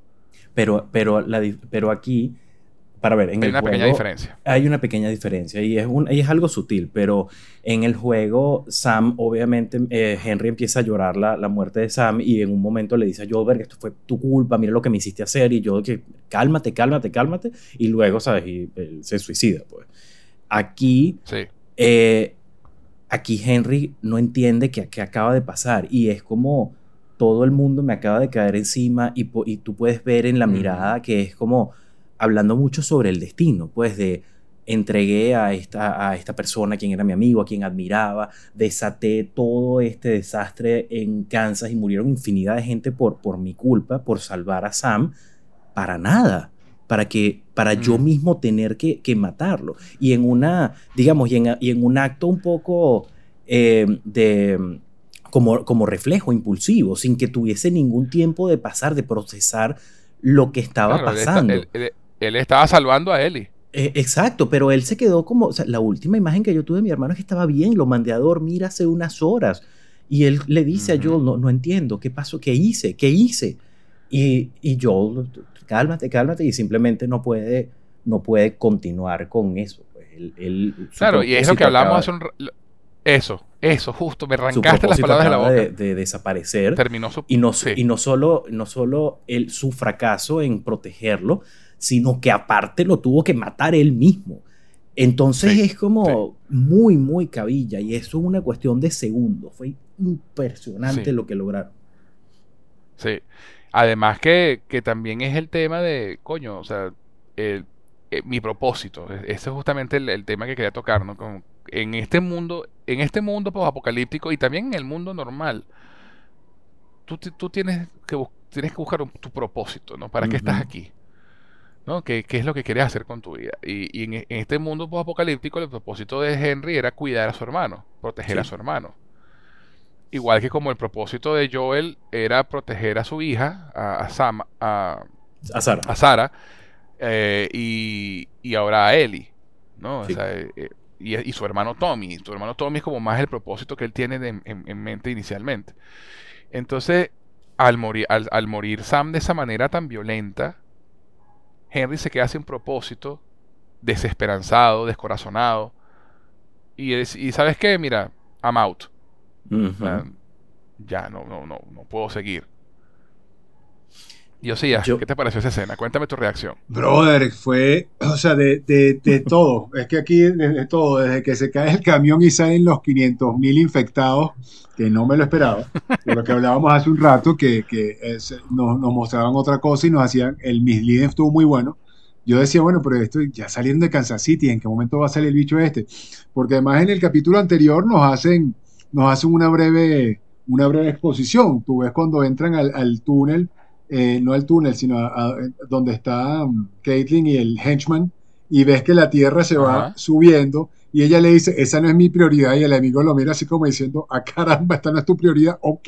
Pero, pero, la, pero aquí, para ver, en hay el una juego pequeña diferencia. hay una pequeña diferencia y es, un, y es algo sutil, pero en el juego Sam, obviamente, eh, Henry empieza a llorar la, la muerte de Sam y en un momento le dice a Joel, esto fue tu culpa, mira lo que me hiciste hacer, y yo que cálmate, cálmate, cálmate, y luego, ¿sabes? Y él se suicida, pues. Aquí, Sí. eh, aquí Henry no entiende qué, qué acaba de pasar y es como todo el mundo me acaba de caer encima y, y tú puedes ver en la Mm. mirada que es como hablando mucho sobre el destino, pues de entregué a esta, a esta persona, quien era mi amigo, a quien admiraba, desaté todo este desastre en Kansas y murieron infinidad de gente por, por mi culpa, por salvar a Sam, para nada, para, que, para Mm. yo mismo tener que, que matarlo. Y en una, digamos, y en, y en un acto un poco eh, de... Como, como reflejo impulsivo, sin que tuviese ningún tiempo de pasar, de procesar lo que estaba Claro, él, está- pasando. él- él- él estaba salvando a Ellie. Eh, exacto, pero él se quedó como, o sea, la última imagen que yo tuve de mi hermano es que estaba bien, lo mandé a dormir hace unas horas y él le dice Ujú. a Joel, no, no entiendo, ¿qué pasó? ¿Qué hice? ¿Qué hice? Y, y Joel, cálmate, cálmate, y simplemente no puede, no puede continuar con eso. Pues. Él, él, su Claro, y es lo que propósito hablamos acaba- hace un... ra- lo- Eso, eso, justo, me su arrancaste las propósito palabras de la acaba boca. de, de desaparecer. Terminó su... Y no, sí. y no solo, no solo el, su fracaso en protegerlo, sino que aparte lo tuvo que matar él mismo. Entonces Sí, es como muy, muy cabilla. Y eso es una cuestión de segundos. Fue impresionante Sí. lo que lograron. Sí. Además que, que también es el tema de, coño, o sea, el- eh, mi propósito. E- Ese es justamente el, el tema que quería tocar, ¿no? Como en este mundo, en este mundo posapocalíptico y también en el mundo normal, tú, ti- tú tienes que, bus- tienes que buscar un- tu propósito, ¿no? ¿Para qué estás Ujú. aquí? ¿No? ¿Qué, qué es lo que quieres hacer con tu vida? Y, y en, e- en este mundo posapocalíptico, el propósito de Henry era cuidar a su hermano, proteger a Sí. su hermano. Igual que como el propósito de Joel era proteger a su hija, a, a Sam, a, A Sara. a Sarah, eh, y, y ahora a Ellie, ¿no? Sí. O sea, eh, eh, y, y su hermano Tommy. Su hermano Tommy es como más el propósito que él tiene de- en, en mente inicialmente. Entonces, al morir, al, al morir Sam de esa manera tan violenta, Henry se queda sin propósito, desesperanzado, descorazonado. Y, es- y ¿sabes qué? Mira, I'm out. Ujú. O sea, ya no, no, no, no puedo seguir. Yo sí, Yo- ¿qué te pareció esa escena? Cuéntame tu reacción. Brother, fue, o sea, de, de, de todo. Es que aquí, de, de todo, desde que se cae el camión y salen los quinientos mil infectados, que no me lo esperaba, de lo que hablábamos hace un rato, que, que es- nos, nos mostraban otra cosa y nos hacían, el misleading estuvo muy bueno. Yo decía, bueno, pero esto ya salieron de Kansas City, ¿en qué momento va a salir el bicho este? Porque además en el capítulo anterior nos hacen, nos hacen una breve, una breve exposición. Tú ves cuando entran al, al túnel, eh, no al túnel, sino a, a- donde está um, Caitlyn y el henchman, y ves que la tierra se va Ajá. subiendo, y ella le dice, esa no es mi prioridad, y el amigo lo mira así como diciendo, ah, caramba, esta no es tu prioridad, ok.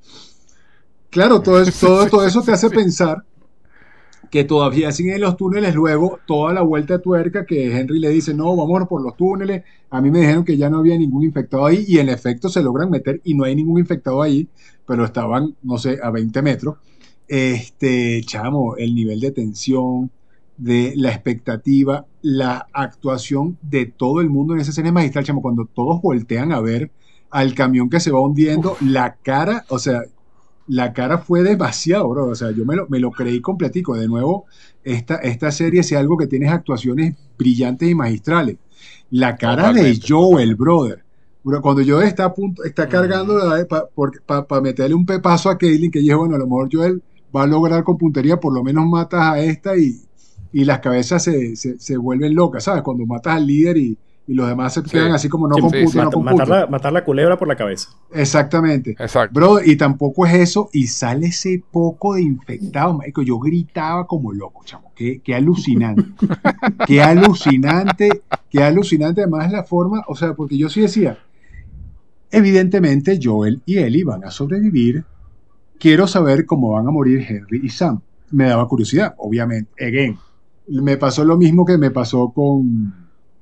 Claro, todo eso, todo, todo eso te hace Sí. pensar que todavía siguen los túneles, luego toda la vuelta de tuerca que Henry le dice, no, vamos por los túneles, a mí me dijeron que ya no había ningún infectado ahí, y en efecto se logran meter y no hay ningún infectado ahí, pero estaban, no sé, a veinte metros. Este, chamo, el nivel de tensión, de la expectativa, la actuación de todo el mundo en esa escena es magistral, chamo, cuando todos voltean a ver al camión que se va hundiendo, Uf. la cara, o sea, la cara fue demasiado, bro. O sea, yo me lo, me lo creí completico. De nuevo, esta, esta serie es algo que tiene actuaciones brillantes y magistrales. La cara Totalmente, de Joel, totalmente. brother. Bro, cuando Joel está a punto, está Ujú. cargando para pa, meterle un pepazo a Caitlyn, que dije, bueno, a lo mejor Joel va a lograr con puntería, por lo menos matas a esta y, y las cabezas se, se, se vuelven locas, ¿sabes? Cuando matas al líder y, y los demás se Sí. quedan así como no Sí, computo, sí, no Mat- computo. matar, la, matar la culebra por la cabeza. Exactamente. Exacto. Bro, y tampoco es eso, y sale ese poco de infectados, marico. Yo gritaba como loco, chamo. Qué, qué alucinante. Qué alucinante, qué alucinante además la forma, o sea, porque yo sí decía, evidentemente Joel y Ellie van a sobrevivir. Quiero saber cómo van a morir Henry y Sam. Me daba curiosidad, obviamente. Again, me pasó lo mismo que me pasó con,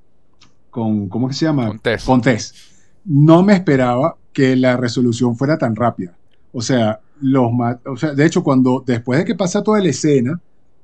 con ¿cómo que se llama? Con Tess. Con Tess. No me esperaba que la resolución fuera tan rápida. O sea, los ma- o sea, de hecho, cuando después de que pasa toda la escena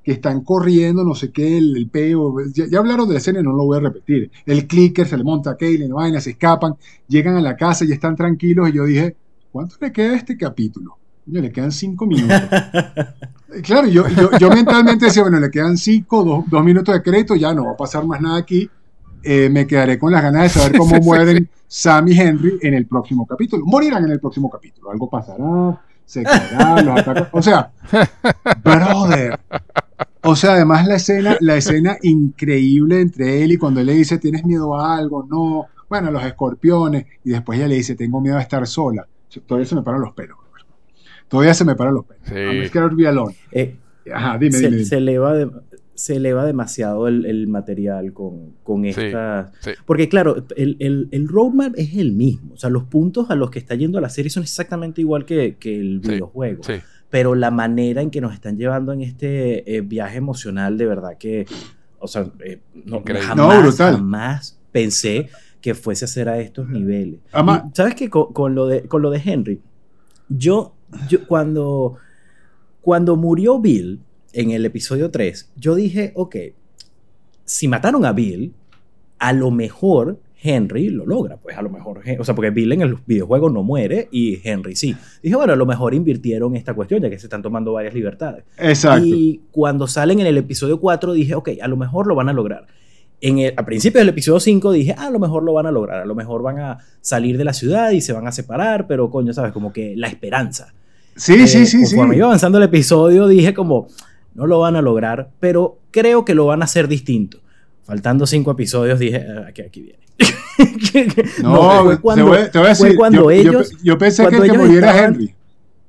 que están corriendo, no sé qué, el, el peo, ya, ya hablaron de la escena y no lo voy a repetir. El clicker se le monta a Caitlyn, vaina, se escapan, llegan a la casa y están tranquilos y yo dije, ¿cuánto le queda a este capítulo? Coño, le quedan cinco minutos. Claro, yo, yo, yo mentalmente decía, bueno, le quedan cinco, dos, dos minutos de crédito, ya no va a pasar más nada aquí. Eh, me quedaré con las ganas de saber cómo mueren Sam y Henry en el próximo capítulo. Morirán en el próximo capítulo. Algo pasará, se caerán, los atacan. O sea, brother. O sea, además la escena, la escena increíble entre él y cuando él le dice, ¿tienes miedo a algo? No. Bueno, los escorpiones. Y después ella le dice, tengo miedo a estar sola. Todavía se me paran los pelos. Todavía se me paran los pelos. Sí. I'm scared to be alone. Eh, Ajá, dime, se, dime, dime. se eleva de- se eleva demasiado el, el material con, con estas... sí. Porque claro, el, el, el roadmap es el mismo. O sea, los puntos a los que está yendo la serie son exactamente igual que, que el Sí, videojuego. sí. Pero la manera en que nos están llevando en este eh, viaje emocional, de verdad que... O sea, eh, no, Increíble. jamás, No, brutal. jamás pensé que fuese a ser a estos niveles. Ama- Y, ¿sabes qué? Con, con lo de, con lo de Henry, yo, yo cuando, cuando murió Bill en el episodio tres, yo dije, ok, si mataron a Bill, a lo mejor Henry lo logra, pues a lo mejor, Hen- o sea, porque Bill en el videojuego no muere y Henry sí. Dije, bueno, a lo mejor invirtieron esta cuestión, ya que se están tomando varias libertades. Exacto. Y cuando salen en el episodio cuatro dije, ok, a lo mejor lo van a lograr. En el, a principios del episodio cinco dije, ah, a lo mejor lo van a lograr, a lo mejor van a salir de la ciudad y se van a separar, pero coño, ¿sabes? Como que la esperanza. Sí, Eh, sí, sí, sí. Conforme iba avanzando el episodio dije como, no lo van a lograr, pero creo que lo van a hacer distinto. Faltando cinco episodios dije, ah, aquí, aquí viene. No, fue te cuando, voy, te voy a fue decir, cuando yo, yo- ellos... yo pensé que cuando el que ellos muriera era estaban- Henry.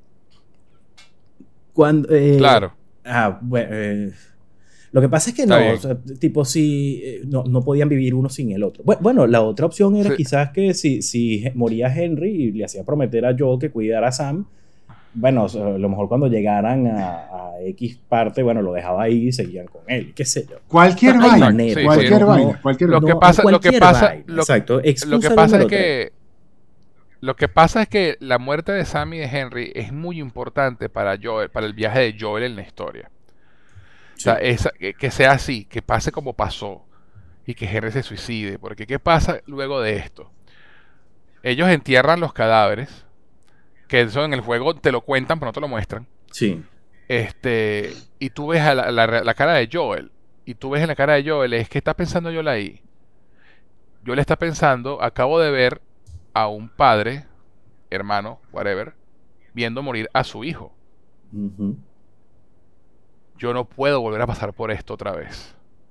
Cuando, eh, Claro. Ah, bueno, eh, lo que pasa es que Está no, bien. o sea, tipo, si eh, no, no podían vivir uno sin el otro. Bu- Bueno, la otra opción era Sí. quizás que si, si moría Henry y le hacía prometer a Joel que cuidara a Sam, bueno, o sea, a lo mejor cuando llegaran a, a X parte, bueno, lo dejaba ahí y seguían con él, qué sé yo. Cualquier Hay vaina. manera, sí, cualquier sí, no- vaina. no- Cualquier Lo vaina. que no, pasa- lo que cualquier pasa- vaina, lo- exacto, Lo que excusa pasa es número tres. que lo que pasa es que la muerte de Sam y de Henry es muy importante para Joel, para el viaje de Joel en la historia. O sea, Sí. esa- que, que sea así, que pase como pasó y que Henry se suicide, porque ¿qué pasa luego de esto? Ellos entierran los cadáveres, que eso en el juego te lo cuentan, pero no te lo muestran. Sí. Este, y tú ves a la, la- la cara de Joel, y tú ves en la cara de Joel, es que está pensando Joel ahí. Joel está pensando, acabo de ver a un padre, hermano, whatever, viendo morir a su hijo. Ujú. Yo no puedo volver a pasar por esto otra vez.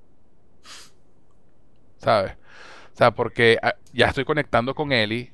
¿Sabes? O sea, porque ah, ya estoy conectando con Ellie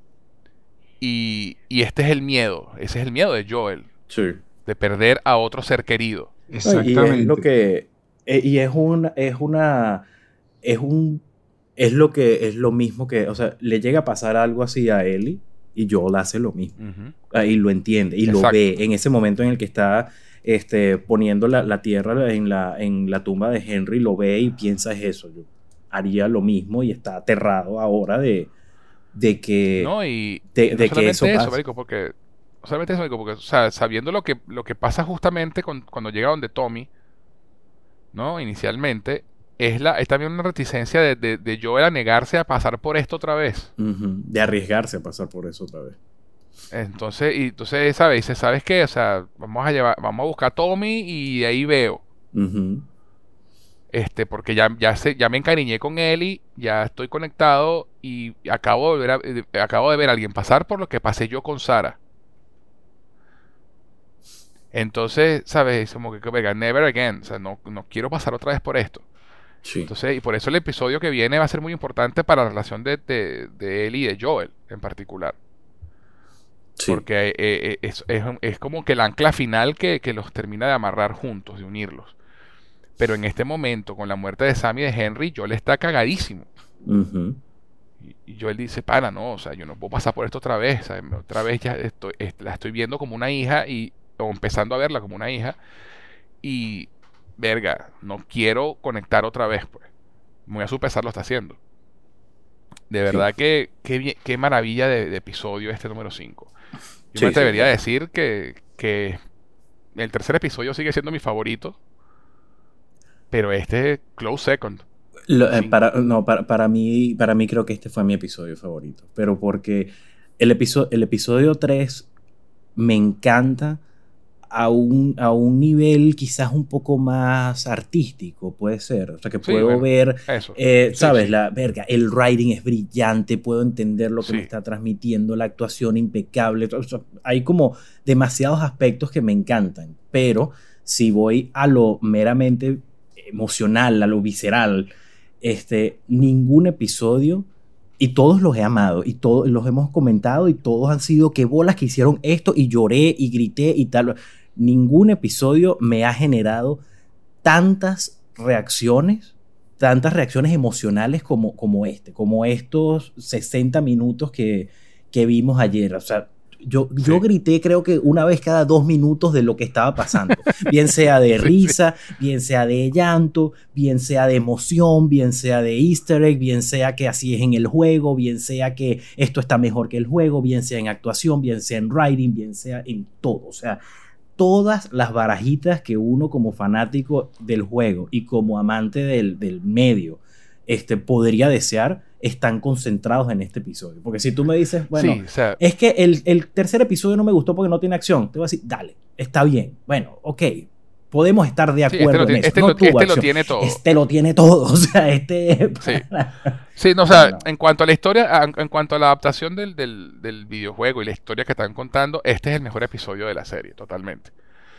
y, y este es el miedo, ese es el miedo de Joel, Sí. de perder a otro ser querido. No, y Exactamente. es lo que eh, y es un es una es un es lo que es lo mismo que, o sea, le llega a pasar algo así a Ellie y Joel hace lo mismo. Ujú. Ah, y lo entiende y lo Exacto. ve en ese momento en el que está este poniendo la, la tierra en la en la tumba de Henry, lo ve y piensa es eso, yo haría lo mismo y está aterrado ahora de de que No, y, de- y no de que solamente eso eso, pase. marico, porque no solamente eso, marico, porque, o sea, sabiendo lo que, lo que pasa justamente con- cuando llega donde Tommy, ¿no? Inicialmente, es la, es también una reticencia de, de, de Joel a negarse a pasar por esto otra vez. Ujú, de arriesgarse a pasar por eso otra vez. Entonces, y entonces, ¿sabes? Dice, ¿sabes qué? O sea, vamos a llevar, vamos a buscar a Tommy y de ahí veo. Ujú. Este, porque ya, ya, sé, ya me encariñé con Ellie, ya estoy conectado y acabo de ver a, eh, acabo de ver a alguien pasar por lo que pasé yo con Sara. Entonces, ¿sabes? Como que, venga, never again. O sea, no, no quiero pasar otra vez por esto. Sí. Entonces, y por eso el episodio que viene va a ser muy importante para la relación de, de, de Ellie y de Joel en particular. Sí. Porque eh, eh, es, es, es como que el ancla final que, que los termina de amarrar juntos, de unirlos. Pero en este momento, con la muerte de Sam y de Henry, Joel está cagadísimo. Ujú. Y, y Joel dice, pana, no, o sea, yo no puedo pasar por esto otra vez. ¿Sabes? Otra vez ya estoy, est- la estoy viendo como una hija y o empezando a verla como una hija. Y, verga, no quiero conectar otra vez, pues. Muy a su pesar lo está haciendo. De verdad que qué, bien- qué maravilla de, de episodio este número cinco. Yo Sí, me sí, atrevería sí. a decir que, que el tercer episodio sigue siendo mi favorito. pero este close second. Lo, eh, para, no, para, para, mí, para mí creo que este fue mi episodio favorito, pero porque el, episo- el episodio tres me encanta a un, a un nivel quizás un poco más artístico, puede ser. O sea, que Sí, puedo bueno, ver, eso. eh, Sí, ¿sabes? sí. La verga, el writing es brillante, puedo entender lo que Sí. me está transmitiendo, la actuación impecable. O sea, hay como demasiados aspectos que me encantan, pero si voy a lo meramente emocional, a lo visceral, este, ningún episodio, y todos los he amado, y todos los hemos comentado, y todos han sido qué bolas que hicieron esto, y lloré, y grité, y tal. Ningún episodio me ha generado tantas reacciones, tantas reacciones emocionales como, como este, como estos sesenta minutos que, que vimos ayer. O sea, yo, Sí. yo grité creo que una vez cada dos minutos de lo que estaba pasando, bien sea de Sí, risa, bien sea de llanto, bien sea de emoción, bien sea de easter egg, bien sea que así es en el juego, bien sea que esto está mejor que el juego, bien sea en actuación, bien sea en writing, bien sea en todo. O sea, todas las barajitas que uno como fanático del juego y como amante del, del medio este, podría desear están concentrados en este episodio. Porque si tú me dices, bueno, Sí, o sea, es que el, el tercer episodio no me gustó porque no tiene acción, te voy a decir, dale, está bien, bueno, ok, podemos estar de sí, acuerdo este, lo, en ti- eso. este, No lo, tuvo este lo acción. tiene todo. Este lo tiene todo, o sea, este... Sí. Sí, no, o sea, No. en cuanto a la historia, en, en cuanto a la adaptación del, del, del videojuego y la historia que están contando, este es el mejor episodio de la serie, totalmente.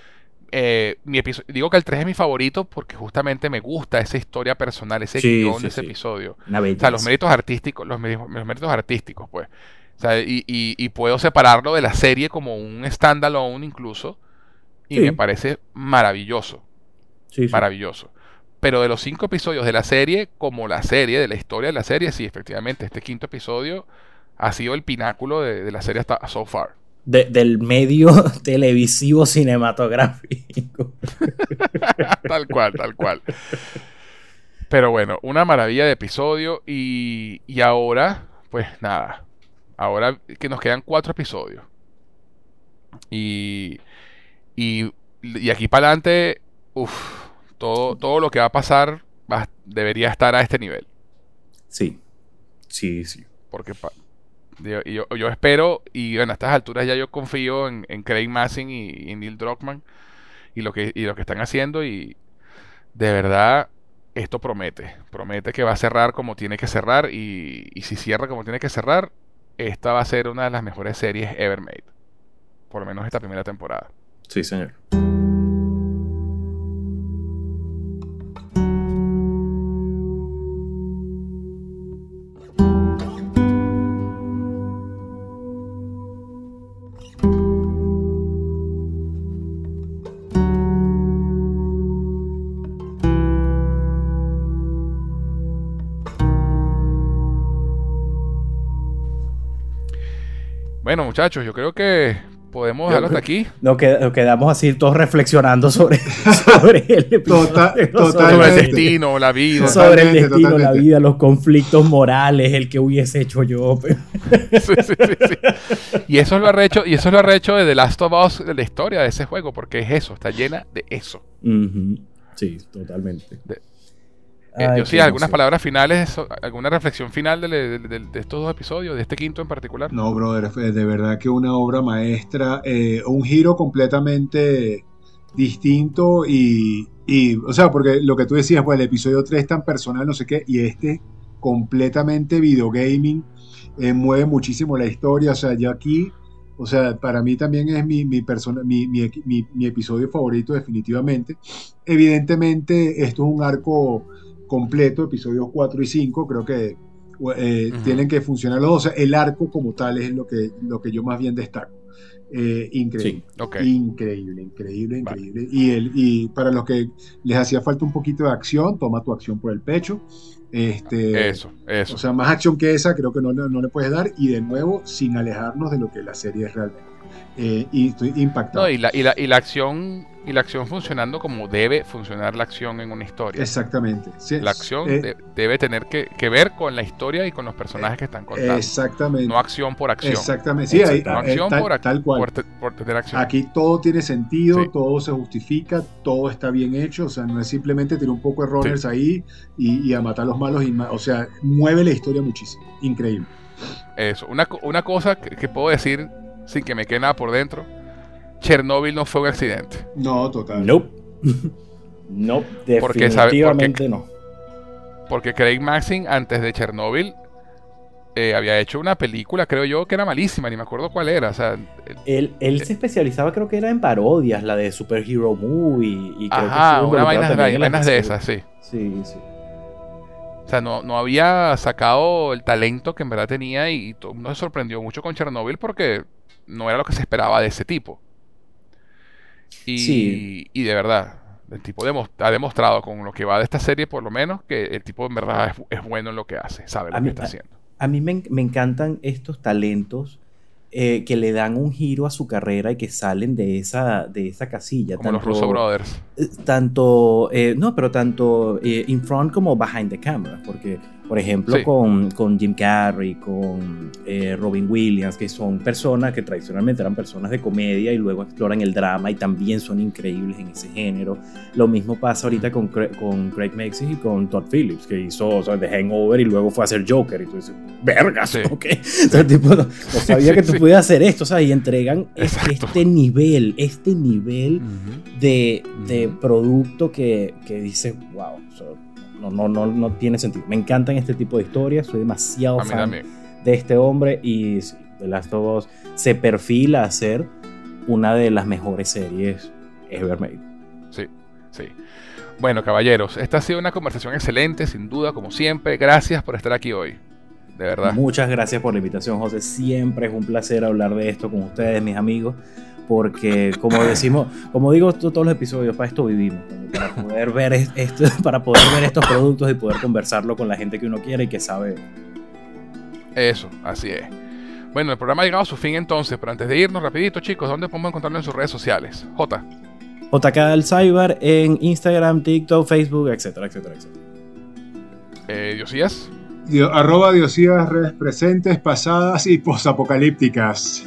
Eh, mi episo- digo que el tres es mi favorito porque justamente me gusta esa historia personal, ese Sí, guión sí, de ese sí. episodio. Una O belleza. sea, los méritos artísticos, los, méritos- los méritos artísticos, pues. O sea, y, y- y puedo separarlo de la serie como un standalone incluso, y Sí. me parece maravilloso, Sí, sí. maravilloso. Pero de los cinco episodios de la serie, como la serie, de la historia de la serie, sí, efectivamente, este quinto episodio ha sido el pináculo de, de la serie hasta so far. De- del medio televisivo cinematográfico. Tal cual, tal cual. Pero bueno, una maravilla de episodio y, y ahora, pues nada, ahora que nos quedan cuatro episodios. Y, y, y aquí para adelante, uff, todo, todo lo que va a pasar va- debería estar a este nivel. Sí, sí, sí. Porque pa- yo, yo, yo espero, y bueno, a estas alturas ya yo confío en, en Craig Mazin y, y Neil Druckmann y lo que, y lo que están haciendo y de verdad esto promete, promete que va a cerrar como tiene que cerrar y, y si cierra como tiene que cerrar, esta va a ser una de las mejores series ever made, por lo menos esta primera temporada. Sí, señor. Bueno muchachos, yo creo que podemos dejarlo hasta aquí. Nos, qued- nos quedamos así todos reflexionando sobre, sobre el episodio. Total- sobre- Sobre el totalmente. destino, la vida. Total- sobre el Totalmente, destino, la totalmente. vida, los conflictos morales, el que hubiese hecho yo. Sí, sí, sí, sí. Y eso es lo arrecho, y eso es lo arrecho de The Last of Us, de la historia de ese juego, porque es eso, está llena de eso. Ujú. Sí, totalmente. De- Eh, Ay, yo sí, qué algunas emoción. palabras finales, so- alguna reflexión final de, de- de- de estos dos episodios, de este quinto en particular. No, brother, fue de verdad que una obra maestra, eh, un giro completamente distinto y, y, o sea, porque lo que tú decías, pues el episodio tres tan personal, no sé qué, y este completamente videogaming, eh, mueve muchísimo la historia, o sea, yo aquí, o sea, para mí también es mi, mi, persona, mi, mi, mi, mi episodio favorito definitivamente. Evidentemente, esto es un arco completo, episodios cuatro y cinco, creo que eh, Ujú. tienen que funcionar los dos. O sea, el arco como tal es lo que, lo que yo más bien destaco. Eh, increíble. Ok. Increíble, increíble, Vale. increíble. Y, el, y para los que les hacía falta un poquito de acción, toma tu acción por el pecho. Este, Eso, eso. O sea, más acción que esa creo que no, no, no le puedes dar. Y de nuevo, sin alejarnos de lo que la serie es realmente. Eh, y estoy impactado. No, y la, y la, y la acción y la acción funcionando como debe funcionar la acción en una historia. Exactamente. Sí, la acción eh, de, debe tener que, que ver con la historia y con los personajes que están contando. Exactamente. No acción por acción. Exactamente. Sí, ahí, no acción eh, tal, por, tal cual. Por, te, por tener acción. Aquí todo tiene sentido, sí. todo se justifica, todo está bien hecho. O sea, no es simplemente tirar un poco de runners sí. ahí y, y a matar a los malos. Y, o sea, mueve la historia muchísimo. Increíble. Eso. Una, una cosa que, que puedo decir sin que me quede nada por dentro. Chernobyl no fue un accidente. No, total. Nope. No, definitivamente porque, no. Porque Craig Mazin, antes de Chernobyl, eh, había hecho una película, creo yo, que era malísima, ni me acuerdo cuál era. O sea, él él eh, se especializaba, creo que era en parodias, la de Superhero Movie. Y creo ajá, que una vaina, vainas de esas, sí. Sí, sí. O sea, no, no había sacado el talento que en verdad tenía y, y todo el mundo se sorprendió mucho con Chernobyl porque no era lo que se esperaba de ese tipo. Y, sí. y de verdad, el tipo demo, ha demostrado con lo que va de esta serie, por lo menos, que el tipo en verdad es, es bueno en lo que hace, sabe lo a que mí, está haciendo. A, a mí me, me encantan estos talentos eh, que le dan un giro a su carrera y que salen de esa, de esa casilla. Como tanto, los Russo Brothers. Eh, tanto, eh, no, pero tanto eh, in front como behind the camera, porque... Por ejemplo, sí. con, con Jim Carrey, con eh, Robin Williams, que son personas que tradicionalmente eran personas de comedia y luego exploran el drama y también son increíbles en ese género. Lo mismo pasa ahorita con, con Craig Mazin y con Todd Phillips, que hizo o sea, The Hangover y luego fue a hacer Joker. Y tú dices, vergas, sí. ¿ok? O sea, tipo, no, no sabía sí, que tú sí. podías hacer esto, o sea, y entregan este, este nivel, este nivel uh-huh. de, de uh-huh. producto que, que dices, wow, o sea, No, no, no, no tiene sentido. Me encantan este tipo de historias. Soy demasiado fan también. de este hombre. Y The Last of Us se perfila a ser una de las mejores series ever made. Sí, sí. Bueno, caballeros, esta ha sido una conversación excelente, sin duda, como siempre. Gracias por estar aquí hoy. De verdad. Muchas gracias por la invitación, José. Siempre es un placer hablar de esto con ustedes, mis amigos. Porque, como decimos, como digo todos los episodios, para esto vivimos, para poder ver esto, para poder ver estos productos y poder conversarlo con la gente que uno quiere y que sabe. Eso, así es. Bueno, el programa ha llegado a su fin entonces, pero antes de irnos rapidito, chicos, ¿dónde podemos encontrarlo en sus redes sociales? J. J K Alzaibar en Instagram, TikTok, Facebook, etcétera, etcétera, etcétera. Eh, Diosías. Dio, arroba Diosías, redes presentes, pasadas y posapocalípticas.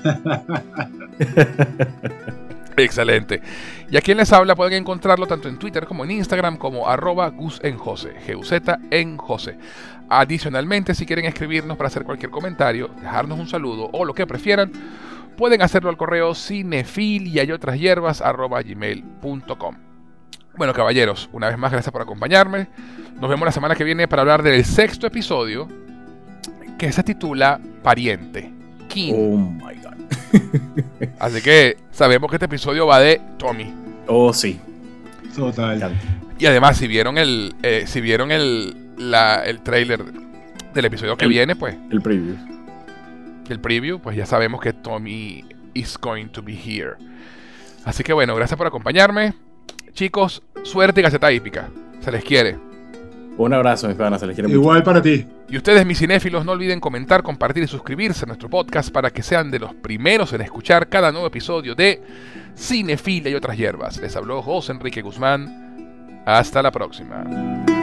Excelente. Y a quien les habla pueden encontrarlo tanto en Twitter como en Instagram como arroba Gus en Jose, G U Z en Jose. Adicionalmente, si quieren escribirnos para hacer cualquier comentario, dejarnos un saludo o lo que prefieran, pueden hacerlo al correo cinefilia y otras hierbas arroba gmail punto com. Bueno, caballeros, una vez más gracias por acompañarme. Nos vemos la semana que viene para hablar del sexto episodio, que se titula Pariente. Kin. Oh my God. Así que sabemos que este episodio va de Tommy. Oh, sí. Total. Y además, si vieron el, eh, si vieron el, la, el trailer del episodio que el, viene, pues. El preview. El preview, pues ya sabemos que Tommy is going to be here. Así que bueno, gracias por acompañarme. Chicos, suerte y gaceta hípica. Se les quiere. Un abrazo, mis panas, se les quiere mucho. Igual para ti. Y ustedes, mis cinéfilos, no olviden comentar, compartir y suscribirse a nuestro podcast para que sean de los primeros en escuchar cada nuevo episodio de Cinefilia y otras hierbas. Les habló José Enrique Guzmán. Hasta la próxima.